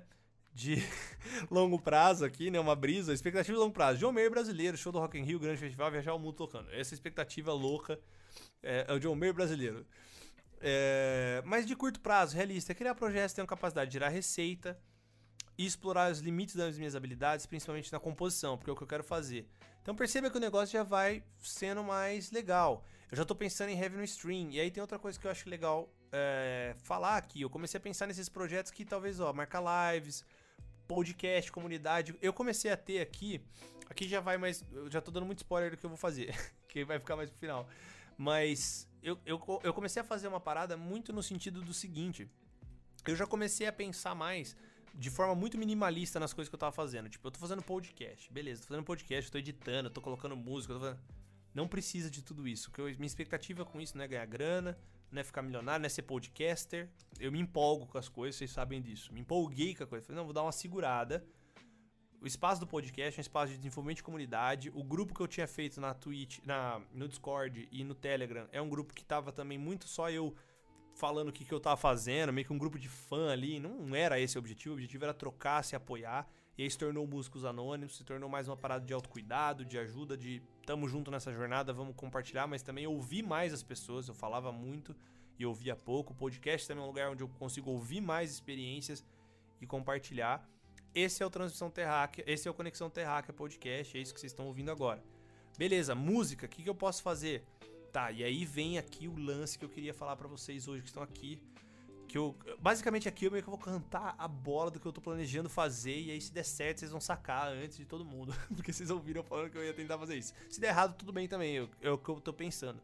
de longo prazo aqui, né? Uma brisa. Expectativa de longo prazo. John Mayer brasileiro, show do Rock in Rio, grande festival, viajar o mundo tocando. Essa expectativa louca é o John Mayer brasileiro. Mas de curto prazo, realista, é criar projetos que tenham capacidade de gerar receita e explorar os limites das minhas habilidades, principalmente na composição, porque é o que eu quero fazer. Então perceba que o negócio já vai sendo mais legal. Eu já tô pensando em heavy no stream. E aí tem outra coisa que eu acho legal falar aqui. Eu comecei a pensar nesses projetos que talvez, marca lives, podcast, comunidade. Eu comecei a ter aqui já vai mais... Eu já tô dando muito spoiler do que eu vou fazer, que vai ficar mais pro final. Mas eu comecei a fazer uma parada muito no sentido do seguinte. Eu já comecei a pensar mais de forma muito minimalista nas coisas que eu tava fazendo. Tipo, eu tô fazendo podcast, beleza, tô fazendo podcast, tô editando, tô colocando música, não precisa de tudo isso. Minha expectativa com isso não é ganhar grana, não é ficar milionário, não é ser podcaster. Eu me empolgo com as coisas, vocês sabem disso. Me empolguei com a coisa. Falei, não, vou dar uma segurada. O espaço do podcast é um espaço de desenvolvimento de comunidade. O grupo que eu tinha feito na Twitch, no Discord e no Telegram é um grupo que tava também muito só eu falando o que eu tava fazendo, meio que um grupo de fã ali. Não era esse o objetivo era trocar, se apoiar. E aí se tornou Músicos Anônimos, se tornou mais uma parada de autocuidado, de ajuda, de tamo junto nessa jornada, vamos compartilhar, mas também ouvir mais as pessoas. Eu falava muito e ouvia pouco. O podcast também é um lugar onde eu consigo ouvir mais experiências e compartilhar. Esse é o Transmissão Terráquea, esse é o Conexão Terráquea Podcast, é isso que vocês estão ouvindo agora. Beleza, música, o que eu posso fazer? Tá, e aí vem aqui o lance que eu queria falar pra vocês hoje que estão aqui. Basicamente aqui eu meio que vou cantar a bola do que eu tô planejando fazer. E aí se der certo vocês vão sacar antes de todo mundo. Porque vocês ouviram falando que eu ia tentar fazer isso. Se der errado tudo bem também, é o que eu tô pensando.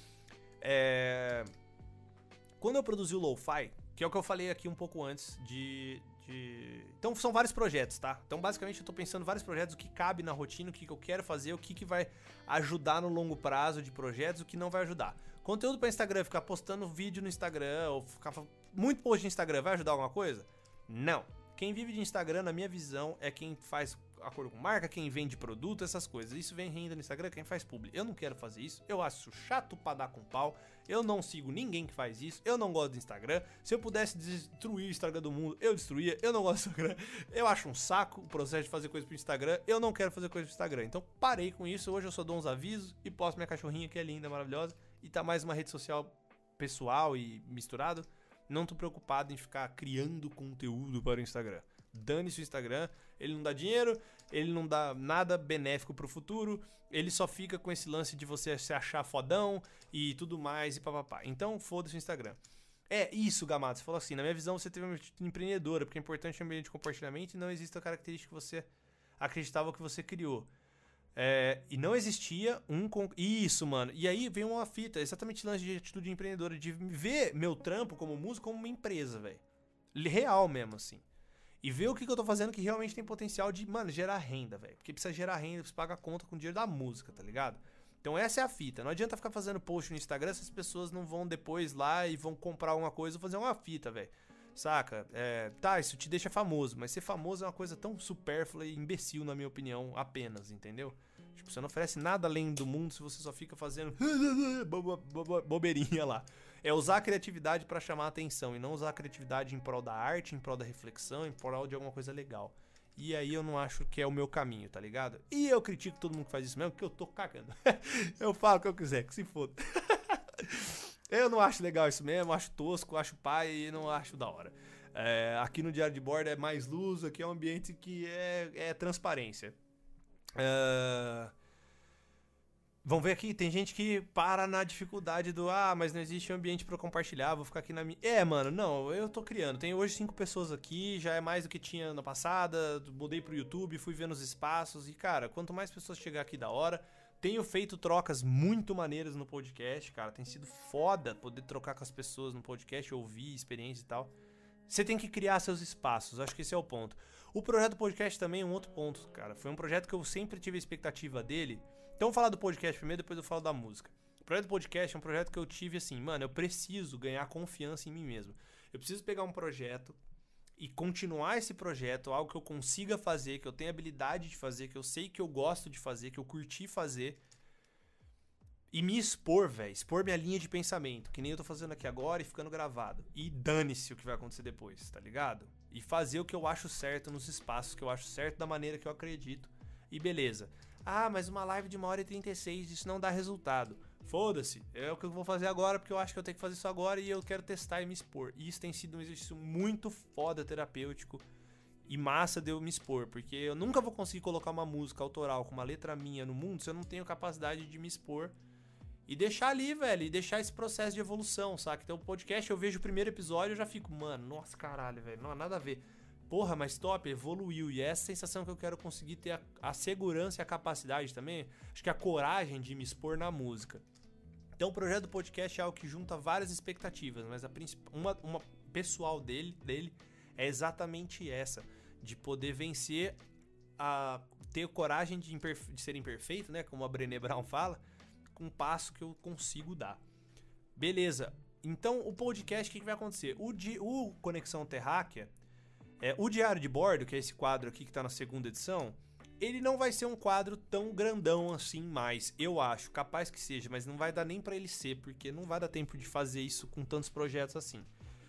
Quando eu produzi o Lo-Fi, que é o que eu falei aqui um pouco antes Então são vários projetos, tá? Então basicamente eu tô pensando em vários projetos, o que cabe na rotina, o que eu quero fazer, o que vai ajudar no longo prazo de projetos, o que não vai ajudar. Conteúdo para Instagram, ficar postando vídeo no Instagram, ou ficar muito post no Instagram, vai ajudar alguma coisa? Não. Quem vive de Instagram, na minha visão, é quem faz acordo com marca, quem vende produto, essas coisas. Isso vem renda no Instagram, quem faz publi. Eu não quero fazer isso, eu acho chato pra dar com pau, eu não sigo ninguém que faz isso, eu não gosto do Instagram. Se eu pudesse destruir o Instagram do mundo, eu destruía, eu não gosto do Instagram. Eu acho um saco o processo de fazer coisa pro Instagram, eu não quero fazer coisa pro Instagram. Então parei com isso, hoje eu só dou uns avisos e posto minha cachorrinha que é linda, maravilhosa, e tá mais uma rede social pessoal e misturado. Não tô preocupado em ficar criando conteúdo para o Instagram. Dane-se o Instagram, ele não dá dinheiro, ele não dá nada benéfico pro futuro, ele só fica com esse lance de você se achar fodão e tudo mais e papapá. Então foda-se o Instagram. É isso, Gamato, você falou assim, na minha visão você teve uma atitude empreendedora, porque é importante o ambiente de compartilhamento e não existe a característica que você acreditava que você criou. E não existia Isso, mano. E aí vem uma fita, exatamente lance de atitude empreendedora, de ver meu trampo como músico como uma empresa, velho. Real mesmo, assim. E ver o que eu tô fazendo que realmente tem potencial de, mano, gerar renda, velho. Porque precisa gerar renda, precisa pagar a conta com o dinheiro da música, tá ligado? Então essa é a fita. Não adianta ficar fazendo post no Instagram se as pessoas não vão depois lá e vão comprar alguma coisa ou fazer uma fita, velho. Saca? Tá, isso te deixa famoso, mas ser famoso é uma coisa tão supérflua e imbecil, na minha opinião, apenas, entendeu? Tipo, você não oferece nada além do mundo se você só fica fazendo bobeirinha lá. É usar a criatividade pra chamar a atenção e não usar a criatividade em prol da arte, em prol da reflexão, em prol de alguma coisa legal. E aí eu não acho que é o meu caminho, tá ligado? E eu critico todo mundo que faz isso mesmo, porque eu tô cagando. Eu falo o que eu quiser, que se foda. Eu não acho legal isso mesmo, acho tosco, acho pai e não acho da hora. Aqui no Diário de Bordo é mais luz, aqui é um ambiente que é transparência. Vamos ver aqui, tem gente que para na dificuldade do mas não existe ambiente pra eu compartilhar, vou ficar aqui na minha... Mano, não, eu tô criando, tenho hoje 5 pessoas aqui, já é mais do que tinha na passada, mudei pro YouTube, fui vendo os espaços e, cara, quanto mais pessoas chegar aqui da hora, tenho feito trocas muito maneiras no podcast, cara, tem sido foda poder trocar com as pessoas no podcast, ouvir experiência e tal. Você tem que criar seus espaços, acho que esse é o ponto. O projeto do podcast também é um outro ponto, cara, foi um projeto que eu sempre tive a expectativa dele. Então vou falar do podcast primeiro, depois eu falo da música. O projeto do podcast é um projeto que eu tive assim, mano, eu preciso ganhar confiança em mim mesmo. Eu preciso pegar um projeto e continuar esse projeto, algo que eu consiga fazer, que eu tenha habilidade de fazer, que eu sei que eu gosto de fazer, que eu curti fazer. E me expor, velho, expor minha linha de pensamento, que nem eu tô fazendo aqui agora e ficando gravado. E dane-se o que vai acontecer depois, tá ligado? E fazer o que eu acho certo nos espaços que eu acho certo, da maneira que eu acredito. E beleza. Ah, mas uma live de 1h36, isso não dá resultado. Foda-se, é o que eu vou fazer agora, porque eu acho que eu tenho que fazer isso agora e eu quero testar e me expor. E isso tem sido um exercício muito foda, terapêutico e massa de eu me expor, porque eu nunca vou conseguir colocar uma música autoral com uma letra minha no mundo se eu não tenho capacidade de me expor e deixar ali, velho, e deixar esse processo de evolução, saca? Então o podcast, eu vejo o primeiro episódio e eu já fico, mano, nossa, caralho, velho, não há nada a ver. Porra, mas top, evoluiu. E é essa sensação que eu quero conseguir ter a segurança e a capacidade também, acho que a coragem de me expor na música. Então o projeto do podcast é algo que junta várias expectativas, mas uma pessoal dele é exatamente essa, de poder vencer, ter coragem de ser imperfeito, né, como a Brené Brown fala, com um passo que eu consigo dar. Beleza, então o podcast, o que vai acontecer? O Conexão Terráquea, o Diário de Bordo, que é esse quadro aqui que está na segunda edição, ele não vai ser um quadro tão grandão assim mais, eu acho, capaz que seja, mas não vai dar nem pra ele ser, porque não vai dar tempo de fazer isso com tantos projetos assim.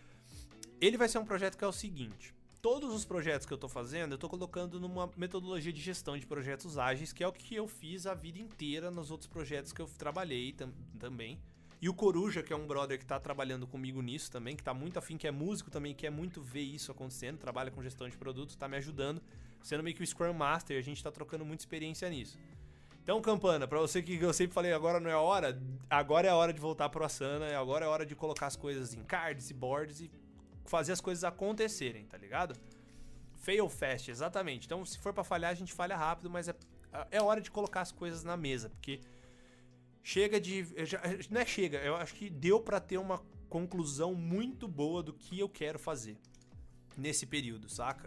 Ele vai ser um projeto que é o seguinte, todos os projetos que eu tô fazendo, eu tô colocando numa metodologia de gestão de projetos ágeis, que é o que eu fiz a vida inteira nos outros projetos que eu trabalhei também. E o Coruja, que é um brother que tá trabalhando comigo nisso também, que tá muito afim, que é músico também, quer muito ver isso acontecendo, trabalha com gestão de produtos, tá me ajudando, sendo meio que o Scrum Master, a gente tá trocando muita experiência nisso. Então, Campana, pra você que eu sempre falei, agora não é a hora, agora é a hora de voltar pro Asana, agora é a hora de colocar as coisas em cards e boards e fazer as coisas acontecerem, tá ligado? Fail fast, exatamente. Então, se for pra falhar, a gente falha rápido, mas é hora de colocar as coisas na mesa, porque chega de... Não é chega, eu acho que deu pra ter uma conclusão muito boa do que eu quero fazer nesse período, saca?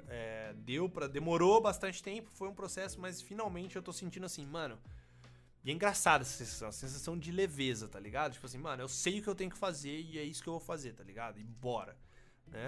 Demorou bastante tempo, foi um processo, mas finalmente eu tô sentindo assim, mano... E é engraçado essa sensação, a sensação de leveza, tá ligado? Tipo assim, mano, eu sei o que eu tenho que fazer e é isso que eu vou fazer, tá ligado? E bora, né?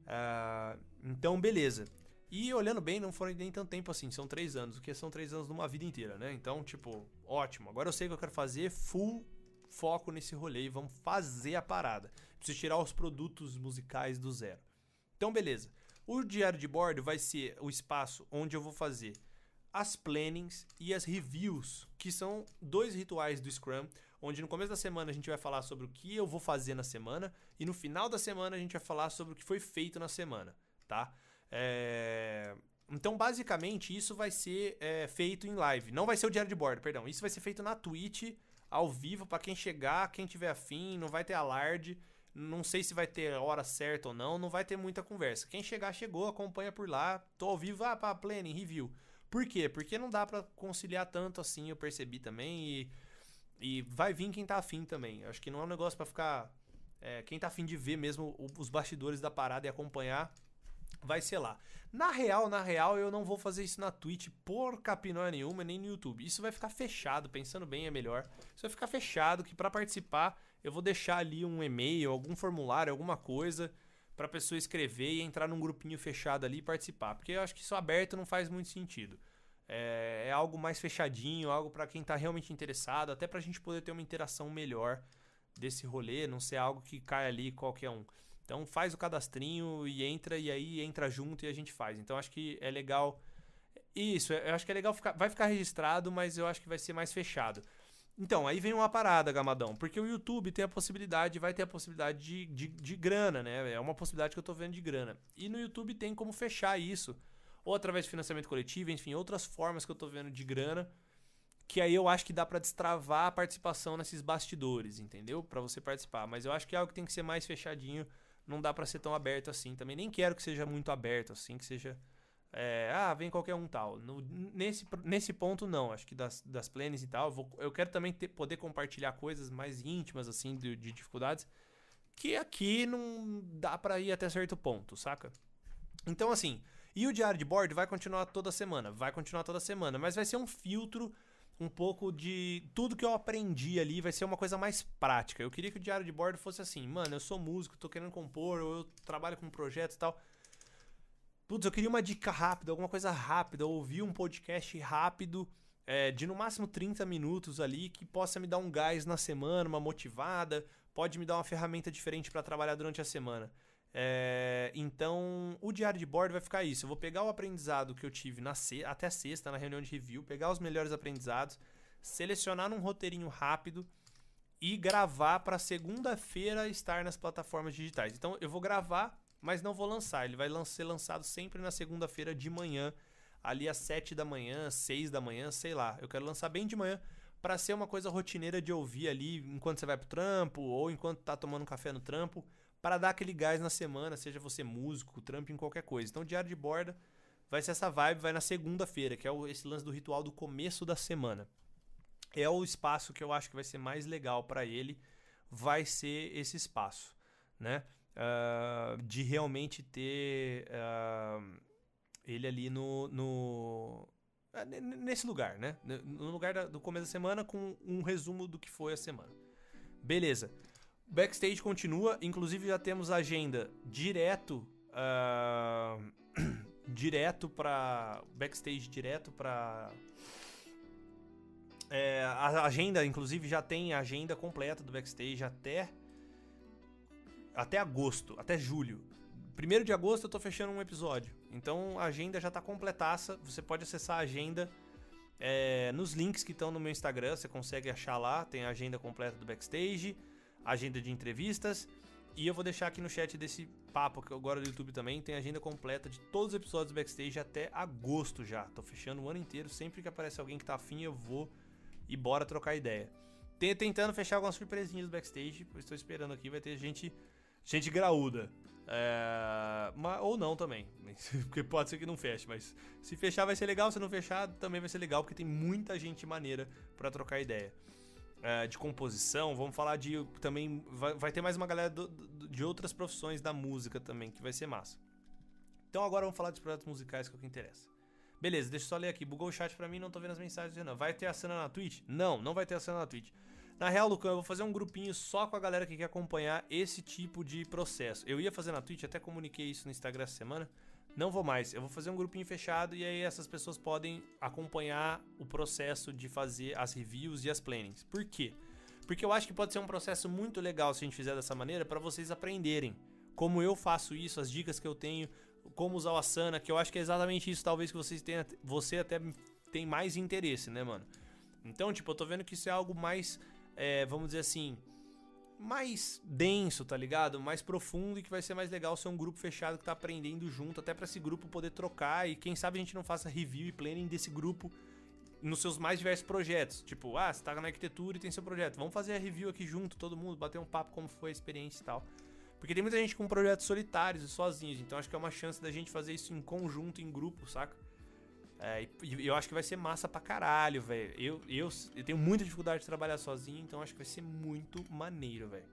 Então, beleza. E olhando bem, não foram nem tanto tempo assim, são 3 anos, o que são 3 anos numa vida inteira, né? Então, tipo, ótimo. Agora eu sei o que eu quero fazer, full foco nesse rolê e vamos fazer a parada. Preciso tirar os produtos musicais do zero. Então, beleza. O diário de bordo vai ser o espaço onde eu vou fazer as plannings e as reviews, que são 2 rituais do Scrum, onde no começo da semana a gente vai falar sobre o que eu vou fazer na semana e no final da semana a gente vai falar sobre o que foi feito na semana, tá? Então, basicamente, isso vai ser feito em live. Não vai ser o diário de bordo, perdão. Isso vai ser feito na Twitch, ao vivo, pra quem chegar, quem tiver afim. Não vai ter alarde. Não sei se vai ter hora certa ou não. Não vai ter muita conversa. Quem chegar, chegou. Acompanha por lá. Tô ao vivo. Pra planning, review. Por quê? Porque não dá pra conciliar tanto assim, eu percebi também. E vai vir quem tá afim também. Acho que não é um negócio pra ficar... quem tá afim de ver mesmo os bastidores da parada e acompanhar... vai ser lá. Na real, eu não vou fazer isso na Twitch por capinóia nenhuma, nem no YouTube. Isso vai ficar fechado, pensando bem é melhor. Isso vai ficar fechado, que pra participar eu vou deixar ali um e-mail, algum formulário, alguma coisa pra pessoa escrever e entrar num grupinho fechado ali e participar. Porque eu acho que isso aberto não faz muito sentido. É algo mais fechadinho, algo pra quem tá realmente interessado, até pra gente poder ter uma interação melhor desse rolê, não ser algo que cai ali qualquer um. Então faz o cadastrinho e aí entra junto e a gente faz. Então acho que é legal. Isso, eu acho que é legal vai ficar registrado, mas eu acho que vai ser mais fechado. Então, aí vem uma parada, Gamadão, porque o YouTube tem a possibilidade, vai ter a possibilidade de grana, né? É uma possibilidade que eu tô vendo de grana. E no YouTube tem como fechar isso, ou através de financiamento coletivo, enfim, outras formas que eu tô vendo de grana, que aí eu acho que dá pra destravar a participação nesses bastidores, entendeu? Pra você participar. Mas eu acho que é algo que tem que ser mais fechadinho. Não dá pra ser tão aberto assim também. Nem quero que seja muito aberto assim, que seja... vem qualquer um tal. Nesse ponto, não. Acho que das plannings e tal, eu quero também poder compartilhar coisas mais íntimas, assim, de dificuldades, que aqui não dá pra ir até certo ponto, saca? Então, assim, e o diário de bordo vai continuar toda semana. Vai continuar toda semana, mas vai ser um filtro... um pouco de tudo que eu aprendi ali, vai ser uma coisa mais prática. Eu queria que o diário de bordo fosse assim, mano, eu sou músico, tô querendo compor, ou eu trabalho com projetos e tal. Putz, eu queria uma dica rápida, alguma coisa rápida, ouvir um podcast rápido, de no máximo 30 minutos ali, que possa me dar um gás na semana, uma motivada, pode me dar uma ferramenta diferente pra trabalhar durante a semana. Então, o diário de bordo vai ficar isso. Eu vou pegar o aprendizado que eu tive até sexta, na reunião de review, pegar os melhores aprendizados, selecionar num roteirinho rápido e gravar para segunda-feira estar nas plataformas digitais. Então, eu vou gravar, mas não vou lançar. Ele vai ser lançado sempre na segunda-feira de manhã, ali às 7 da manhã, 6 da manhã, sei lá. Eu quero lançar bem de manhã para ser uma coisa rotineira de ouvir ali enquanto você vai pro trampo ou enquanto tá tomando um café no trampo, para dar aquele gás na semana, seja você músico, trampo em qualquer coisa. Então, o diário de bordo vai ser essa vibe, vai na segunda-feira, que é esse lance do ritual do começo da semana. É o espaço que eu acho que vai ser mais legal para ele, vai ser esse espaço, né? De realmente ter ele ali nesse lugar, né? No lugar do começo da semana com um resumo do que foi a semana. Beleza. Backstage continua, inclusive já temos a agenda direto para backstage direto para a agenda, inclusive já tem a agenda completa do backstage até agosto, até julho. 1º de agosto eu tô fechando um episódio, então a agenda já tá completaça. Você pode acessar a agenda nos links que estão no meu Instagram, você consegue achar lá, tem a agenda completa do backstage, agenda de entrevistas, e eu vou deixar aqui no chat desse papo que agora do YouTube também tem a agenda completa de todos os episódios do backstage até agosto já. Tô fechando o ano inteiro, sempre que aparece alguém que tá afim eu vou e bora trocar ideia. Tentando fechar algumas surpresinhas do backstage, eu estou esperando aqui, vai ter gente graúda. Ou não também, porque pode ser que não feche, mas se fechar vai ser legal, se não fechar também vai ser legal, porque tem muita gente maneira pra trocar ideia. De composição, vamos falar de também, vai ter mais uma galera de outras profissões da música também, que vai ser massa. Então agora vamos falar dos projetos musicais, que é o que interessa. Beleza, deixa eu só ler aqui, bugou o chat pra mim, não tô vendo as mensagens. Não. Vai ter a cena na Twitch? Não vai ter a cena na Twitch. Na real, Lucão, eu vou fazer um grupinho só com a galera que quer acompanhar esse tipo de processo. Eu ia fazer na Twitch, até comuniquei isso no Instagram essa semana. Não vou mais, eu vou fazer um grupinho fechado e aí essas pessoas podem acompanhar o processo de fazer as reviews e as plannings. Por quê? Porque eu acho que pode ser um processo muito legal se a gente fizer dessa maneira para vocês aprenderem como eu faço isso, as dicas que eu tenho, como usar o Asana, que eu acho que é exatamente isso talvez que você até tem mais interesse, né, mano? Então, tipo, eu tô vendo que isso é algo mais, vamos dizer assim, mais denso, tá ligado? Mais profundo e que vai ser mais legal ser um grupo fechado que tá aprendendo junto, até pra esse grupo poder trocar e quem sabe a gente não faça review e planning desse grupo nos seus mais diversos projetos. Tipo, você tá na arquitetura e tem seu projeto, vamos fazer a review aqui junto, todo mundo, bater um papo como foi a experiência e tal. Porque tem muita gente com projetos solitários e sozinhos, então acho que é uma chance da gente fazer isso em conjunto, em grupo, saca? E eu acho que vai ser massa pra caralho, velho. Eu tenho muita dificuldade de trabalhar sozinho, então acho que vai ser muito maneiro, velho.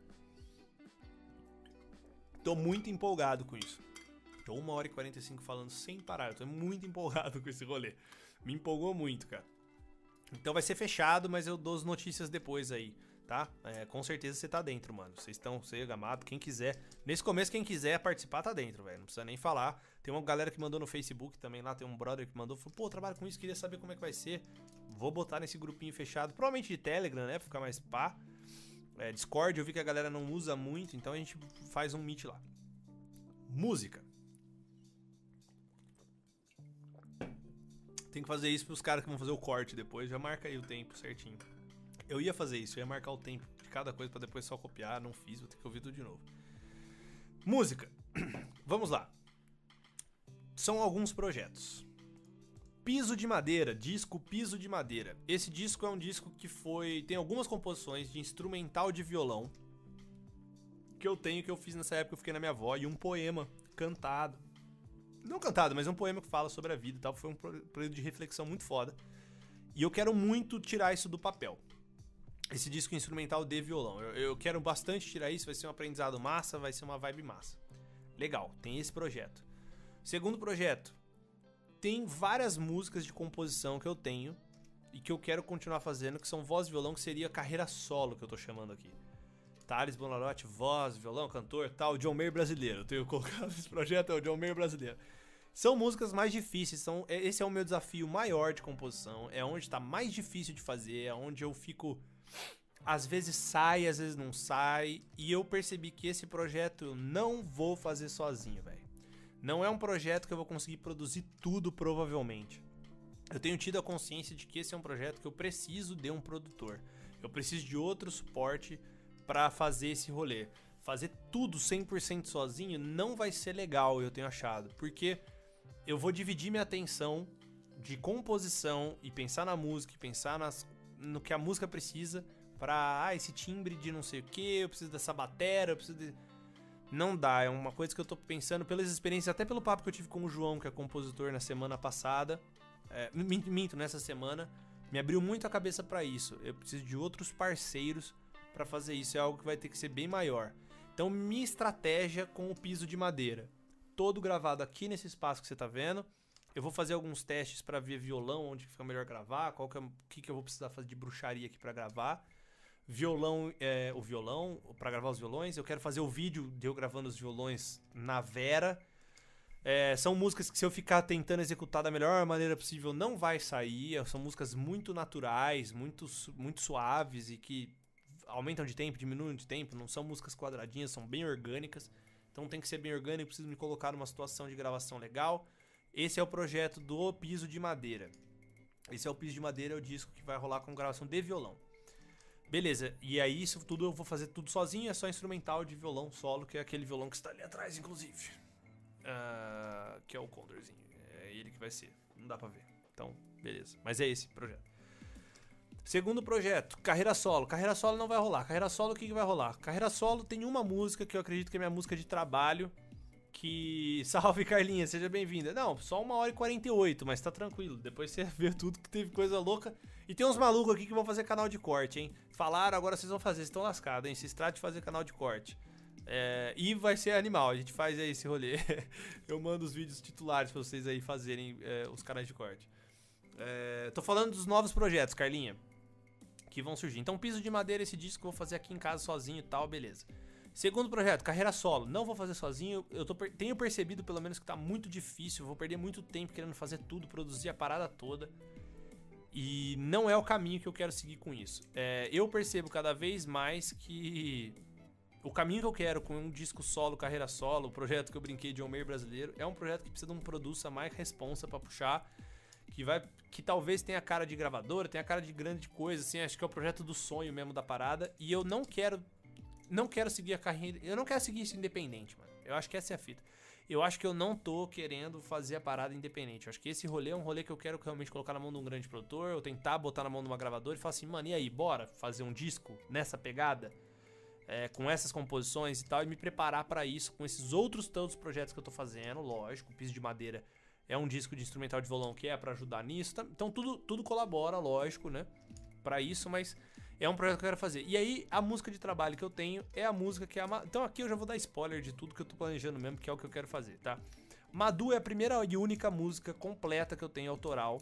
Tô muito empolgado com isso. Tô 1h45 falando sem parar, eu tô muito empolgado com esse rolê. Me empolgou muito, cara. Então vai ser fechado, mas eu dou as notícias depois aí, tá? Com certeza você tá dentro, mano. Vocês estão, você, Gamato, quem quiser. Nesse começo, quem quiser participar tá dentro, velho. Não precisa nem falar. Tem uma galera que mandou no Facebook também lá, tem um brother que mandou, falou, pô, trabalho com isso, queria saber como é que vai ser. Vou botar nesse grupinho fechado, provavelmente de Telegram, né, pra ficar mais pá. Discord, eu vi que a galera não usa muito, então a gente faz um meet lá. Música. Tem que fazer isso pros caras que vão fazer o corte depois, já marca aí o tempo certinho. Eu ia fazer isso, eu ia marcar o tempo de cada coisa pra depois só copiar, não fiz, vou ter que ouvir tudo de novo. Música. Vamos lá. São alguns projetos. Piso de Madeira, disco Piso de Madeira. Esse disco é um disco que tem algumas composições de instrumental de violão que eu fiz nessa época, eu fiquei na minha avó, e um poema cantado. Não cantado, mas um poema que fala sobre a vida e tal. Foi um período de reflexão muito foda. E eu quero muito tirar isso do papel. Esse disco instrumental de violão. Eu quero bastante tirar isso, vai ser um aprendizado massa, vai ser uma vibe massa. Legal, tem esse projeto. Segundo projeto, tem várias músicas de composição que eu tenho e que eu quero continuar fazendo, que são voz e violão, que seria carreira solo, que eu tô chamando aqui. Thales Bonarotti, voz, violão, cantor, tal, John Mayer brasileiro. Eu tenho colocado esse projeto, é o John Mayer brasileiro. São músicas mais difíceis, esse é o meu desafio maior de composição, é onde tá mais difícil de fazer, é onde eu fico às vezes sai, às vezes não sai, e eu percebi que esse projeto eu não vou fazer sozinho, velho. Não é um projeto que eu vou conseguir produzir tudo, provavelmente. Eu tenho tido a consciência de que esse é um projeto que eu preciso de um produtor. Eu preciso de outro suporte pra fazer esse rolê. Fazer tudo 100% sozinho não vai ser legal, eu tenho achado. Porque eu vou dividir minha atenção de composição e pensar na música, e pensar no que a música precisa pra, esse timbre de não sei o que, eu preciso dessa batera, eu preciso de... Não dá, é uma coisa que eu tô pensando pelas experiências, até pelo papo que eu tive com o João, que é compositor, na semana passada. Minto, nessa semana, me abriu muito a cabeça pra isso. Eu preciso de outros parceiros pra fazer isso, é algo que vai ter que ser bem maior. Então, minha estratégia com o piso de madeira, todo gravado aqui nesse espaço que você tá vendo. Eu vou fazer alguns testes pra ver violão, onde fica melhor gravar, o que eu vou precisar fazer de bruxaria aqui pra gravar. O violão, pra gravar os violões. Eu quero fazer o vídeo de eu gravando os violões na Vera. São músicas que, se eu ficar tentando executar da melhor maneira possível, não vai sair. São músicas muito naturais, muito suaves e que aumentam de tempo, diminuem de tempo. Não são músicas quadradinhas, são bem orgânicas. Então tem que ser bem orgânico, preciso me colocar numa situação de gravação legal. Esse é o projeto do piso de madeira. Esse é o piso de madeira, é o disco que vai rolar com gravação de violão. Beleza, e aí isso tudo eu vou fazer tudo sozinho, é só instrumental de violão solo, que é aquele violão que está ali atrás, inclusive. Que é o Condorzinho, é ele que vai ser, não dá pra ver. Então, beleza, mas é esse projeto. Segundo projeto, carreira solo. Carreira solo não vai rolar. Carreira solo, o que vai rolar? Carreira solo tem uma música que eu acredito que é minha música de trabalho, que... Salve, Carlinha, seja bem-vinda. Não, só 1h48, mas tá tranquilo. Depois você vê tudo que teve coisa louca. E tem uns malucos aqui que vão fazer canal de corte, hein? Falaram, agora vocês vão fazer, vocês estão lascados, hein? Se trata de fazer canal de corte. E vai ser animal, a gente faz aí esse rolê. Eu mando os vídeos titulares pra vocês aí fazerem os canais de corte. Tô falando dos novos projetos, Carlinha, que vão surgir. Então, piso de madeira, esse disco que eu vou fazer aqui em casa sozinho e tal, beleza. Segundo projeto, carreira solo. Não vou fazer sozinho. Eu tenho percebido, pelo menos, que tá muito difícil. Eu vou perder muito tempo querendo fazer tudo, produzir a parada toda. E não é o caminho que eu quero seguir com isso. Eu percebo cada vez mais que o caminho que eu quero com um disco solo, carreira solo, o projeto que eu brinquei de John Mayer brasileiro, é um projeto que precisa de um producer mais responsa pra puxar, que talvez tenha cara de gravadora, tenha cara de grande coisa, assim, acho que é o projeto do sonho mesmo da parada. E eu não quero seguir a carreira, eu não quero seguir isso independente, mano. Eu acho que essa é a fita. Eu acho que eu não tô querendo fazer a parada independente. Eu acho que esse rolê é um rolê que eu quero realmente colocar na mão de um grande produtor, ou tentar botar na mão de uma gravadora e falar assim, mano, e aí, bora fazer um disco nessa pegada? Com essas composições e tal, e me preparar pra isso com esses outros tantos projetos que eu tô fazendo, lógico. O Piso de Madeira é um disco de instrumental de violão que é pra ajudar nisso. Então tudo colabora, lógico, né, pra isso, mas é um projeto que eu quero fazer. E aí, a música de trabalho que eu tenho é a música que é a... Então aqui eu já vou dar spoiler de tudo que eu tô planejando mesmo, que é o que eu quero fazer, tá? Madu é a primeira e única música completa que eu tenho autoral.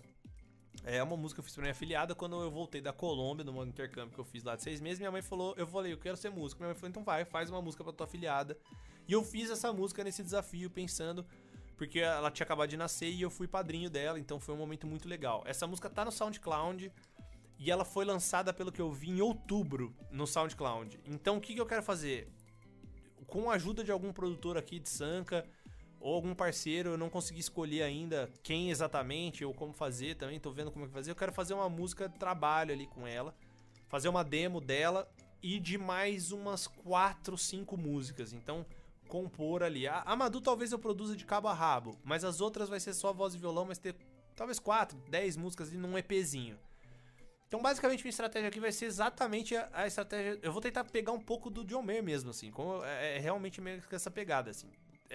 É uma música que eu fiz pra minha afiliada quando eu voltei da Colômbia, num intercâmbio que eu fiz lá de 6 meses. Minha mãe falou, eu falei, eu quero ser músico. Minha mãe falou, então faz uma música pra tua afiliada. E eu fiz essa música nesse desafio, pensando... Porque ela tinha acabado de nascer e eu fui padrinho dela, então foi um momento muito legal. Essa música tá no SoundCloud... E ela foi lançada, pelo que eu vi, em outubro no SoundCloud. Então o que eu quero fazer? Com a ajuda de algum produtor aqui de Sanca, ou algum parceiro, eu não consegui escolher ainda quem exatamente, ou como fazer também, tô vendo como é que fazer. Eu quero fazer uma música de trabalho ali com ela, fazer uma demo dela e de mais umas 4, 5 músicas. Então, compor ali. A Madu talvez eu produza de cabo a rabo, mas as outras vai ser só voz e violão, mas ter talvez 4, 10 músicas ali num EPzinho. Então, basicamente, minha estratégia aqui vai ser exatamente a estratégia... Eu vou tentar pegar um pouco do John Mayer mesmo, assim. Realmente meio que essa pegada, assim.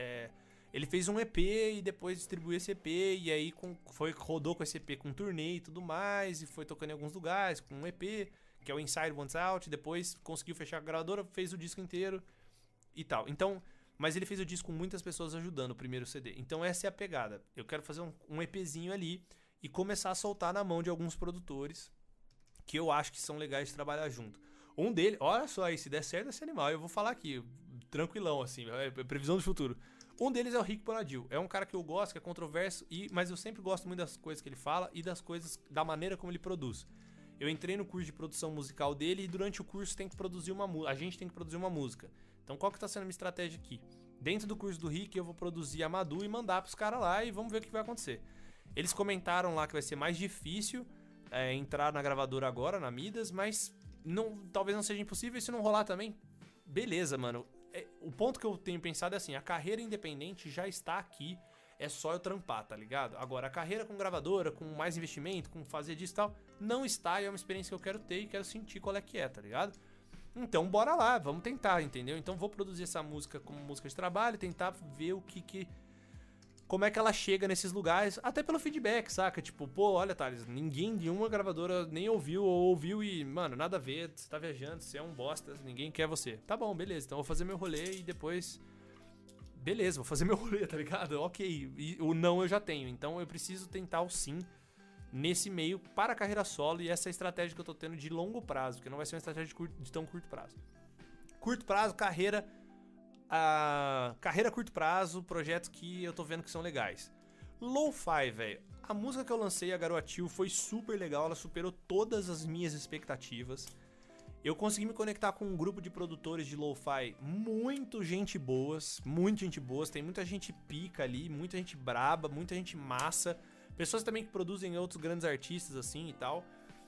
Ele fez um EP e depois distribuiu esse EP. E aí rodou com esse EP com turnê e tudo mais. E foi tocando em alguns lugares com um EP, que é o Inside One's Out. Depois conseguiu fechar a gravadora, fez o disco inteiro e tal. Então... Mas ele fez o disco com muitas pessoas ajudando o primeiro CD. Então, essa é a pegada. Eu quero fazer um EPzinho ali e começar a soltar na mão de alguns produtores que eu acho que são legais de trabalhar junto. Um deles, olha só aí, se der certo esse animal, eu vou falar aqui, tranquilão, assim, previsão do futuro. Um deles é o Rick Bonadil. É um cara que eu gosto, que é controverso, mas eu sempre gosto muito das coisas que ele fala e das coisas, da maneira como ele produz. Eu entrei no curso de produção musical dele e durante o curso tem que produzir a gente tem que produzir uma música. Então qual que tá sendo a minha estratégia aqui? Dentro do curso do Rick eu vou produzir a Madu e mandar pros caras lá e vamos ver o que vai acontecer. Eles comentaram lá que vai ser mais difícil entrar na gravadora agora, na Midas, mas talvez não seja impossível. E se não rolar também, beleza, mano. O ponto que eu tenho pensado é assim, a carreira independente já está aqui, é só eu trampar, tá ligado? Agora, a carreira com gravadora, com mais investimento, com fazer disso e tal, não está e é uma experiência que eu quero ter e quero sentir qual é que é, tá ligado? Então, bora lá, vamos tentar, entendeu? Então, vou produzir essa música como música de trabalho, tentar ver como é que ela chega nesses lugares, até pelo feedback, saca? Tipo, pô, olha, Thales, ninguém de uma gravadora nem ouviu ou ouviu e, mano, nada a ver, você tá viajando, você é um bosta, ninguém quer você. Tá bom, beleza, então eu vou fazer meu rolê e depois... Beleza, vou fazer meu rolê, tá ligado? Ok, e o não eu já tenho, então eu preciso tentar o sim nesse meio para a carreira solo e essa é a estratégia que eu tô tendo de longo prazo, porque não vai ser uma estratégia de tão curto prazo. Curto prazo, carreira a curto prazo, projetos que eu tô vendo que são legais. Lo-Fi, velho. A música que eu lancei, a Garoatil, foi super legal, ela superou todas as minhas expectativas. Eu consegui me conectar com um grupo de produtores de Lo-Fi muito gente boas, tem muita gente pica ali, muita gente braba, muita gente massa. Pessoas também que produzem outros grandes artistas assim e tal.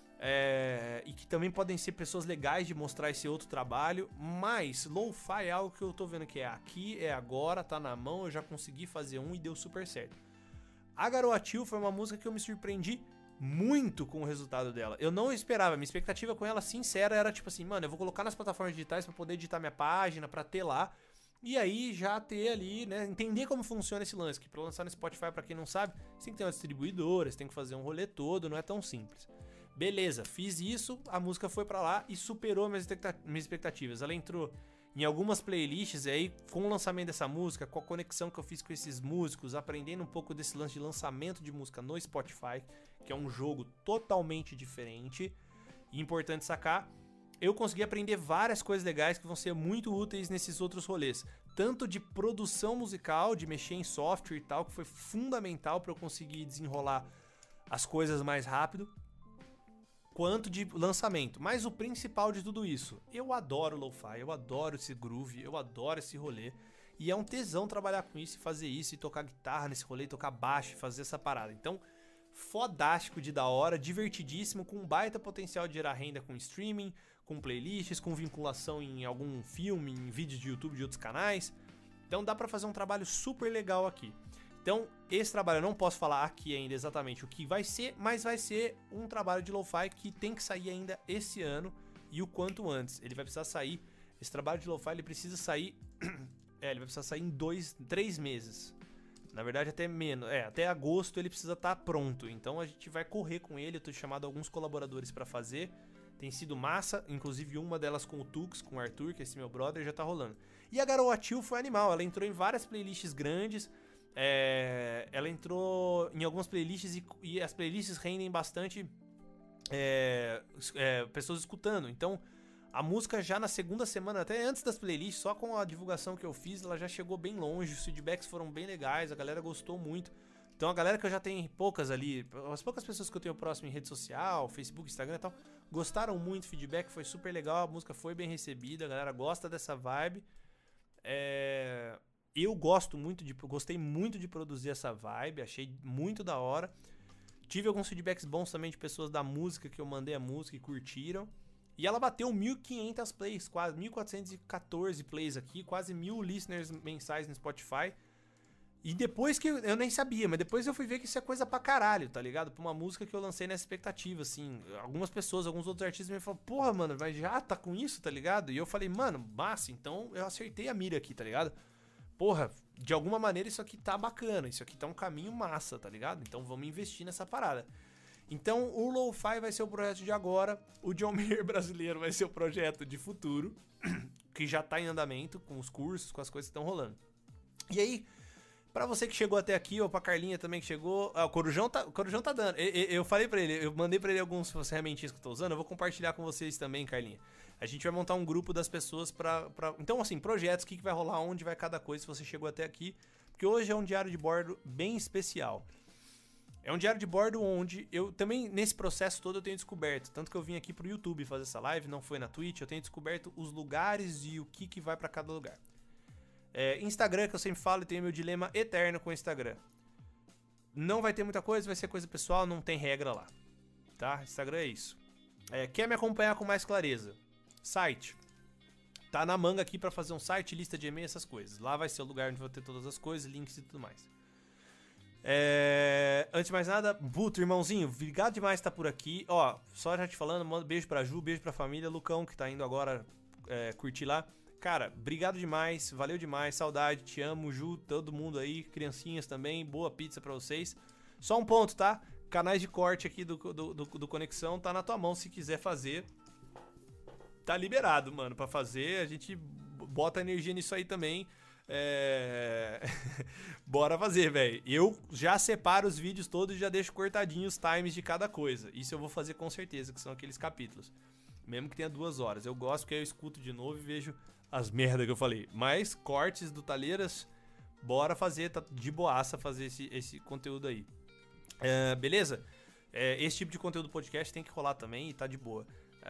E que também podem ser pessoas legais de mostrar esse outro trabalho. Mas Lo-Fi é algo que eu tô vendo que é aqui, é agora, tá na mão. Eu já consegui fazer um e deu super certo. A Garoatil foi uma música que eu me surpreendi muito com o resultado dela. Eu não esperava, minha expectativa com ela sincera era tipo assim, mano, eu vou colocar nas plataformas digitais pra poder editar minha página, pra ter lá. E aí já ter ali, né, entender como funciona esse lance. Que pra lançar no Spotify, pra quem não sabe, você tem que ter uma distribuidora, você tem que fazer um rolê todo, não é tão simples. Beleza, fiz isso, a música foi pra lá e superou minhas expectativas. Ela entrou em algumas playlists e aí com o lançamento dessa música, com a conexão que eu fiz com esses músicos, aprendendo um pouco desse lance de lançamento de música no Spotify, que é um jogo totalmente diferente e importante sacar, eu consegui aprender várias coisas legais que vão ser muito úteis nesses outros rolês. Tanto de produção musical, de mexer em software e tal, que foi fundamental para eu conseguir desenrolar as coisas mais rápido, quanto de lançamento. Mas o principal de tudo isso, eu adoro Lo-Fi, eu adoro esse groove, eu adoro esse rolê. E é um tesão trabalhar com isso e fazer isso, e tocar guitarra nesse rolê, tocar baixo e fazer essa parada. Então, fodástico de da hora, divertidíssimo, com um baita potencial de gerar renda com streaming, com playlists, com vinculação em algum filme, em vídeos de YouTube de outros canais. Então dá pra fazer um trabalho super legal aqui. Então, esse trabalho eu não posso falar aqui ainda exatamente o que vai ser, mas vai ser um trabalho de Lo-Fi que tem que sair ainda esse ano e o quanto antes. Ele vai precisar sair, esse trabalho de Lo-Fi ele precisa sair, ele vai precisar sair em 3 meses. Na verdade até menos, até agosto ele precisa estar pronto. Então a gente vai correr com ele, eu tô chamando alguns colaboradores pra fazer. Tem sido massa, inclusive uma delas com o Tux, com o Arthur, que é esse meu brother, já tá rolando. E a Garoatil foi animal, ela entrou em várias playlists grandes. Ela entrou em algumas playlists e as playlists rendem bastante pessoas escutando. Então a música já na segunda semana, até antes das playlists, só com a divulgação que eu fiz, ela já chegou bem longe, os feedbacks foram bem legais, a galera gostou muito. Então a galera que eu já tenho poucas ali, as poucas pessoas que eu tenho próximo em rede social, Facebook, Instagram e tal, gostaram muito, o feedback foi super legal, a música foi bem recebida, a galera gosta dessa vibe. Eu gostei muito de produzir essa vibe, achei muito da hora. Tive alguns feedbacks bons também de pessoas da música que eu mandei a música e curtiram. E ela bateu 1.500 plays, quase 1.414 plays aqui, quase 1.000 listeners mensais no Spotify. E depois que eu nem sabia, mas depois eu fui ver que isso é coisa pra caralho, tá ligado? Pra uma música que eu lancei nessa expectativa, assim. Algumas pessoas, alguns outros artistas me falaram, porra, mano, mas já tá com isso, tá ligado? E eu falei, mano, massa, então eu acertei a mira aqui, tá ligado? Porra, de alguma maneira isso aqui tá bacana, isso aqui tá um caminho massa, tá ligado? Então vamos investir nessa parada. Então o Lo-Fi vai ser o projeto de agora, o John Mayer brasileiro vai ser o projeto de futuro, que já tá em andamento, com os cursos, com as coisas que estão rolando. E aí, pra você que chegou até aqui, ou pra Carlinha também que chegou, o Corujão tá dando. Eu falei pra ele, eu mandei pra ele alguns ferramentinhas que eu tô usando, eu vou compartilhar com vocês também, Carlinha. A gente vai montar um grupo das pessoas pra... Então, assim, projetos, o que vai rolar, onde vai cada coisa, se você chegou até aqui. Porque hoje é um diário de bordo bem especial. É um diário de bordo onde eu também, nesse processo todo, eu tenho descoberto. Tanto que eu vim aqui pro YouTube fazer essa live, não foi na Twitch. Eu tenho descoberto os lugares e o que vai pra cada lugar. Instagram, que eu sempre falo, e tenho meu dilema eterno com o Instagram. Não vai ter muita coisa, vai ser coisa pessoal, não tem regra lá. Tá? Instagram é isso. Quer me acompanhar com mais clareza? Site. Tá na manga aqui pra fazer um site, lista de e-mail, essas coisas. Lá vai ser o lugar onde vai ter todas as coisas, links e tudo mais. Antes de mais nada, Buto, irmãozinho, obrigado demais por estar por aqui. Ó, só já te falando, manda beijo pra Ju, beijo pra família, Lucão, que tá indo agora curtir lá. Cara, obrigado demais, valeu demais, saudade, te amo, Ju, todo mundo aí, criancinhas também, boa pizza pra vocês. Só um ponto, tá? Canais de corte aqui do Conexão tá na tua mão se quiser fazer. Tá liberado, mano, pra fazer, a gente bota energia nisso aí também. Bora fazer, velho. Eu já separo os vídeos todos e já deixo cortadinhos os times de cada coisa. Isso eu vou fazer com certeza, que são aqueles capítulos. Mesmo que tenha 2 horas. Eu gosto porque eu escuto de novo e vejo as merdas que eu falei. Mas cortes do Talheiras, bora fazer, tá de boaça fazer esse conteúdo aí. Beleza? Esse tipo de conteúdo podcast tem que rolar também e tá de boa.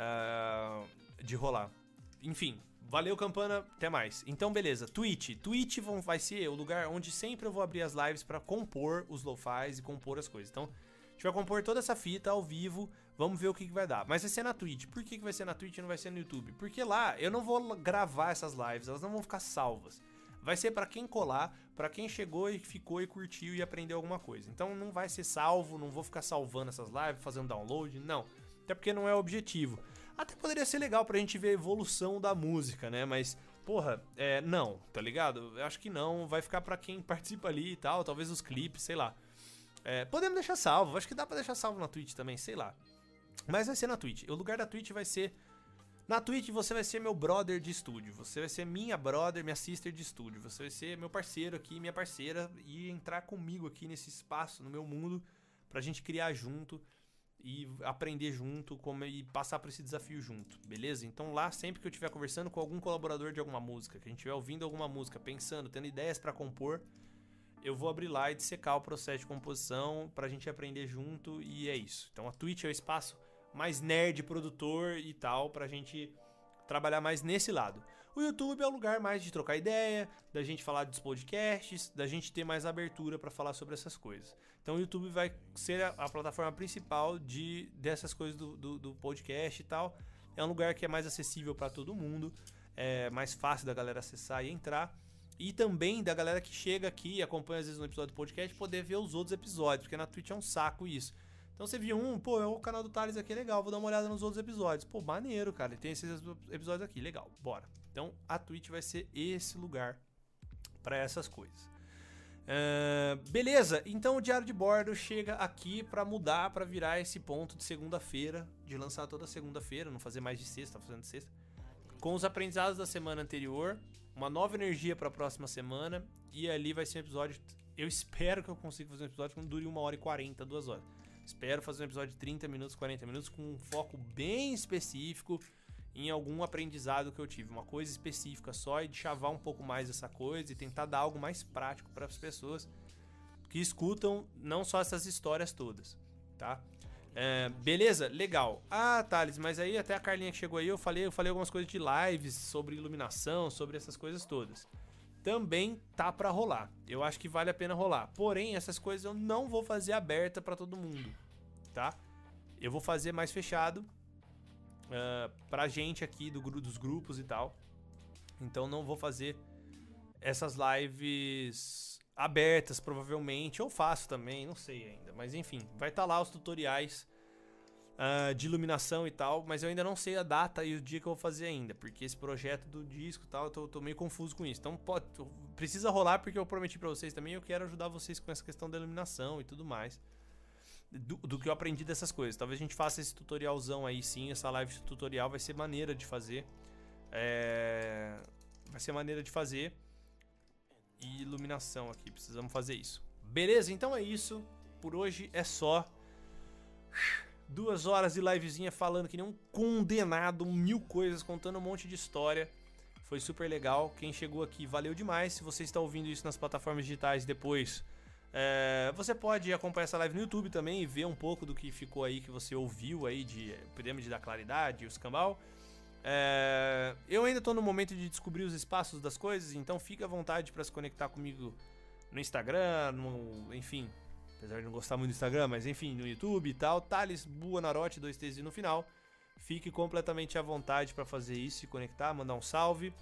De rolar. Enfim. Valeu, Campana, até mais. Então, beleza, Twitch vai ser o lugar onde sempre eu vou abrir as lives pra compor os lo-fis e compor as coisas. Então, a gente vai compor toda essa fita ao vivo, vamos ver o que vai dar. Mas vai ser na Twitch. Por que vai ser na Twitch e não vai ser no YouTube? Porque lá eu não vou gravar essas lives, elas não vão ficar salvas. Vai ser pra quem colar, pra quem chegou e ficou e curtiu e aprendeu alguma coisa. Então não vai ser salvo, não vou ficar salvando essas lives, fazendo download, não. Até porque não é o objetivo. Até poderia ser legal pra gente ver a evolução da música, né? Mas, porra, não, tá ligado? Eu acho que não, vai ficar pra quem participa ali e tal, talvez os clipes, sei lá. Podemos deixar salvo, acho que dá pra deixar salvo na Twitch também, sei lá. Mas vai ser na Twitch. O lugar da Twitch vai ser... Na Twitch você vai ser meu brother de estúdio, você vai ser minha brother, minha sister de estúdio, você vai ser meu parceiro aqui, minha parceira, e entrar comigo aqui nesse espaço, no meu mundo, pra gente criar junto e aprender junto e passar por esse desafio junto, beleza? Então lá, sempre que eu estiver conversando com algum colaborador de alguma música, que a gente estiver ouvindo alguma música, pensando, tendo ideias pra compor, eu vou abrir lá e dissecar o processo de composição pra gente aprender junto, e é isso. Então a Twitch é o espaço mais nerd, produtor e tal, pra gente trabalhar mais nesse lado. O YouTube é o lugar mais de trocar ideia, da gente falar dos podcasts, da gente ter mais abertura pra falar sobre essas coisas. Então o YouTube vai ser a plataforma principal dessas coisas do podcast e tal. É um lugar que é mais acessível pra todo mundo, é mais fácil da galera acessar e entrar. E também da galera que chega aqui e acompanha às vezes um episódio do podcast poder ver os outros episódios, porque na Twitch é um saco isso. Então você viu é o canal do Thales aqui, legal, vou dar uma olhada nos outros episódios. Pô, maneiro, cara, tem esses episódios aqui, legal, bora. Então a Twitch vai ser esse lugar pra essas coisas. Beleza, então o Diário de Bordo chega aqui pra mudar, pra virar esse ponto de segunda-feira, de lançar toda segunda-feira, não fazer mais de sexta, tá fazendo de sexta. Com os aprendizados da semana anterior, uma nova energia pra próxima semana, e ali vai ser um episódio, eu espero que eu consiga fazer um episódio que não dure 1h40, 2 horas. Espero fazer um episódio de 30 minutos, 40 minutos, com um foco bem específico em algum aprendizado que eu tive. Uma coisa específica só, e de chavar um pouco mais essa coisa e tentar dar algo mais prático para as pessoas que escutam não só essas histórias todas, tá? Beleza? Legal. Ah, Thales, mas aí até a Carlinha que chegou aí, eu falei algumas coisas de lives, sobre iluminação, sobre essas coisas todas. Também tá pra rolar. Eu acho que vale a pena rolar. Porém, essas coisas eu não vou fazer aberta pra todo mundo, tá? Eu vou fazer mais fechado pra gente aqui dos grupos e tal. Então não vou fazer essas lives abertas, provavelmente. Ou faço também, não sei ainda. Mas enfim, vai estar lá os tutoriais de iluminação e tal, mas eu ainda não sei a data e o dia que eu vou fazer ainda, porque esse projeto do disco e tal, eu tô meio confuso com isso. Então precisa rolar, porque eu prometi pra vocês também, eu quero ajudar vocês com essa questão da iluminação e tudo mais, do que eu aprendi dessas coisas. Talvez a gente faça esse tutorialzão aí sim, essa live tutorial vai ser maneira de fazer. Vai ser maneira de fazer. E iluminação aqui, precisamos fazer isso. Beleza? Então é isso. Por hoje é só. 2 horas de livezinha falando que nem um condenado, 1000 coisas, contando um monte de história. Foi super legal. Quem chegou aqui, valeu demais. Se você está ouvindo isso nas plataformas digitais depois, Você pode acompanhar essa live no YouTube também e ver um pouco do que ficou aí, que você ouviu aí de Pirâmide da Claridade e o Escambau. Eu ainda tô no momento de descobrir os espaços das coisas, então fica à vontade para se conectar comigo no Instagram, enfim, apesar de não gostar muito do Instagram, mas enfim, no YouTube e tal, Thales Buonarroti, 2 T's no final. Fique completamente à vontade para fazer isso, se conectar, mandar um salve.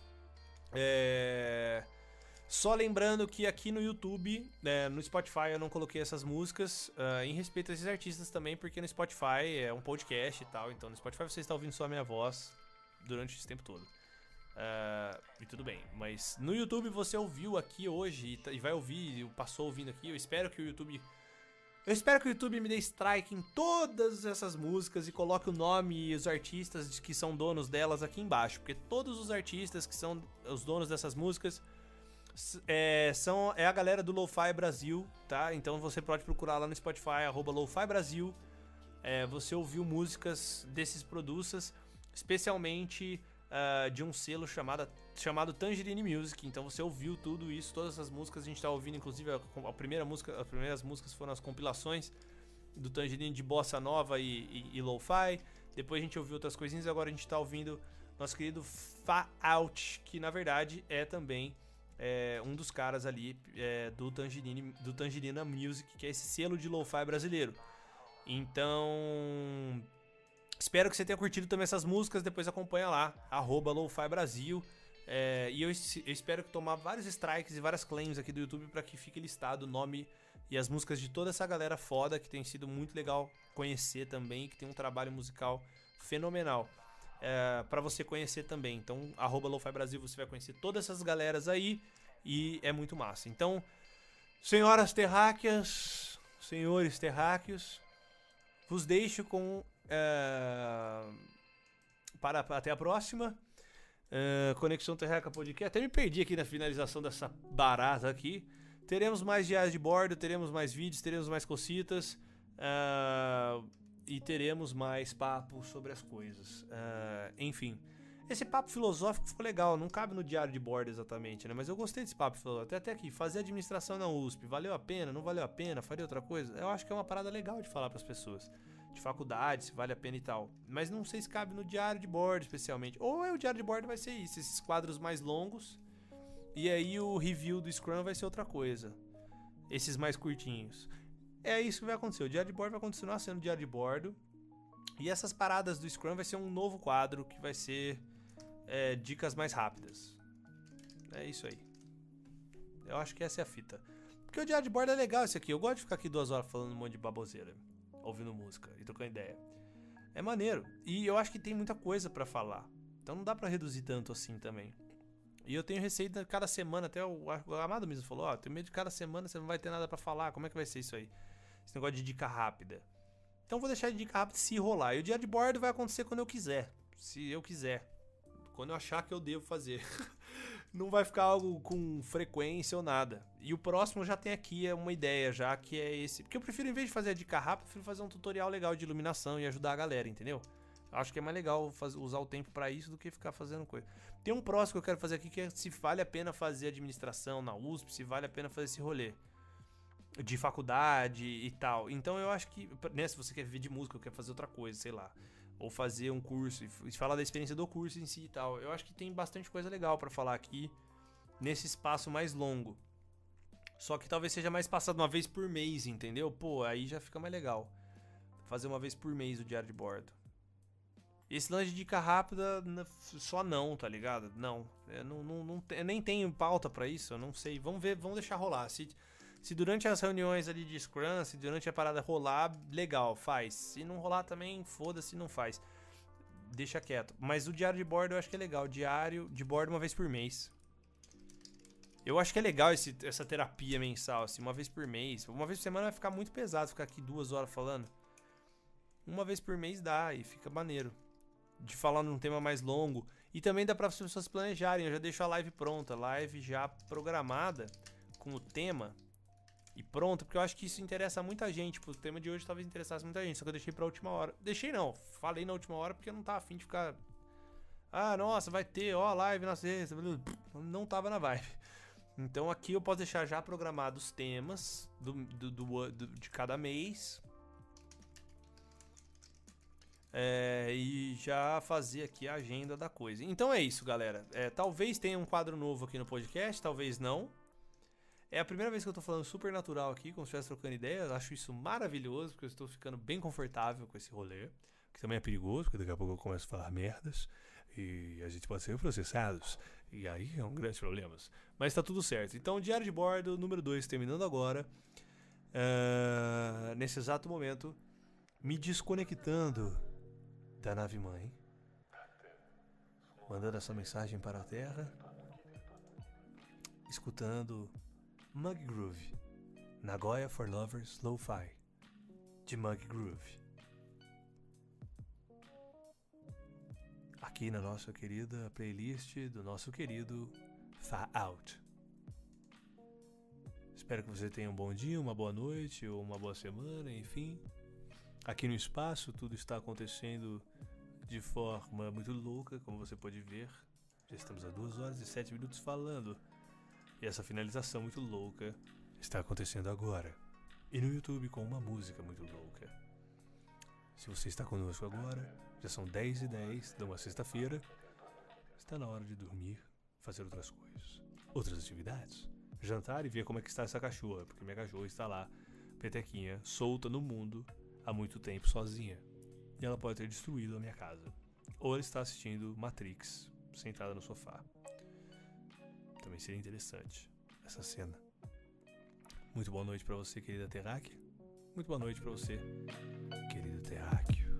Só lembrando que aqui no YouTube, no Spotify eu não coloquei essas músicas, em respeito a esses artistas também, porque no Spotify é um podcast e tal, então no Spotify você está ouvindo só a minha voz durante esse tempo todo. E tudo bem, mas no YouTube você ouviu aqui hoje e vai ouvir, passou ouvindo aqui. Eu espero que o YouTube me dê strike em todas essas músicas e coloque o nome e os artistas que são donos delas aqui embaixo, porque todos os artistas que são os donos dessas músicas é a galera do Lo-Fi Brasil, tá? Então você pode procurar lá no Spotify, @Lo-Fi Brasil. Você ouviu músicas desses produças, especialmente de um selo chamado Tangerine Music. Então você ouviu tudo isso, todas essas músicas a gente tá ouvindo, inclusive as primeiras músicas foram as compilações do Tangerine de Bossa Nova e Lo-Fi. Depois a gente ouviu outras coisinhas e agora a gente tá ouvindo nosso querido Fa-Out, que na verdade é também um dos caras ali do Tangerina Music, que é esse selo de Lo-Fi brasileiro. Então, espero que você tenha curtido também essas músicas. Depois acompanha lá, @Lo-Fi Brasil. E eu espero que tomar vários strikes e várias claims aqui do YouTube para que fique listado o nome e as músicas de toda essa galera foda, que tem sido muito legal conhecer também, que tem um trabalho musical fenomenal para você conhecer também. Então, @Lo-Fi Brasil, você vai conhecer todas essas galeras aí e é muito massa. Então, senhoras terráqueas, senhores terráqueos, vos deixo com até a próxima. Conexão Terraca Podcast. Até me perdi aqui na finalização dessa barata aqui. Teremos mais diários de bordo, teremos mais vídeos, teremos mais cocitas e teremos mais papo sobre as coisas. Enfim, esse papo filosófico ficou legal. Não cabe no diário de bordo exatamente, né? Mas eu gostei desse papo filosófico. Até aqui, fazer administração na USP, valeu a pena? Não valeu a pena? Faria outra coisa? Eu acho que é uma parada legal de falar para as pessoas. De faculdade, se vale a pena e tal. Mas não sei se cabe no diário de bordo, especialmente. Ou o diário de bordo vai ser isso, esses quadros mais longos. E aí o review do Scrum vai ser outra coisa. Esses mais curtinhos. É isso que vai acontecer. O diário de bordo vai continuar sendo diário de bordo. E essas paradas do Scrum vai ser um novo quadro que vai ser dicas mais rápidas. É isso aí. Eu acho que essa é a fita. Porque o diário de bordo é legal esse aqui. Eu gosto de ficar aqui 2 horas falando um monte de baboseira, ouvindo música e trocando ideia. É maneiro. E eu acho que tem muita coisa pra falar. Então não dá pra reduzir tanto assim também. E eu tenho receio de cada semana, até o Amado mesmo falou, tenho medo de cada semana você não vai ter nada pra falar. Como é que vai ser isso aí? Esse negócio de dica rápida. Então vou deixar de dica rápida se rolar. E o diário de bordo vai acontecer quando eu quiser. Se eu quiser. Quando eu achar que eu devo fazer. Não vai ficar algo com frequência ou nada. E o próximo já tem aqui uma ideia já, que é esse. Porque eu prefiro, em vez de fazer a dica rápida, eu prefiro fazer um tutorial legal de iluminação e ajudar a galera, entendeu? Acho que é mais legal usar o tempo pra isso do que ficar fazendo coisa. Tem um próximo que eu quero fazer aqui, que é se vale a pena fazer administração na USP, se vale a pena fazer esse rolê de faculdade e tal. Então eu acho que, né, se você quer viver de música ou quer fazer outra coisa, sei lá, ou fazer um curso e falar da experiência do curso em si e tal, eu acho que tem bastante coisa legal pra falar aqui nesse espaço mais longo. Só que talvez seja mais passado uma vez por mês, entendeu? Pô, aí já fica mais legal fazer uma vez por mês o diário de bordo. Esse lance de dica rápida, só não, tá ligado? Não, eu nem tenho pauta pra isso, eu não sei. Vamos ver, vamos deixar rolar. Se durante as reuniões ali de Scrum, se durante a parada rolar, legal, faz. Se não rolar também, foda-se, não faz. Deixa quieto. Mas o diário de bordo eu acho que é legal. Diário de bordo uma vez por mês. Eu acho que é legal essa terapia mensal, assim, uma vez por mês. Uma vez por semana vai ficar muito pesado ficar aqui 2 horas falando. Uma vez por mês dá e fica maneiro. De falar num tema mais longo. E também dá para as pessoas planejarem. Eu já deixo a live pronta, live já programada com o tema e pronto, porque eu acho que isso interessa muita gente. O tema de hoje talvez interessasse muita gente, só que eu deixei pra última hora. Deixei não, falei na última hora porque eu não tava afim de ficar... Ah, nossa, vai ter, ó, live na sexta. Não tava na vibe. Então aqui eu posso deixar já programados os temas de cada mês. E já fazer aqui a agenda da coisa. Então é isso, galera. Talvez tenha um quadro novo aqui no podcast, talvez não. É a primeira vez que eu tô falando super natural aqui, como se estivesse trocando ideia. Eu acho isso maravilhoso, porque eu estou ficando bem confortável com esse rolê. Que também é perigoso, porque daqui a pouco eu começo a falar merdas. E a gente pode ser processados. E aí é um grande problema. Mas tá tudo certo. Então, Diário de Bordo, número 2, terminando agora. Nesse exato momento, me desconectando da nave-mãe. Mandando essa mensagem para a Terra. Escutando Mug Groove. Nagoya for Lovers Lo-Fi. De Mug Groove. Aqui na nossa querida playlist do nosso querido Far Out. Espero que você tenha um bom dia, uma boa noite ou uma boa semana, enfim. Aqui no espaço tudo está acontecendo de forma muito louca, como você pode ver. Já estamos a 2 horas e 7 minutos falando. E essa finalização muito louca está acontecendo agora. E no YouTube com uma música muito louca. Se você está conosco agora, já são 10h10 de uma sexta-feira. Está na hora de dormir, fazer outras coisas. Outras atividades. Jantar e ver como é que está essa cachorra. Porque minha cachorra está lá, petequinha, solta no mundo há muito tempo sozinha. E ela pode ter destruído a minha casa. Ou ela está assistindo Matrix, sentada no sofá. Também seria interessante essa cena. Muito boa noite pra você, querida Terráquea. Muito boa noite pra você, querido Terráqueo.